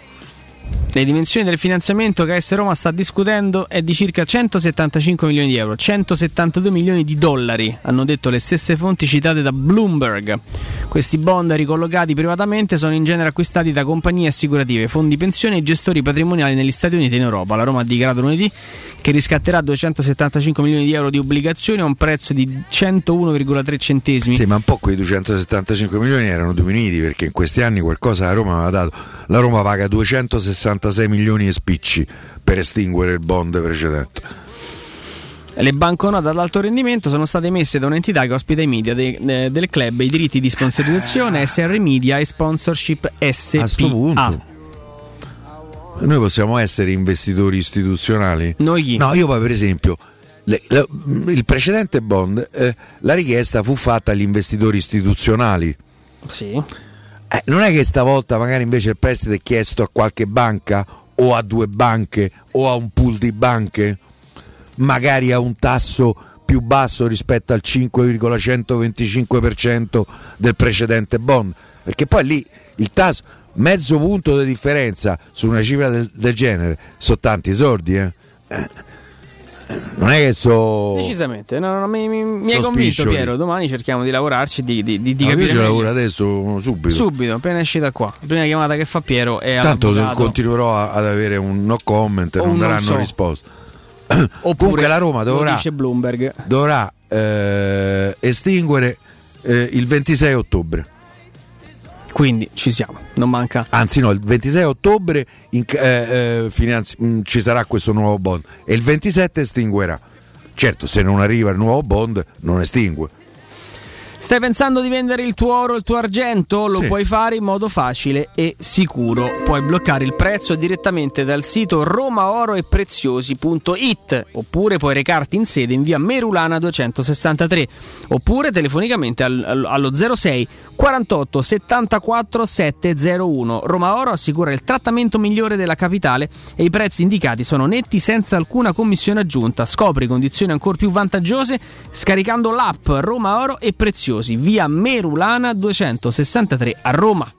Le dimensioni del finanziamento che A S Roma sta discutendo è di circa centosettantacinque milioni di euro, centosettantadue milioni di dollari, hanno detto le stesse fonti citate da Bloomberg. Questi bond ricollocati privatamente sono in genere acquistati da compagnie assicurative, fondi pensioni e gestori patrimoniali negli Stati Uniti e in Europa. La Roma ha dichiarato lunedì che riscatterà duecentosettantacinque milioni di euro di obbligazioni a un prezzo di centouno virgola tre centesimi. Sì, ma un po' quei duecentosettantacinque milioni erano diminuiti, perché in questi anni qualcosa la Roma aveva dato. La Roma paga duecentosessantasei milioni e spicci per estinguere il bond precedente. Le banconote ad alto rendimento sono state emesse da un'entità che ospita i media de, de, del club, i diritti di sponsorizzazione S R Media e Sponsorship S P A. A sto punto noi possiamo essere investitori istituzionali? Noi chi? No, io poi per esempio le, le, il precedente bond, eh, la richiesta fu fatta agli investitori istituzionali. Sì. Eh, non è che stavolta magari invece il prestito è chiesto a qualche banca o a due banche o a un pool di banche, magari a un tasso più basso rispetto al cinque virgola centoventicinque per cento del precedente bond, perché poi lì il tasso, mezzo punto di differenza su una cifra del, del genere, sono tanti soldi, eh? Eh, non è che so decisamente no, no, mi, mi, mi hai convinto, Piero. Domani cerchiamo di lavorarci, di, di, di, di no, capire. Io ci lavoro adesso subito subito appena esci da qua. La prima chiamata che fa Piero è tanto all'avvocato. Continuerò a, ad avere un no comment e non daranno non so. risposta. Oppure comunque la Roma dovrà, dice Bloomberg, dovrà eh, estinguere eh, il ventisei ottobre. quindi ci siamo, non manca. Anzi no, il ventisei ottobre in, eh, eh, finanzi- mh, ci sarà questo nuovo bond e il ventisette estinguerà. Certo, se non arriva il nuovo bond non estingue. Stai pensando di vendere il tuo oro, il tuo argento? Lo Sì. puoi fare in modo facile e sicuro. Puoi bloccare il prezzo direttamente dal sito romaoroepreziosi punto it oppure puoi recarti in sede in via Merulana duecentosessantatré oppure telefonicamente al- al- allo zero sei quarantotto settantaquattro settecentouno. Roma Oro assicura il trattamento migliore della capitale e i prezzi indicati sono netti senza alcuna commissione aggiunta. Scopri condizioni ancora più vantaggiose scaricando l'app Roma Oro e Preziosi, via Merulana duecentosessantatré a Roma.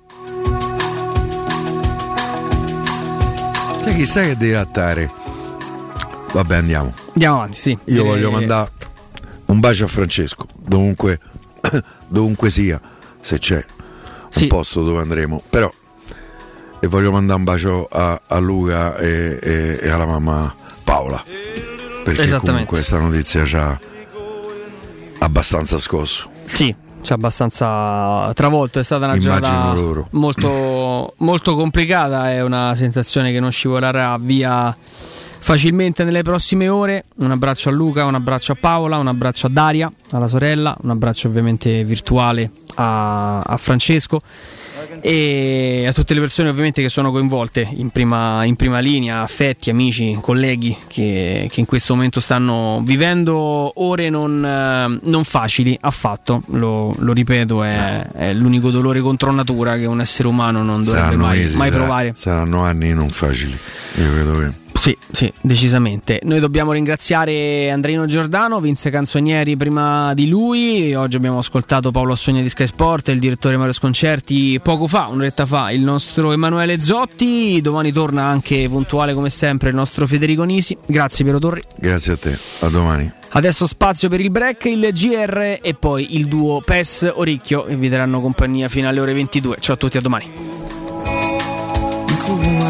E chissà che deve attare. Vabbè, andiamo. Andiamo avanti, sì. Io Eh, voglio mandare un bacio a Francesco, dovunque, dovunque sia, se c'è un Sì. posto dove andremo. Però, e voglio mandare un bacio a, a Luca e, e- e alla mamma Paola, perché Esattamente. comunque questa notizia ci ha abbastanza scosso. Sì, c'è abbastanza travolto, è stata una Immagino giornata loro. molto, molto complicata, è una sensazione che non scivolerà via facilmente nelle prossime ore. Un abbraccio a Luca, un abbraccio a Paola, un abbraccio a Daria, alla sorella, un abbraccio ovviamente virtuale a, a Francesco e a tutte le persone ovviamente che sono coinvolte in prima, in prima linea, affetti, amici, colleghi che, che in questo momento stanno vivendo ore non, eh, non facili affatto, lo, lo ripeto, è, è l'unico dolore contro natura che un essere umano non dovrebbe Saranno mai, mesi, mai sarà- provare. Saranno anni non facili. Io credo che. Sì, sì, decisamente. Noi dobbiamo ringraziare Andreino Giordano, Vince Canzonieri prima di lui. Oggi abbiamo ascoltato Paolo Assogna di Sky Sport e il direttore Mario Sconcerti poco fa, un'oretta fa, il nostro Emanuele Zotti. Domani torna anche puntuale come sempre il nostro Federico Nisi. Grazie Piero Torri. Grazie a te, a domani. Adesso spazio per il break, il G R e poi il duo P E S Oricchio che vi daranno compagnia fino alle ore ventidue. Ciao a tutti, a domani.